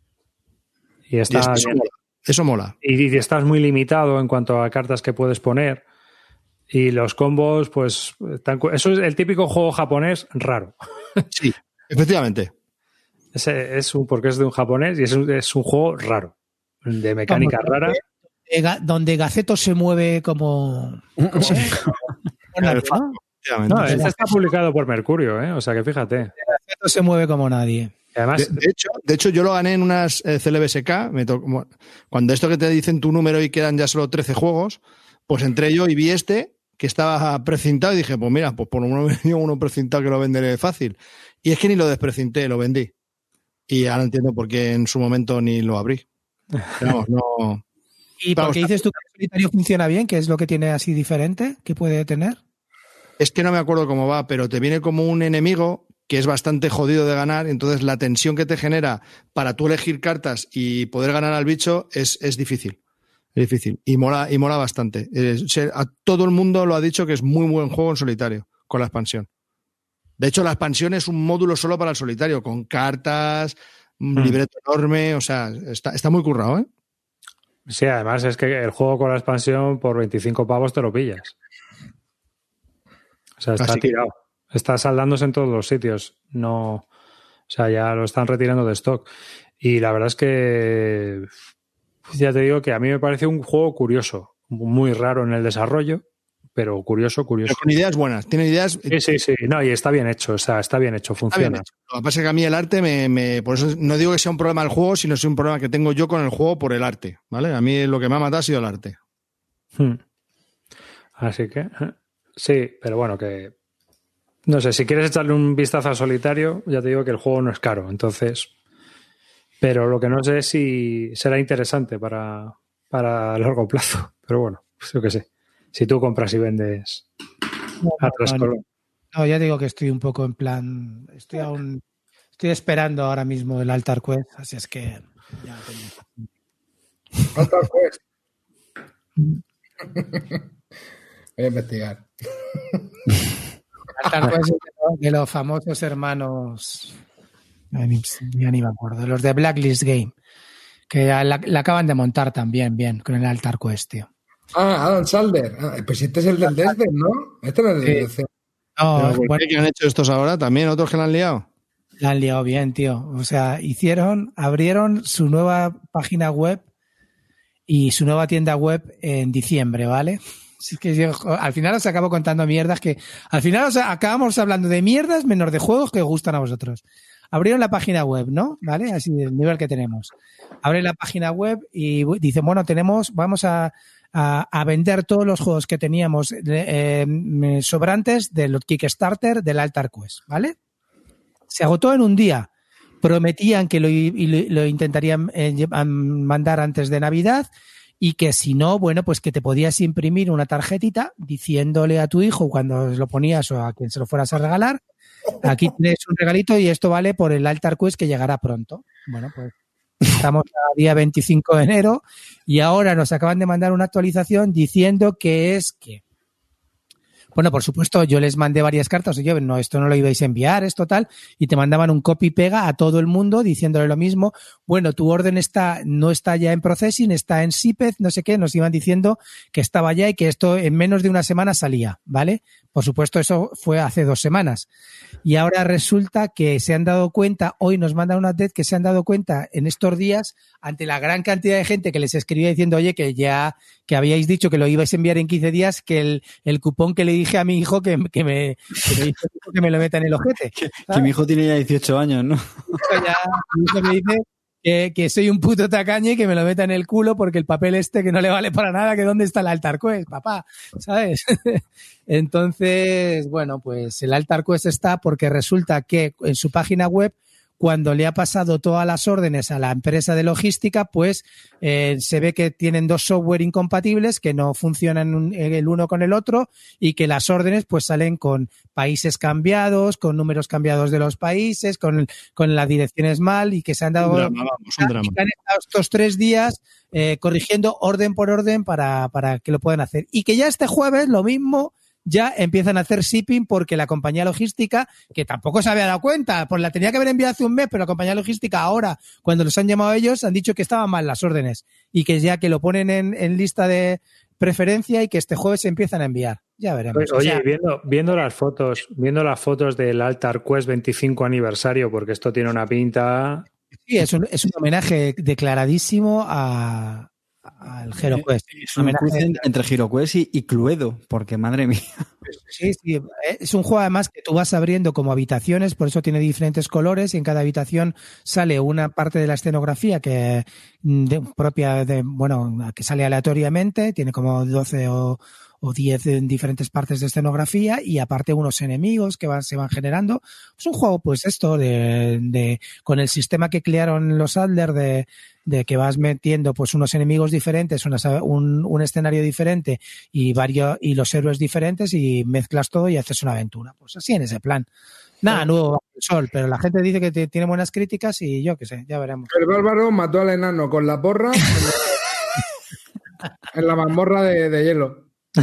Y está y eso, bien. mola. Eso mola. Y, y estás muy limitado en cuanto a cartas que puedes poner. Y los combos, pues, tan, eso es el típico juego japonés raro. Sí, efectivamente. Es, es un, porque es de un japonés y es un, es un juego raro, de mecánica Vamos, rara. Donde Gaceto se mueve como... ¿Cómo se llama? No, este está publicado por Mercurio, ¿eh? O sea que fíjate. Gaceto se mueve como nadie. Además, de, de, hecho, de hecho, yo lo gané en unas eh, C L B S K. Me to... Cuando esto que te dicen tu número y quedan ya solo trece juegos, pues entré yo y vi este que estaba precintado y dije, pues mira, pues por lo menos venía uno precintado que lo venderé fácil. Y es que ni lo desprecinté, lo vendí. Y ahora entiendo por qué en su momento ni lo abrí. Pero vamos, no... ¿Y por qué dices tú que el solitario funciona bien? ¿Qué es lo que tiene así diferente? ¿Qué puede tener? Es que no me acuerdo cómo va, pero te viene como un enemigo que es bastante jodido de ganar, entonces la tensión que te genera para tú elegir cartas y poder ganar al bicho es, es difícil. Es difícil. Y mola, y mola bastante. Eh, a todo el mundo lo ha dicho que es muy buen juego en solitario, con la expansión. De hecho, la expansión es un módulo solo para el solitario, con cartas, un hmm. libreto enorme, o sea, está, está muy currado, ¿eh? Sí, además es que el juego con la expansión por veinticinco pavos te lo pillas. O sea, está Así tirado. Que... Está saldándose en todos los sitios. No, o sea, ya lo están retirando de stock. Y la verdad es que ya te digo que a mí me parece un juego curioso, muy raro en el desarrollo, pero curioso, curioso. Pero con ideas buenas. Tiene ideas. Sí, sí, sí. No, y está bien hecho. O sea, está bien hecho, funciona. Bien hecho. Lo que pasa es que a mí el arte me, me. Por eso no digo que sea un problema del juego, sino que es un problema que tengo yo con el juego por el arte. ¿Vale? A mí lo que me ha matado ha sido el arte. Hmm. Así que. Sí, pero bueno, que. No sé, si quieres echarle un vistazo al solitario, ya te digo que el juego no es caro. Entonces. Pero lo que no sé es si será interesante para, para largo plazo. Pero bueno, pues yo qué sé. Si tú compras y vendes no, a tres no, colores. No, ya digo que estoy un poco en plan. Estoy aún. Estoy esperando ahora mismo el Altar Quest, así es que. Ya tengo... Altar Quest. Voy a investigar. Altar Quest es de los famosos hermanos. Ya ni, ya ni me acuerdo. Los de Blacklist Game. Que la, la acaban de montar también, bien, con el Altar Quest, tío. Ah, Adam Salder. Ah, pues este es el del Desden, ¿no? Este no es el sí. del Desden. No, bueno, ¿qué han hecho estos ahora? ¿También otros que la han liado? La han liado bien, tío. O sea, hicieron, abrieron su nueva página web y su nueva tienda web en diciembre, ¿vale? Así que yo, al final os acabo contando mierdas que... Al final os acabamos hablando de mierdas menos de juegos que os gustan a vosotros. Abrieron la página web, ¿no? ¿Vale? Así del nivel que tenemos. Abren la página web y dicen, bueno, tenemos, vamos a... A, a vender todos los juegos que teníamos eh, sobrantes del Kickstarter del Altar Quest, ¿vale? Se agotó en un día. Prometían que lo, lo, lo intentarían eh, mandar antes de Navidad y que si no, bueno, pues que te podías imprimir una tarjetita diciéndole a tu hijo cuando lo ponías o a quien se lo fueras a regalar, aquí tienes un regalito y esto vale por el Altar Quest que llegará pronto. Bueno, pues estamos a día veinticinco de enero y ahora nos acaban de mandar una actualización diciendo que es que... Bueno, por supuesto, yo les mandé varias cartas. Oye, no, esto no lo ibais a enviar, esto tal. Y te mandaban un copy-pega a todo el mundo diciéndole lo mismo. Bueno, tu orden está no está ya en processing, está en S I P E Z, no sé qué. Nos iban diciendo que estaba ya y que esto en menos de una semana salía, ¿vale? Por supuesto, eso fue hace dos semanas. Y ahora resulta que se han dado cuenta, hoy nos mandan una update que se han dado cuenta en estos días, ante la gran cantidad de gente que les escribía diciendo, oye, que ya, que habíais dicho que lo ibais a enviar en quince días, que el, el cupón que le dije a mi hijo que, que me, que me, que me lo meta en el ojete. Que, que mi hijo tiene ya dieciocho años, ¿no? Ya, mi hijo me dice que, que soy un puto tacaño y que me lo meta en el culo porque el papel este que no le vale para nada, que dónde está el Altar Quest, papá, ¿sabes? Entonces, bueno, pues el Altar Quest está porque resulta que en su página web, cuando le ha pasado todas las órdenes a la empresa de logística, pues eh, se ve que tienen dos software incompatibles que no funcionan el uno con el otro y que las órdenes pues salen con países cambiados, con números cambiados de los países, con, con las direcciones mal y que se han dado... Un drama, vamos, un drama. Han estado estos tres días eh, corrigiendo orden por orden para, para que lo puedan hacer. Y que ya este jueves lo mismo... ya empiezan a hacer shipping porque la compañía logística, que tampoco se había dado cuenta, pues la tenía que haber enviado hace un mes, pero la compañía logística ahora, cuando los han llamado ellos, han dicho que estaban mal las órdenes y que ya que lo ponen en, en lista de preferencia y que este jueves se empiezan a enviar. Ya veremos. Oye, o sea, viendo, viendo las fotos, viendo las fotos del Altar Quest veinticinco aniversario, porque esto tiene una pinta... Sí, es un, es un homenaje declaradísimo a... al HeroQuest. Es un cruce entre HeroQuest y, y Cluedo, porque madre mía. Sí, sí, es un juego además que tú vas abriendo como habitaciones, por eso tiene diferentes colores y en cada habitación sale una parte de la escenografía que de, propia de, bueno, que sale aleatoriamente, tiene como doce o, o diez en diferentes partes de escenografía y aparte unos enemigos que van, se van generando. Es un juego, pues esto, de, de con el sistema que crearon los Adler de de que vas metiendo pues unos enemigos diferentes, una, un, un escenario diferente y varios y los héroes diferentes y mezclas todo y haces una aventura. Pues así en ese plan. Nada nuevo bajo el sol, pero la gente dice que te, tiene buenas críticas y yo qué sé, ya veremos. El bárbaro mató al enano con la porra en la, en la mazmorra de, de hielo.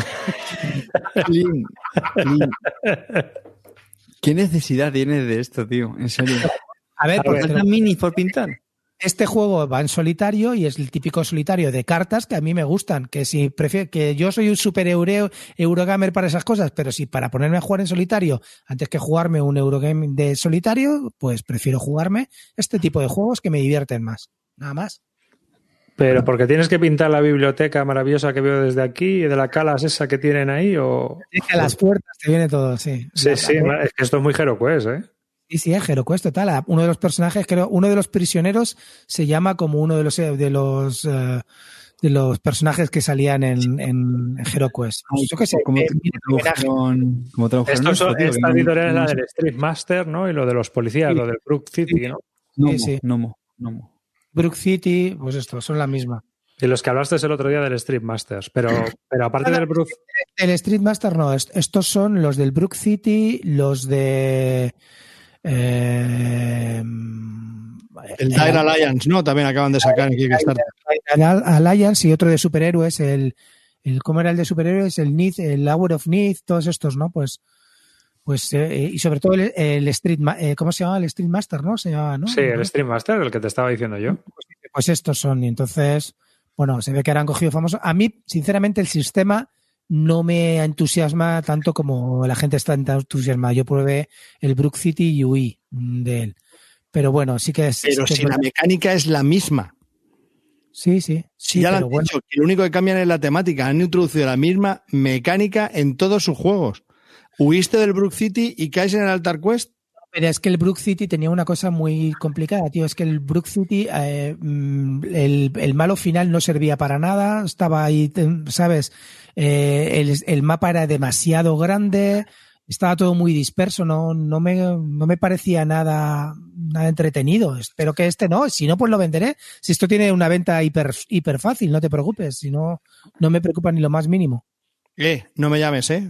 Lin, Lin. ¿Qué necesidad tienes de esto, tío? En serio. A ver, ¿por qué minis por pintar? Este juego va en solitario y es el típico solitario de cartas que a mí me gustan, que si prefiero, que yo soy un super euro, Eurogamer para esas cosas, pero si para ponerme a jugar en solitario antes que jugarme un Eurogame de solitario, pues prefiero jugarme este tipo de juegos que me divierten más, nada más. Pero porque tienes que pintar la biblioteca maravillosa que veo desde aquí y de la calas esa que tienen ahí o... A las puertas te viene todo, sí. Sí, la, sí, la, es que esto es muy HeroQuest, ¿eh? Sí, sí, es HeroQuest total. Uno de los personajes, creo, uno de los prisioneros se llama como uno de los de los uh, de los personajes que salían en, en HeroQuest. Pues yo qué sé, como, como Estos son, tío, esta editorial es la del Street Master, ¿no? Y lo de los policías, sí. Lo del Brook City, ¿no? Nomo, sí, sí. Nomo, Nomo. Brook City, pues esto, son la misma. Y los que hablaste el otro día del Street Masters, pero, pero aparte del Brook... El Street Master no, estos son los del Brook City, los de... Eh, el Dire Alliance, ¿no? También acaban de sacar en Kickstarter. El Alliance y otro de superhéroes, el, el ¿cómo era el de superhéroes? El Need, el Hour of Need, todos estos, ¿no? Pues, pues eh, y sobre todo el, el Street, eh, ¿cómo se llama? El Street Master, ¿no? Se llama, ¿no? Sí, el Street Master, el que te estaba diciendo yo. Pues, pues estos son, y entonces, bueno, se ve que han cogido famosos. A mí, sinceramente, el sistema no me entusiasma tanto como la gente está entusiasmada. Yo probé el Brook City y huí de él. Pero bueno, sí que es... Pero es si la mecánica es la misma. Sí, sí. sí ya pero lo han bueno. dicho, que lo único que cambian es la temática. Han introducido la misma mecánica en todos sus juegos. Huiste del Brook City y caes en el Altar Quest. Pero es que el Brook City tenía una cosa muy complicada, tío. Es que el Brook City, eh, el, el malo final no servía para nada. Estaba ahí, ¿sabes? Eh, el, el mapa era demasiado grande. Estaba todo muy disperso. No, no, me, no me parecía nada, nada entretenido. Espero que este no. Si no, pues lo venderé. Si esto tiene una venta hiper, hiper fácil, no te preocupes. Si no, no me preocupa ni lo más mínimo. Eh, no me llames, ¿eh?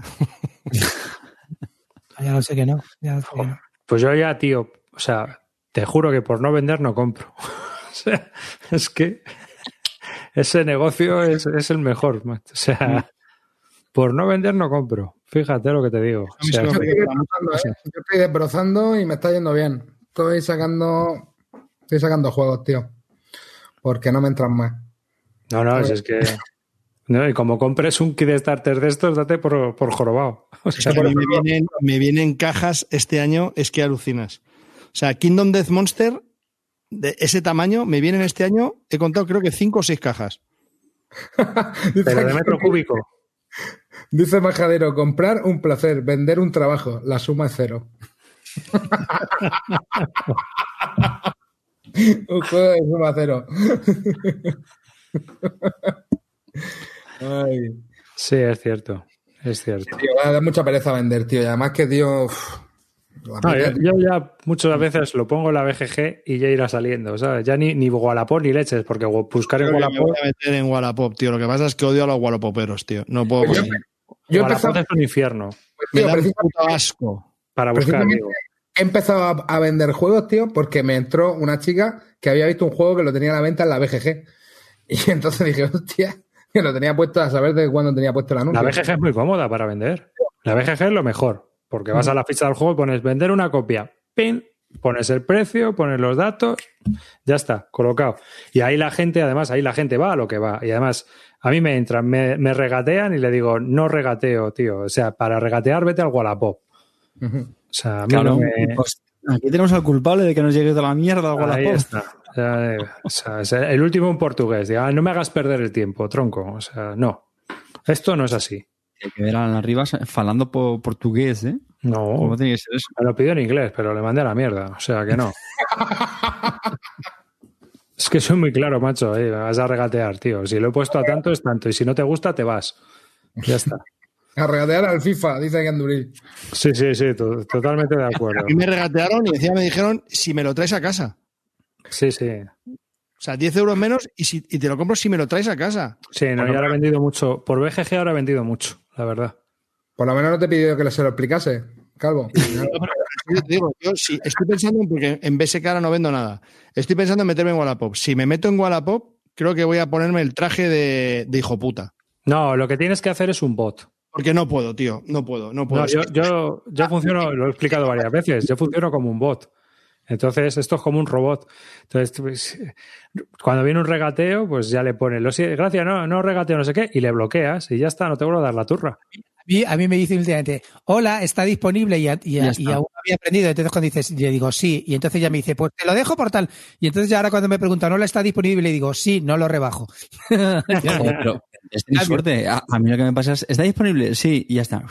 Ya lo sé que no. Ya lo sé que no. Pues yo ya, tío, o sea, te juro que por no vender no compro. O sea, es que ese negocio es, es el mejor, macho. O sea, por no vender no compro. Fíjate lo que te digo. O sea, yo, estoy desbrozando, ¿eh? yo estoy desbrozando y me está yendo bien. Estoy sacando, estoy sacando juegos, tío. Porque no me entran más. No, no, si es que... No, y como compres un kit de starter de estos, date por, por jorobado. O sea, es que a mí me vienen, me vienen cajas este año, es que alucinas. O sea, Kingdom Death Monster, de ese tamaño, me vienen este año, he contado creo que cinco o seis cajas. Pero de metro cúbico. Dice Majadero, comprar un placer, vender un trabajo, la suma es cero. Un juego de suma cero. Ay. Sí, es cierto, es cierto. Tío, da mucha pereza vender, tío. Y además que, tío, uf, La No, yo, pica- yo ya muchas veces lo pongo en la B G G y ya irá saliendo, ¿sabes? Ya ni, ni Wallapop ni leches, porque buscar en Creo que me Wallapop, voy a meter en Wallapop, tío. Lo que pasa es que odio a los Wallopoperos, tío. No puedo Pues yo- con ellos. Yo he Wallapop empezado, es un infierno pues, Me tío, da un precisamente- puto asco. para buscar, Precisamente- digo. he empezado a, a vender juegos, tío, porque me entró una chica que había visto un juego que lo tenía a la venta en la B G G. Y entonces dije, hostia, que lo tenía puesto a saber de cuándo tenía puesto el anuncio. La B G G es muy cómoda para vender. La B G G es lo mejor, porque vas a la ficha del juego y pones vender una copia, pin, pones el precio, pones los datos, ya está, colocado. Y ahí la gente, además, ahí la gente va a lo que va. Y además, a mí me entran, me, me regatean y le digo, no regateo, tío. O sea, para regatear, vete al Wallapop. Ujú. O sea, a mí Claro, no me... pues aquí tenemos al culpable de que nos llegue de la mierda al Ahí Wallapop. está. O sea, eh, o sea, es el último en portugués. Diga, "Ah, no me hagas perder el tiempo, tronco. O sea, no. Esto no es así. Hay que ver a arriba falando po- portugués, ¿eh? ¿Cómo No, tiene que ser eso? me lo pidió en inglés, pero le mandé a la mierda. O sea, que no. Es que soy muy claro, macho. eh, Vas a regatear, tío. Si lo he puesto a tanto, es tanto. Y si no te gusta, te vas. Ya está. A regatear al FIFA, dice Ganduril. Sí, sí, sí. to- Totalmente de acuerdo. A mí me regatearon y encima me dijeron si me lo traes a casa. Sí, sí. O sea, diez euros menos y, si, y te lo compro si me lo traes a casa. Sí, no, ya ahora he vendido mucho. Por B G G ahora he vendido mucho, la verdad. Por lo menos no te pidió que se lo explicase, Calvo. Yo te digo, yo sí, estoy pensando, en- porque en B S K ahora no vendo nada, estoy pensando en meterme en Wallapop. Si me meto en Wallapop, creo que voy a ponerme el traje de, de hijo puta. No, lo que tienes que hacer es un bot. Porque no puedo, tío, no puedo, no puedo. No, yo, yo, yo funciono, lo he explicado varias veces, yo funciono como un bot. Entonces, esto es como un robot. Entonces, pues, cuando viene un regateo, pues ya le pones, lo si- gracias, no, no regateo, no sé qué, y le bloqueas y ya está, no te vuelvo a dar la turra. A mí, a mí me dice últimamente, hola, está disponible y, a- y, a- Ya y está. aún no había aprendido. Entonces cuando dices, yo digo sí, y entonces ya me dice, pues te lo dejo por tal. Y entonces ya ahora cuando me preguntan, hola, está disponible, le digo sí, no lo rebajo. Joder, pero tenéis suerte. A, a mí lo que me pasa es, ¿está disponible? Sí, y ya está.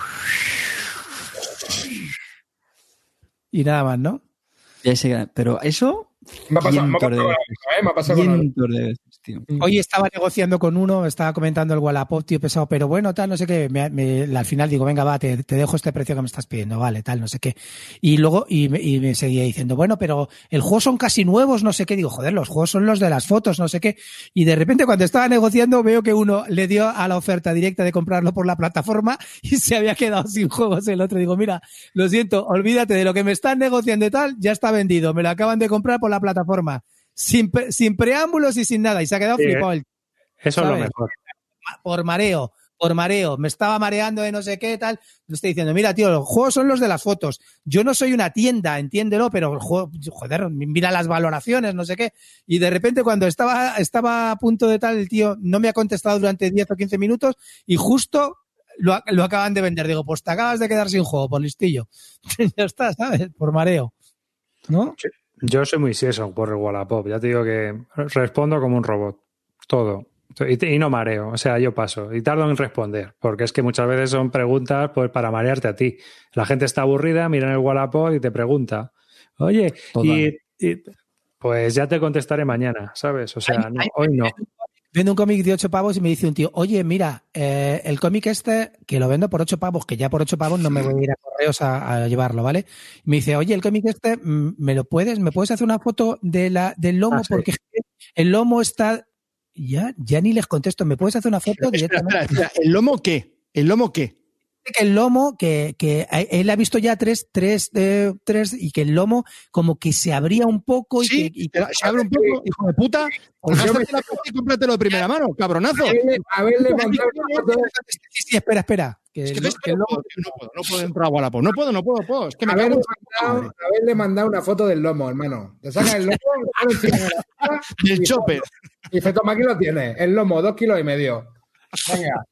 Y nada más, ¿no? Ya sé, pero eso... Me ha pasado, me ha cientos de pasado con veces. Alexa, ¿eh? Me ha pasado con Alexa. Cientos de veces, tío. Hoy estaba negociando con uno, estaba comentando el Wallapop, tío, pesado, pero bueno, tal, no sé qué. Me, me- al final digo, venga, va, te, te dejo este precio que me estás pidiendo, vale, tal, no sé qué. Y luego, y me, y me seguía diciendo, bueno, pero el juego son casi nuevos, no sé qué. Digo, joder, los juegos son los de las fotos, no sé qué. Y de repente, cuando estaba negociando, veo que uno le dio a la oferta directa de comprarlo por la plataforma y se había quedado sin juegos el otro. Digo, mira, lo siento, olvídate de lo que me están negociando y tal, ya está vendido, me lo acaban de comprar por la plataforma. Sin, pre- sin preámbulos y sin nada. Y se ha quedado Sí, flipado el Eso es lo ¿sabes? mejor. por mareo, por mareo, me estaba mareando de no sé qué, tal. Le estoy diciendo, mira, tío, los juegos son los de las fotos. Yo no soy una tienda, entiéndelo, pero el juego, joder, mira las valoraciones, no sé qué. Y de repente, cuando estaba, estaba a punto de tal, el tío no me ha contestado durante diez o quince minutos y justo lo, lo acaban de vender. Digo, pues te acabas de quedar sin juego, por listillo. Ya está, ¿sabes? Por mareo. ¿No? Yo soy muy sieso por el Wallapop, ya te digo que respondo como un robot, todo. Y, y no mareo, o sea, yo paso y tardo en responder, porque es que muchas veces son preguntas pues para marearte a ti. La gente está aburrida, mira en el Wallapop y te pregunta, oye, y, y- pues ya te contestaré mañana, ¿sabes? O sea, no, hoy no. Vendo un cómic de ocho pavos y me dice un tío, oye, mira, eh, el cómic este, que lo vendo por ocho pavos, que ya por ocho pavos no me voy a ir a correos a, a llevarlo, ¿vale? Y me dice, oye, el cómic este, mm, ¿me lo puedes? ¿Me puedes hacer una foto de la, del lomo? Ah, sí. Porque el lomo está... Ya, ya ni les contesto, ¿me puedes hacer una foto Espera, directamente? espera, espera. ¿El lomo qué? ¿El lomo qué? Que el lomo, que, que él ha visto ya tres, tres, eh, tres, y que el lomo como que se abría un poco y Sí, que... y- te- se abre un poco, hijo de puta. Pues gástate la pasta y cómpratelo de primera mano, cabronazo. Haberle, haberle mandado una foto, Sí, sí, espera, espera. Que, Es que el- ves que que el no lomo- puedo, tío, no puedo, no puedo entrar a Wallapop. No puedo, no puedo, puedo. Es que me cago haberle, en mandado, haberle mandado una foto del lomo, hermano. Te sacas el lomo, lo pones encima de la mesa el chopper. y dice, toma, aquí lo tienes. El lomo, dos kilos y medio. Venga.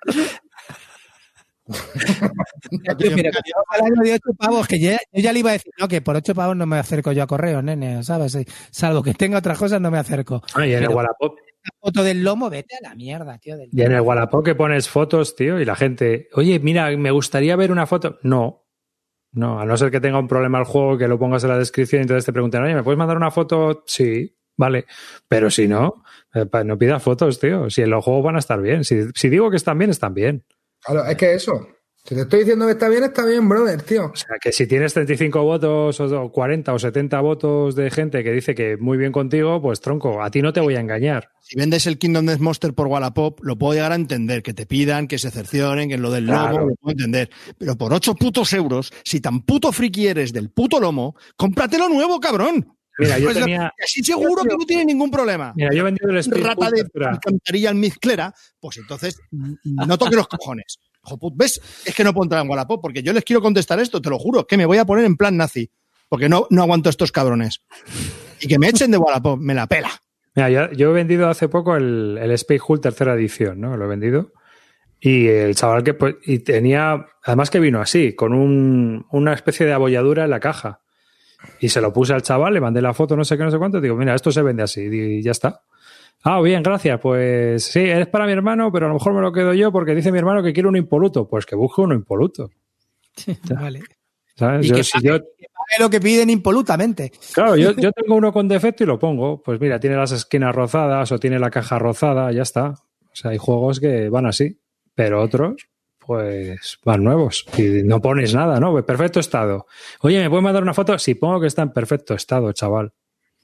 Tío, pero que estamos hablando de ocho pavos, que ya, yo ya le iba a decir, no, que por ocho pavos no me acerco yo a correo, nene, ¿sabes? Salvo que tenga otras cosas, no me acerco. Ah, y en el Pero- Wallapop, La foto del lomo, vete a la mierda, tío. Del y en el Wallapop que pones fotos, tío, y la gente, oye, mira, me gustaría ver una foto. No, no, a no ser que tenga un problema el juego, que lo pongas en la descripción y entonces te preguntan, oye, ¿me puedes mandar una foto? Sí, vale. Pero si no, eh, pa- no pidas fotos, tío. Si en los juegos van a estar bien. Si, si digo que están bien, están bien. Claro, es que eso. Si te estoy diciendo que está bien, está bien, brother, tío. O sea, que si tienes treinta y cinco votos o cuarenta o setenta votos de gente que dice que muy bien contigo, pues tronco, a ti no te voy a engañar. Si vendes el Kingdom Death Monster por Wallapop, lo puedo llegar a entender, que te pidan, que se cercioren, que lo del Claro. lomo, lo puedo entender. Pero por ocho putos euros, si tan puto friki eres del puto lomo, cómpratelo nuevo, cabrón. Mira, yo Pues tenía... Así seguro que no tiene ningún problema. Mira, yo he vendido el Space Rata de Hulk, espera. alcantarilla almizclera, pues entonces no toques los cojones. Hijo put, ¿ves? Es que no puedo entrar en Wallapop porque yo les quiero contestar esto, te lo juro, que me voy a poner en plan nazi, porque no, no aguanto estos cabrones. Y que me echen de Wallapop, me la pela. Mira, yo, yo he vendido hace poco el, el Space Hulk tercera edición, ¿no? Lo he vendido. Y el chaval que pues, y tenía, además que vino así, con un, una especie de abolladura en la caja. Y se lo puse al chaval, le mandé la foto, no sé qué, no sé cuánto, y digo, mira, esto se vende así, y ya está. Ah, bien, gracias, pues sí, es para mi hermano, pero a lo mejor me lo quedo yo porque dice mi hermano que quiere uno impoluto. Pues que busque uno impoluto. Vale. ¿Sabes? Y Yo, que si pague, yo, que pague lo que piden impolutamente. claro, yo, yo tengo uno con defecto y lo pongo. Pues mira, tiene las esquinas rozadas o tiene la caja rozada, ya está. O sea, hay juegos que van así, pero otros, pues van nuevos. Y no pones nada, ¿no? Pues perfecto estado. Oye, ¿me puedes mandar una foto? Sí, pongo que está en perfecto estado, chaval.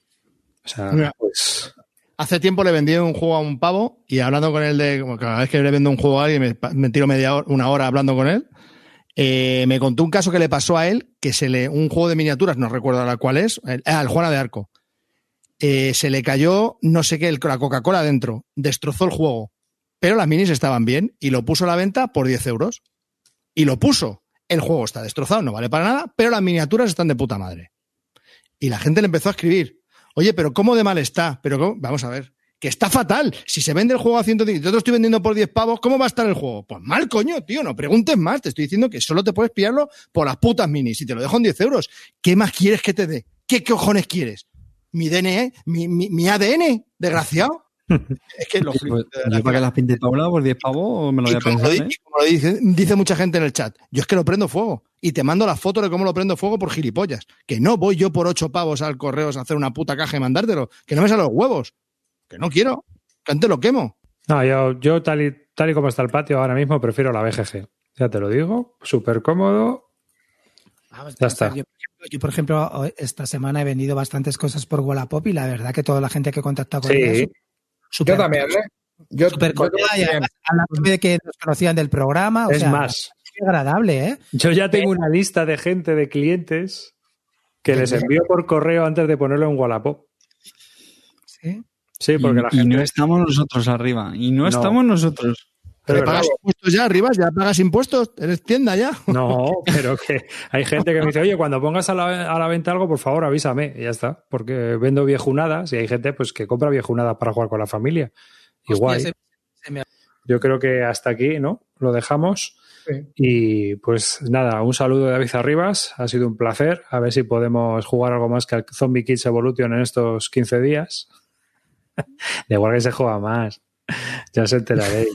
O sea, Mira. pues... Hace tiempo le vendí un juego a un pavo y hablando con él de, como cada vez que le vendo un juego a alguien me, me tiro media hora, una hora hablando con él, eh, me contó un caso que le pasó a él, que se le, un juego de miniaturas, no recuerdo ahora cuál es, el, ah, el Juana de Arco. Eh, se le cayó no sé qué, el, la Coca-Cola dentro, destrozó el juego, pero las minis estaban bien y lo puso a la venta por diez euros. Y lo puso. El juego está destrozado, no vale para nada, pero las miniaturas están de puta madre. Y la gente le empezó a escribir. Oye, pero ¿cómo de mal está? Pero ¿cómo? Vamos a ver, que está fatal. Si se vende el juego a ciento diez y yo te lo estoy vendiendo por diez pavos, ¿cómo va a estar el juego? Pues mal, coño, tío, no preguntes más. Te estoy diciendo que solo te puedes pillarlo por las putas minis y te lo dejo en diez euros. ¿Qué más quieres que te dé? ¿Qué cojones quieres? ¿Mi D N E? ¿Mi, mi, mi A D N? ¿Desgraciado? Es que lo Pues, flipo. yo para que las pinte Paula por diez pavos me lo voy a Y como, pensar, lo, ¿eh? di- como lo dice, dice mucha gente en el chat, yo es que lo prendo fuego y te mando las fotos de cómo lo prendo fuego por gilipollas. Que no voy yo por ocho pavos al correo a hacer una puta caja y mandártelo. Que no me salen los huevos. Que no quiero. Que antes lo quemo. No, yo, yo tal, y, tal y como está el patio ahora mismo, prefiero la B G G. Ya te lo digo, súper cómodo. Vamos, Ya está. Yo, yo, por ejemplo, esta semana he vendido bastantes cosas por Wallapop y la verdad que toda la gente que he contactado con Sí. ella Yo también, ¿eh? Yo, súper yo contenta y además hablando de que nos conocían del programa. O Es sea, más, qué agradable, ¿eh? yo ya tengo una lista de gente, de clientes, que les envío por correo antes de ponerlo en Wallapop. Sí. Sí, porque y, la y gente... no estamos nosotros arriba. Y no, No. estamos nosotros. Es ¿Le verdad. pagas impuestos ya arriba? ¿Ya pagas impuestos? ¿Eres tienda ya? No, pero que hay gente que me dice, oye, cuando pongas a la, a la venta algo, por favor, avísame. Y ya está, porque vendo viejunadas y hay gente pues que compra viejunadas para jugar con la familia. Igual. Hostia, se- se me- Yo creo que hasta aquí, ¿no? Lo dejamos. Sí. Y pues nada, un saludo de David Arribas. Ha sido un placer. A ver si podemos jugar algo más que al Zombie Kids Evolution en estos quince días. De igual que se juega más. Ya os enteraréis.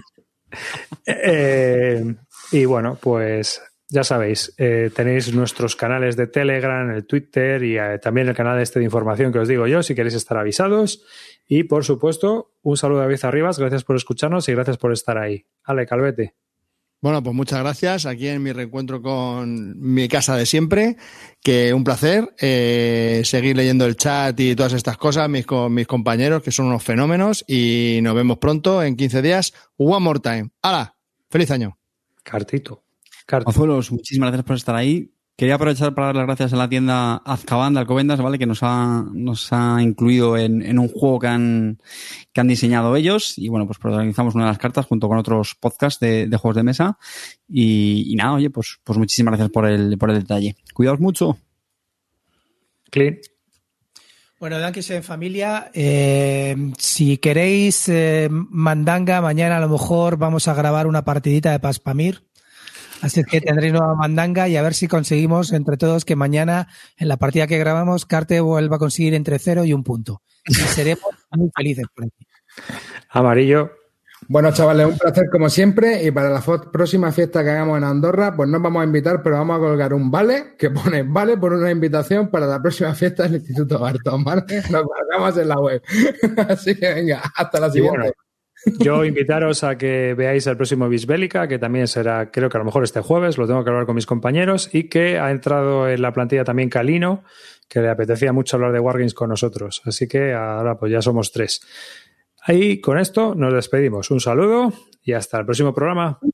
Eh, y bueno, pues ya sabéis, eh, tenéis nuestros canales de Telegram, el Twitter y eh, también el canal este de información que os digo yo, si queréis estar avisados. Y por supuesto, un saludo a David Arribas, gracias por escucharnos y gracias por estar ahí. Ale, Calvete. Bueno, pues muchas gracias. Aquí en mi reencuentro con mi casa de siempre, que un placer eh, seguir leyendo el chat y todas estas cosas, mis, con mis compañeros, que son unos fenómenos, y nos vemos pronto en quince días. One more time. ¡Hala! ¡Feliz año! Cartito. Cartito. Azuelos, muchísimas gracias por estar ahí. Quería aprovechar para dar las gracias a la tienda Azkaban de Alcobendas, ¿vale? Que nos ha, nos ha incluido en, en un juego que han, que han diseñado ellos. Y bueno, pues protagonizamos una de las cartas junto con otros podcasts de, de juegos de mesa. Y, y nada, oye, pues, pues muchísimas gracias por el, por el detalle. Cuidaos mucho. Clean. Bueno, Dankeschön en familia. Eh, si queréis eh, mandanga, mañana a lo mejor vamos a grabar una partidita de Paspamir. Así es que tendréis nueva mandanga y a ver si conseguimos entre todos que mañana en la partida que grabamos Carte vuelva a conseguir entre cero y un punto. Y seremos muy felices por aquí. Amarillo. Bueno, chavales, un placer como siempre. Y para la fo- próxima fiesta que hagamos en Andorra, pues no os vamos a invitar, pero vamos a colgar un vale que pone vale por una invitación para la próxima fiesta del Instituto Barton, ¿vale? Nos colgamos en la web. Así que venga, hasta la Y siguiente. bueno, Yo invitaros a que veáis el próximo Bisbélica, que también será, creo que a lo mejor este jueves, lo tengo que hablar con mis compañeros, y que ha entrado en la plantilla también Calino, que le apetecía mucho hablar de Wargames con nosotros. Así que ahora pues ya somos tres. Ahí con esto nos despedimos. Un saludo y hasta el próximo programa.